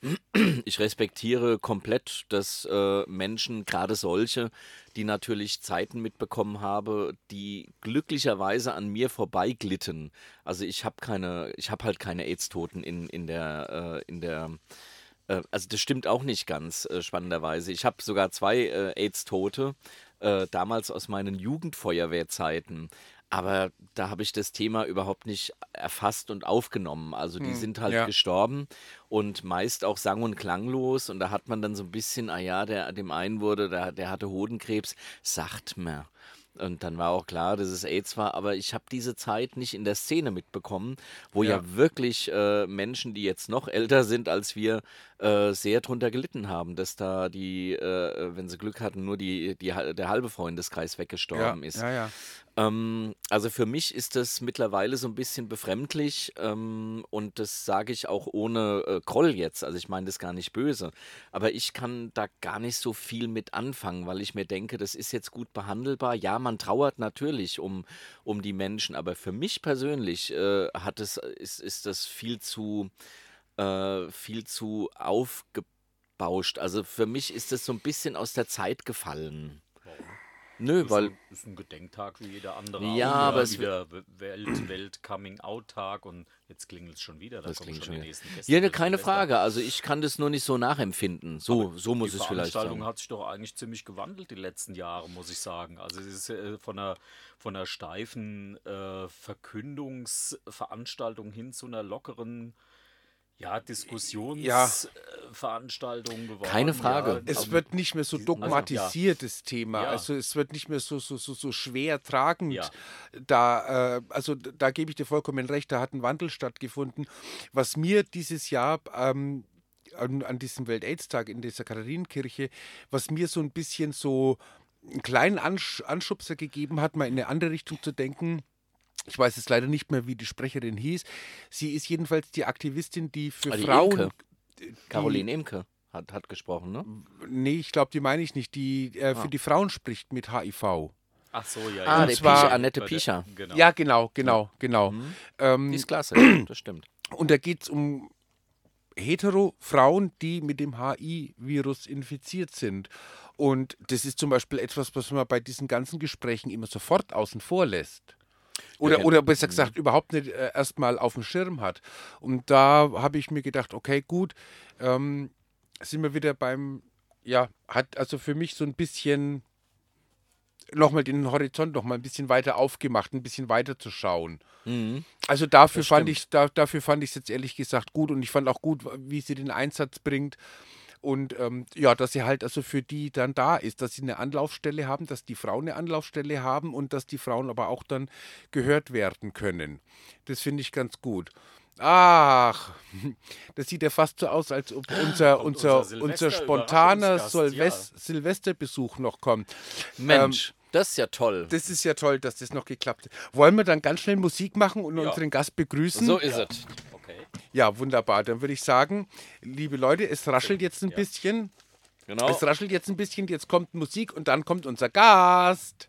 Ich respektiere komplett, dass äh, Menschen, gerade solche, die natürlich Zeiten mitbekommen habe, die glücklicherweise an mir vorbeiglitten. Also ich habe keine, ich habe halt keine AIDS-Toten in, in der, äh, in der äh, also das stimmt auch nicht ganz, äh, spannenderweise. Ich habe sogar zwei äh, AIDS-Tote, äh, damals aus meinen Jugendfeuerwehrzeiten. Aber da habe ich das Thema überhaupt nicht erfasst und aufgenommen. Also die Hm, sind halt ja. gestorben und meist auch sang- und klanglos. Und da hat man dann so ein bisschen, ah ja, der, dem einen wurde, der, der hatte Hodenkrebs, sagt man. Und dann war auch klar, dass es AIDS war, aber ich habe diese Zeit nicht in der Szene mitbekommen, wo ja, Ja. wirklich äh, Menschen, die jetzt noch älter sind als wir, äh, sehr drunter gelitten haben, dass da die, äh, wenn sie Glück hatten, nur die, die, der halbe Freundeskreis weggestorben ja, ist. Ja, ja. Ähm, also für mich ist das mittlerweile so ein bisschen befremdlich ähm, und das sage ich auch ohne äh, Groll jetzt. Also ich meine das gar nicht böse, aber ich kann da gar nicht so viel mit anfangen, weil ich mir denke, das ist jetzt gut behandelbar. Ja, man trauert natürlich um, um die Menschen, aber für mich persönlich äh, hat es, ist, ist das viel zu, äh, viel zu aufgebauscht. Also für mich ist das so ein bisschen aus der Zeit gefallen. Nö, Das weil ist ein, ist ein Gedenktag wie jeder andere. Ja, auch. aber Ja, es wieder Welt, Welt Coming Out Tag und jetzt klingelt es schon wieder. Da Das kommen klingt schon schon die wieder. nächsten Gäste. Ja, ne, für keine Silvester. Frage. Also ich kann das nur nicht so nachempfinden. So, Aber so muss die es vielleicht Veranstaltung sein. hat sich doch eigentlich ziemlich gewandelt die letzten Jahre, muss ich sagen. Also es ist äh, von einer, von einer steifen äh, Verkündungsveranstaltung hin zu einer lockeren ja, Diskussionsveranstaltung geworden. Keine Frage. Ja, Es also- wird nicht mehr so die- dogmatisiert, das Thema. Ja. Also es wird nicht mehr so, so, so, so schwer tragend. Ja. Da, äh, also da gebe ich dir vollkommen recht, da hat ein Wandel stattgefunden. Was mir dieses Jahr ähm, an, an diesem Welt-Aids-Tag in dieser Katharinenkirche, was mir so ein bisschen so einen kleinen Ansch Anschubser gegeben hat, mal in eine andere Richtung zu denken. Ich weiß jetzt leider nicht mehr, wie die Sprecherin hieß. Sie ist jedenfalls die Aktivistin, die für Ah, die Frauen... Imke. die- Caroline Imke hat, hat gesprochen, ne? Nee, ich glaube, die meine ich nicht, die äh, für Ah. die Frauen spricht mit H I V. Ach so, ja. Ah, ja. der zwar- Picha, Annette Bei der- Picha. Genau. Ja, genau, genau, genau. Mhm. Ähm, Die ist klasse, das stimmt. und da geht es um Hetero-Frauen, die mit dem H I-Virus infiziert sind. Und das ist zum Beispiel etwas, was man bei diesen ganzen Gesprächen immer sofort außen vor lässt. Oder, Ja, oder besser gesagt, überhaupt nicht äh, erstmal auf dem Schirm hat. Und da habe ich mir gedacht, okay, gut, ähm, sind wir wieder beim, ja, hat also für mich so ein bisschen nochmal den Horizont noch mal ein bisschen weiter aufgemacht, ein bisschen weiter zu schauen. Mhm. Also dafür Das fand stimmt. ich da, dafür fand ich es jetzt ehrlich gesagt gut und ich fand auch gut, wie sie den Einsatz bringt und ähm, ja, dass sie halt also für die dann da ist, dass sie eine Anlaufstelle haben, dass die Frauen eine Anlaufstelle haben und dass die Frauen aber auch dann gehört werden können. Das finde ich ganz gut. Ach, das sieht ja fast so aus, als ob unser, Kommt unser, unser unser spontaner Silvester-Überraschungsgast, Silvest Silvesterbesuch noch kommt. Mensch, Das ist ja toll. Das ist ja toll, dass das noch geklappt hat. Wollen wir dann ganz schnell Musik machen und Ja. unseren Gast begrüßen? So ist es. Okay. Ja, wunderbar. Dann würde ich sagen, liebe Leute, es raschelt jetzt ein bisschen. Genau. Es raschelt jetzt ein bisschen, jetzt kommt Musik und dann kommt unser Gast.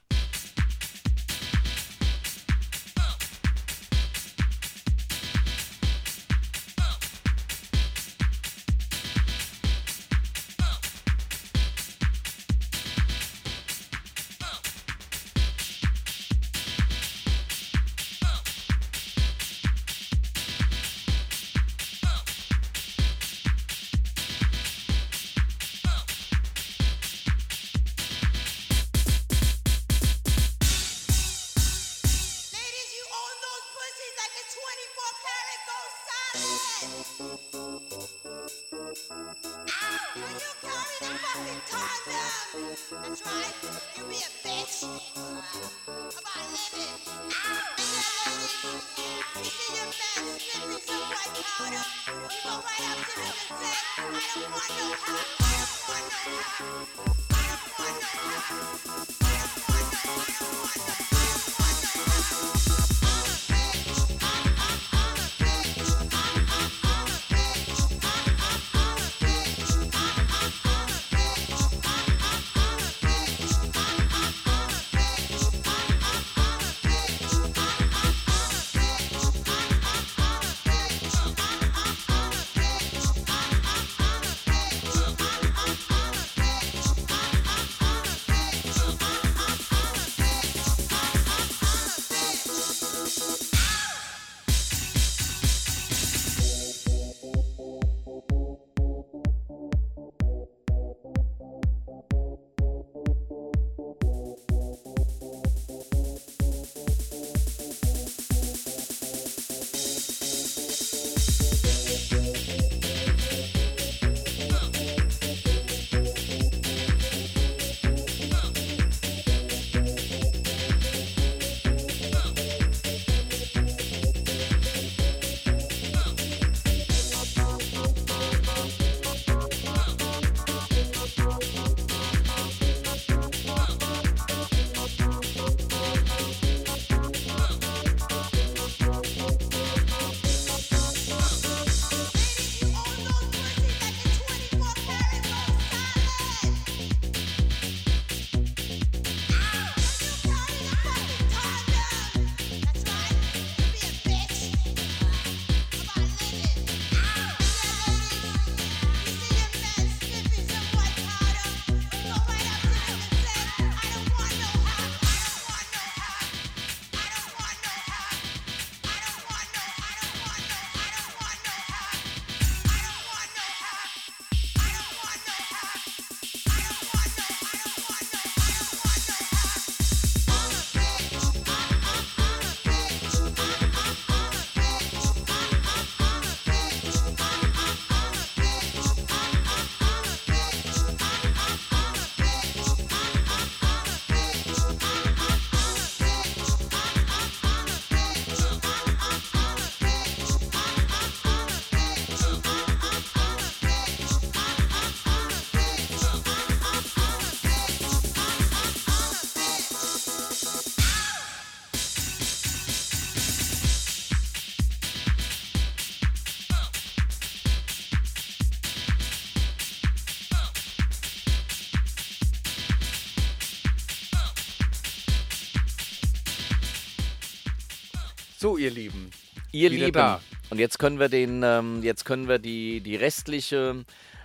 So, ihr Lieben. Ihr Wieder Lieben. da. Und jetzt können wir den, ähm, jetzt können wir die, die restliche,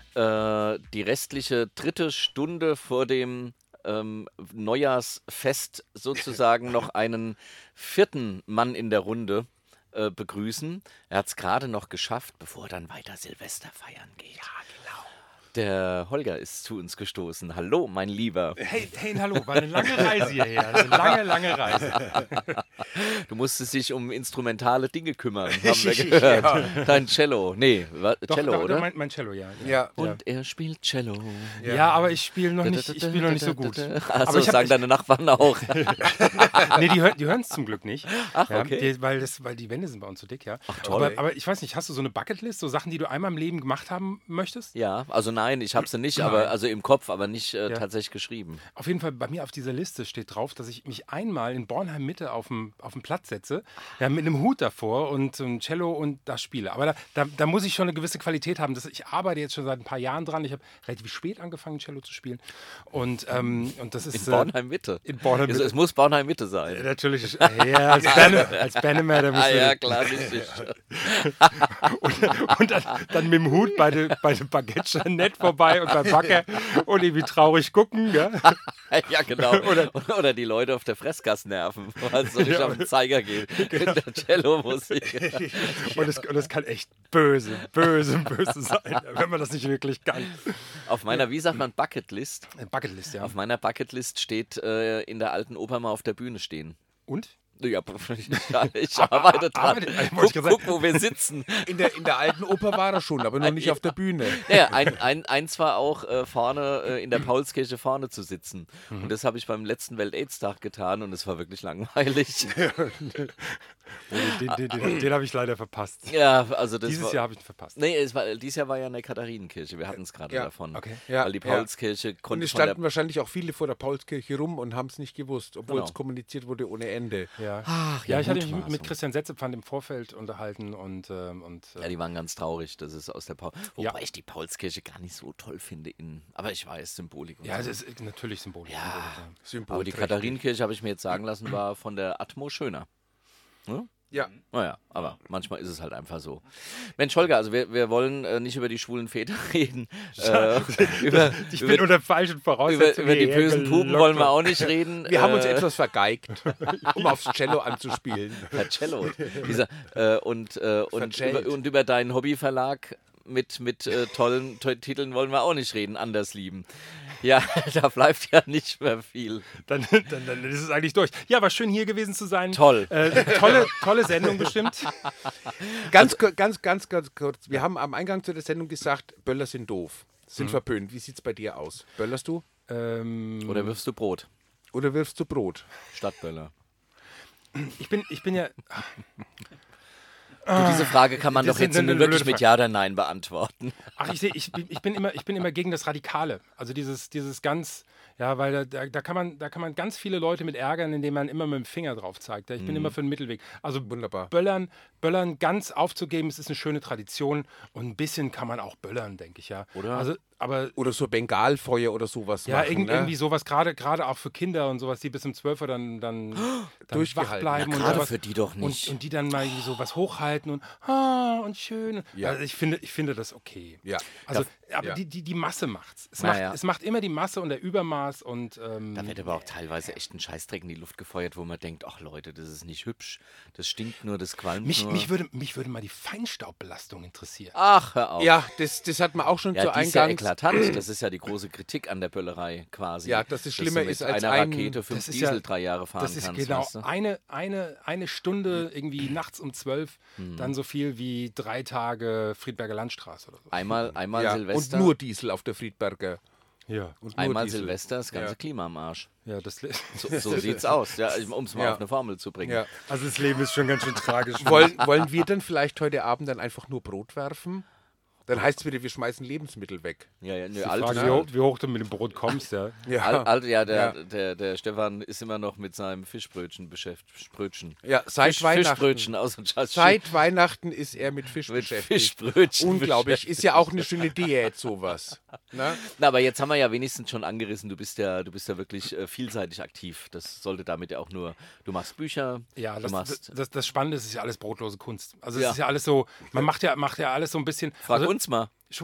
äh, die restliche dritte Stunde vor dem ähm, Neujahrsfest sozusagen noch einen vierten Mann in der Runde äh, begrüßen. Er hat es gerade noch geschafft, bevor er dann weiter Silvester feiern geht. Ja, genau. Der Holger ist zu uns gestoßen. Hallo, mein Lieber. Hey, hey, hallo, war eine lange Reise hierher. Eine lange, lange Reise. Du musstest dich um instrumentale Dinge kümmern, haben wir gehört. Ja. Dein Cello. Nee, wa- Doch, Cello, doch, oder? Mein, mein Cello, ja. Ja. Und er spielt Cello. Ja, ja, aber ich spiele noch nicht, ich spiele noch nicht so gut. Achso, Aber ich hab- sagen deine Nachbarn auch. Nee, die, hör- die hören es zum Glück nicht. Ach, ja, okay. Die, weil, das, weil die Wände sind bei uns so dick, ja. Ach, toll. Aber, aber ich weiß nicht, hast du so eine Bucketlist, so Sachen, die du einmal im Leben gemacht haben möchtest? Ja, also nein, ich habe sie nicht, Nein. aber also im Kopf, aber nicht äh, Ja. tatsächlich geschrieben. Auf jeden Fall, bei mir auf dieser Liste steht drauf, dass ich mich einmal in Bornheim-Mitte auf dem, auf dem Platz setze, ja, mit einem Hut davor und so ein Cello und das spiele. Aber da, da, da muss ich schon eine gewisse Qualität haben. Das, ich arbeite jetzt schon seit ein paar Jahren dran. Ich habe relativ spät angefangen, Cello zu spielen. Und, ähm, und das ist... In Bornheim-Mitte. In Bornheim-Mitte. Es, es muss Bornheim-Mitte sein. Ja, natürlich. Ja, als Berne, als Bernemer, muss Ah, ja, klar, richtig. und und dann, dann mit dem Hut bei der bei de Baguette nett vorbei und beim Backer und irgendwie traurig gucken. Ja, ja genau. Oder, oder die Leute auf der Fressgasse nerven, weil es so nicht Ja. auf den Zeiger geht. Genau. Mit der Cello-Musik. und, es, und es kann echt böse, böse, böse sein, wenn man das nicht wirklich kann. Auf meiner, wie sagt man, Bucketlist? Bucketlist, ja. Auf meiner Bucketlist steht äh, in der alten Oper mal auf der Bühne stehen. Und? Ja, ich arbeite dran. Arbeitet- wollte Guck, ich gerade guck, wo wir sitzen. In der, in der alten Oper war er schon, aber noch nicht auf der Bühne. Ja, ein, ein, eins war auch äh, vorne äh, in der Paulskirche vorne zu sitzen. Mhm. Und das habe ich beim letzten Welt-Aids-Tag getan und es war wirklich langweilig. Den, den, den, den habe ich leider verpasst. Ja, also das Dieses war, Jahr habe ich ihn verpasst. Nee, es war, dieses Jahr war ja in der Katharinenkirche. Wir hatten es gerade Ja, davon. okay. Ja, Weil die ja. Paulskirche Und konnte es von der standen wahrscheinlich auch viele vor der Paulskirche rum und haben es nicht gewusst, obwohl Genau. es kommuniziert wurde ohne Ende. Ja, Ach, ja, ja, ich hatte mich mit, Mutmaßung. mit Christian Setzepfand im Vorfeld unterhalten und, ähm, und äh, Ja, die waren ganz traurig, das ist aus der Paul. Wobei Ja. ich die Paulskirche gar nicht so toll finde. In, aber ich weiß, Symbolik. Und ja, so. es ist natürlich symbolisch. Ja. Symbol Aber die trächtig. Katharinenkirche, habe ich mir jetzt sagen lassen, war von der Atmo schöner. Hm? Ja. Naja, aber manchmal ist es halt einfach so. Mensch, Holger, also wir, wir wollen äh, nicht über die schwulen Väter reden. äh, über, Ich über, bin unter falschen über, Voraussetzungen über die hierher bösen Puben gelockt wollen wir worden. auch nicht reden. Wir haben uns Äh, etwas vergeigt, um aufs Cello anzuspielen. Per Cello. Dieser, äh, und, äh, und, Vercellt. über, und über deinen Hobbyverlag mit, mit äh, tollen to Titeln wollen wir auch nicht reden, anders lieben. Ja, da bleibt ja nicht mehr viel. Dann, dann, dann ist es eigentlich durch. Ja, war schön hier gewesen zu sein. Toll. Äh, tolle, tolle Sendung bestimmt. Ganz, kur- ganz, ganz, ganz kurz. Wir haben am Eingang zu der Sendung gesagt, Böller sind doof, sind Mhm. verpönt. Wie sieht es bei dir aus? Böllerst du Ähm, Oder wirfst du Brot? oder wirfst du Brot? Stadtböller. ich, bin, ich bin ja. Du, diese Frage kann man Das doch jetzt ist eine nur wirklich blöde mit Frage. Ja oder Nein beantworten. Ach, ich, seh, ich, bin, ich, bin immer, ich bin immer gegen das Radikale. Also dieses, dieses ganz, ja, weil da, da, da, kann man, da kann man ganz viele Leute mit ärgern, indem man immer mit dem Finger drauf zeigt. Ja, ich bin Mhm. immer für den Mittelweg. Also Wunderbar. Böllern, Böllern ganz aufzugeben, es ist eine schöne Tradition und ein bisschen kann man auch böllern, denke ich, ja. Oder? Also, aber Oder so Bengalfeuer oder sowas ja, machen. irgend, ne? irgendwie sowas, gerade gerade auch für Kinder und sowas, die bis um zwölf Uhr dann, dann, dann wach Durchgehalten. bleiben. Ja, und gerade sowas. für die doch nicht. Und, und die dann mal irgendwie so was hochhalten und ah, und schön. Ja. Also ich finde, ich finde das okay. Ja. Also, aber ja. die, die, die Masse macht's. Es, Na macht, ja. es macht immer die Masse und der Übermaß und ähm, Da wird aber auch teilweise echt ein Scheißdreck in die Luft gefeuert, wo man denkt, ach Leute, das ist nicht hübsch, das stinkt nur, das qualmt mich, nur. mich, würde, mich würde mal die Feinstaubbelastung interessieren. Ach, hör auf. Ja, das, das hat man auch schon Ja, zu die ist ja Eingangs. eklatant. Das ist ja die große Kritik an der Böllerei quasi. Ja, dass es schlimmer du mit ist als einer ein- Rakete fünf Das ist Diesel ja- drei Jahre fahren Das ist kannst. genau weißt du? eine, eine, eine Stunde irgendwie nachts um zwölf, Mhm. dann so viel wie drei Tage Friedberger Landstraße oder so. Einmal, einmal Ja, Silvester. und nur Diesel auf der Friedberger. Ja, Und nur Einmal Diesel. Silvester, das ganze Ja. Klima am Arsch. ja das, Le- So, so sieht's aus, ja, um es mal Ja. auf eine Formel zu bringen. Ja. also das Leben ist schon ganz schön tragisch. Wollen, wollen wir dann vielleicht heute Abend dann einfach nur Brot werfen? Dann heißt es wieder, wir schmeißen Lebensmittel weg. Ja, ja, nö, Die alt, Frage, wie, hoch, wie hoch du mit dem Brot kommst, ja. Ja, alt, alt, ja, der, Ja. Der, der Stefan ist immer noch mit seinem Fischbrötchen beschäftigt. Sprötchen. ja seit Fisch, Weihnachten. Fischbrötchen aus dem Just Seit Weihnachten ist er mit Fisch mit beschäftigt. Fischbrötchen. Unglaublich. Ist ja auch eine schöne Diät, sowas. Ne? Na, aber jetzt haben wir ja wenigstens schon angerissen, du bist ja, du bist ja wirklich äh, vielseitig aktiv. Das sollte damit ja auch nur, du machst Bücher, Ja, du das, machst. das, das, das Spannende ist, es ist ja alles brotlose Kunst. Also Ja. es ist ja alles so, man macht ja, macht ja alles so ein bisschen. Frag also, uns mal. Schw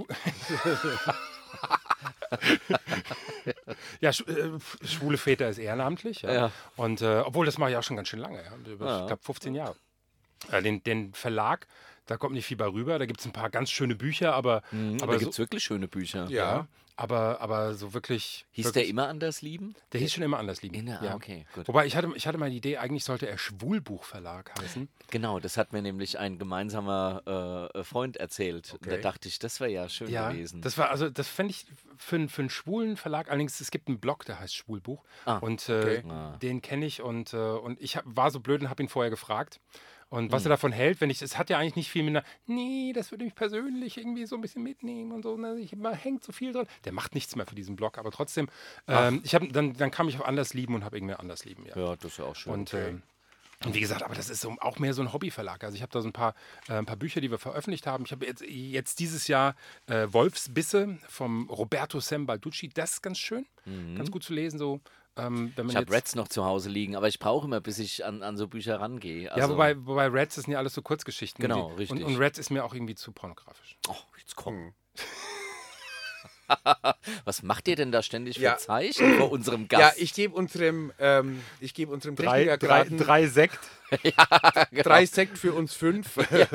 ja, sch äh, schwule Väter ist ehrenamtlich. Ja. Ja. Und äh, obwohl, das mache ich auch schon ganz schön lange. Ja. Über, Ja. Ich glaube, fünfzehn Jahre. Äh, den, den Verlag, da kommt nicht viel bei rüber. Da gibt es ein paar ganz schöne Bücher, aber. Mhm, aber aber da so, gibt es wirklich schöne Bücher. ja, aber, aber so wirklich. Hieß wirklich, der immer anders lieben? Der hieß schon immer anders lieben. In der- ja. ah, okay, gut. Wobei, ich hatte, ich hatte mal die Idee, eigentlich sollte er Schwulbuchverlag heißen. Genau, das hat mir nämlich ein gemeinsamer äh, Freund erzählt. Und Da Okay. dachte ich, das wäre ja schön Ja, gewesen. das war, also das fände ich für, einen- für einen schwulen Verlag, allerdings, es gibt einen Blog, der heißt Schwulbuch Ah, und äh, okay. Ah. den kenne ich und, äh, und ich hab, war so blöd und habe ihn vorher gefragt und was Hm. er davon hält, wenn ich, es hat ja eigentlich nicht viel mit einer, nee, das würde mich persönlich irgendwie so ein bisschen mitnehmen und so. Ne? Ich, man hängt so viel dran. Der macht nichts mehr für diesen Blog, aber trotzdem, ähm, ich hab, dann, dann kam ich auf Anderslieben und habe irgendwie Anderslieben. Ja. Ja, das ist ja auch schön. Und, Okay. ähm, und wie gesagt, aber das ist so, auch mehr so ein Hobbyverlag. Also ich habe da so ein paar, äh, ein paar Bücher, die wir veröffentlicht haben. Ich habe jetzt, jetzt dieses Jahr äh, Wolfsbisse vom Roberto Sembalducci. Das ist ganz schön, Mhm. ganz gut zu lesen. So, ähm, wenn man Ich habe jetzt, Reds noch zu Hause liegen, aber ich brauche immer, bis ich an, an so Bücher rangehe. Also, ja, wobei, wobei Reds, das sind ja alles so Kurzgeschichten. Genau, die, richtig. Und, und Reds ist mir auch irgendwie zu pornografisch. Oh, jetzt komm. Was macht ihr denn da ständig für Ja. Zeichen vor unserem Ja, Gast? ich gebe unserem, ähm, ich gebe unserem Drei, Techniker drei, gerade drei Sekt. ja, genau. drei Sekt für uns fünf.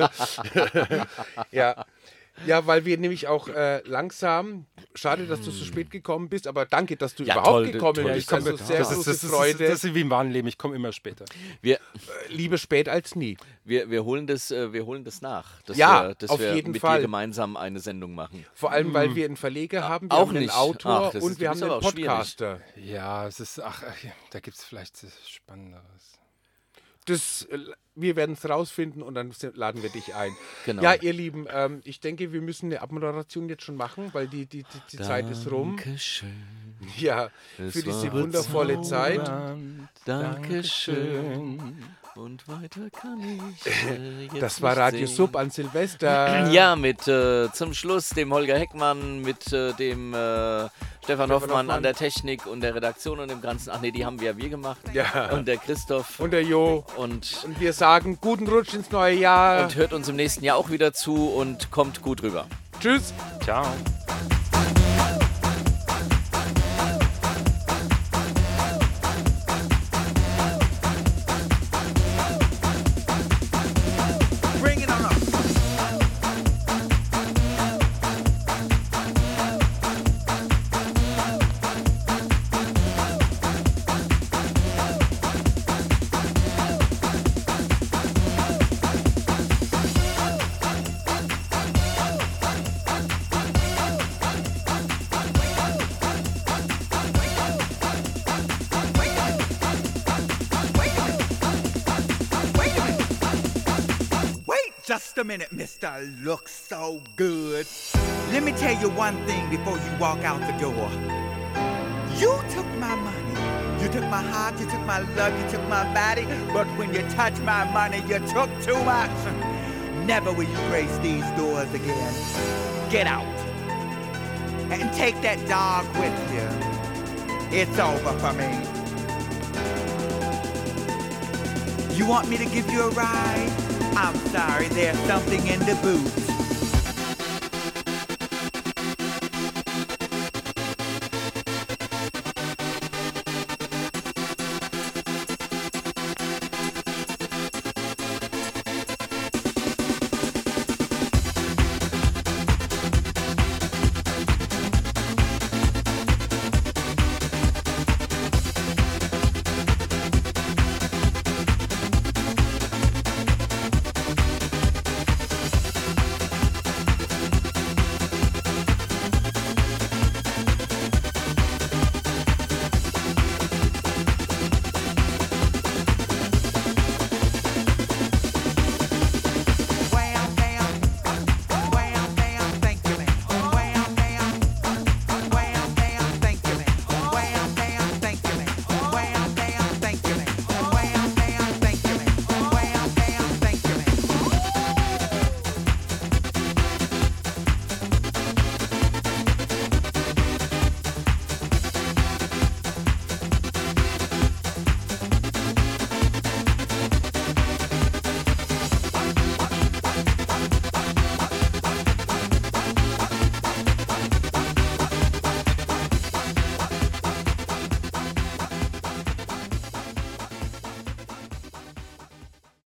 ja. Ja, weil wir nämlich auch äh, langsam, schade, dass du so spät gekommen bist, aber danke, dass du Ja, überhaupt toll, gekommen toll, bist. ich komm- Also sehr Das große ist, das, ist, Freude. das ist wie im wahren Leben, ich komme immer später. Wir, Lieber spät als nie. wir, wir, holen das, äh, wir holen das nach, dass Ja, wir, dass auf wir jeden mit Fall. dir gemeinsam eine Sendung machen. Vor allem, weil wir einen Verleger haben, wir Auch haben einen nicht. Autor Ach, das und ist- wir du haben bist einen aber auch schwierig. Podcaster. Ja, es ist, ach, ach, da gibt es vielleicht Spannenderes. Das, äh, wir werden es rausfinden und dann se- laden wir dich ein. Genau. Ja, ihr Lieben, ähm, ich denke, wir müssen eine Abmoderation jetzt schon machen, weil die, die, die, die Zeit ist rum. Dankeschön. Ja, Es für diese war wundervolle Zeit. bezaubernd. Dankeschön. Und weiter kann ich äh, jetzt Das war nicht Radio singen. Sub an Silvester. Ja, mit äh, zum Schluss dem Holger Heckmann, mit äh, dem äh, Stefan Hoffmann, Hoffmann. an der Technik und der Redaktion und dem Ganzen. Ach nee, die haben wir ja wir gemacht. Ja. Und der Christoph. Und der Jo. Und, Und wir sagen, guten Rutsch ins neue Jahr. und hört uns im nächsten Jahr auch wieder zu und kommt gut rüber. Tschüss. Ciao. Bring it on up. Wait just a minute, mister. Looks so good. Let me tell you one thing before you walk out the door. You took my money. You took my heart, you took my love, you took my body. But when you touch my money, you took too much. Never will you grace these doors again. Get out. And take that dog with you. It's over for me. You want me to give you a ride? I'm sorry, there's something in the boots.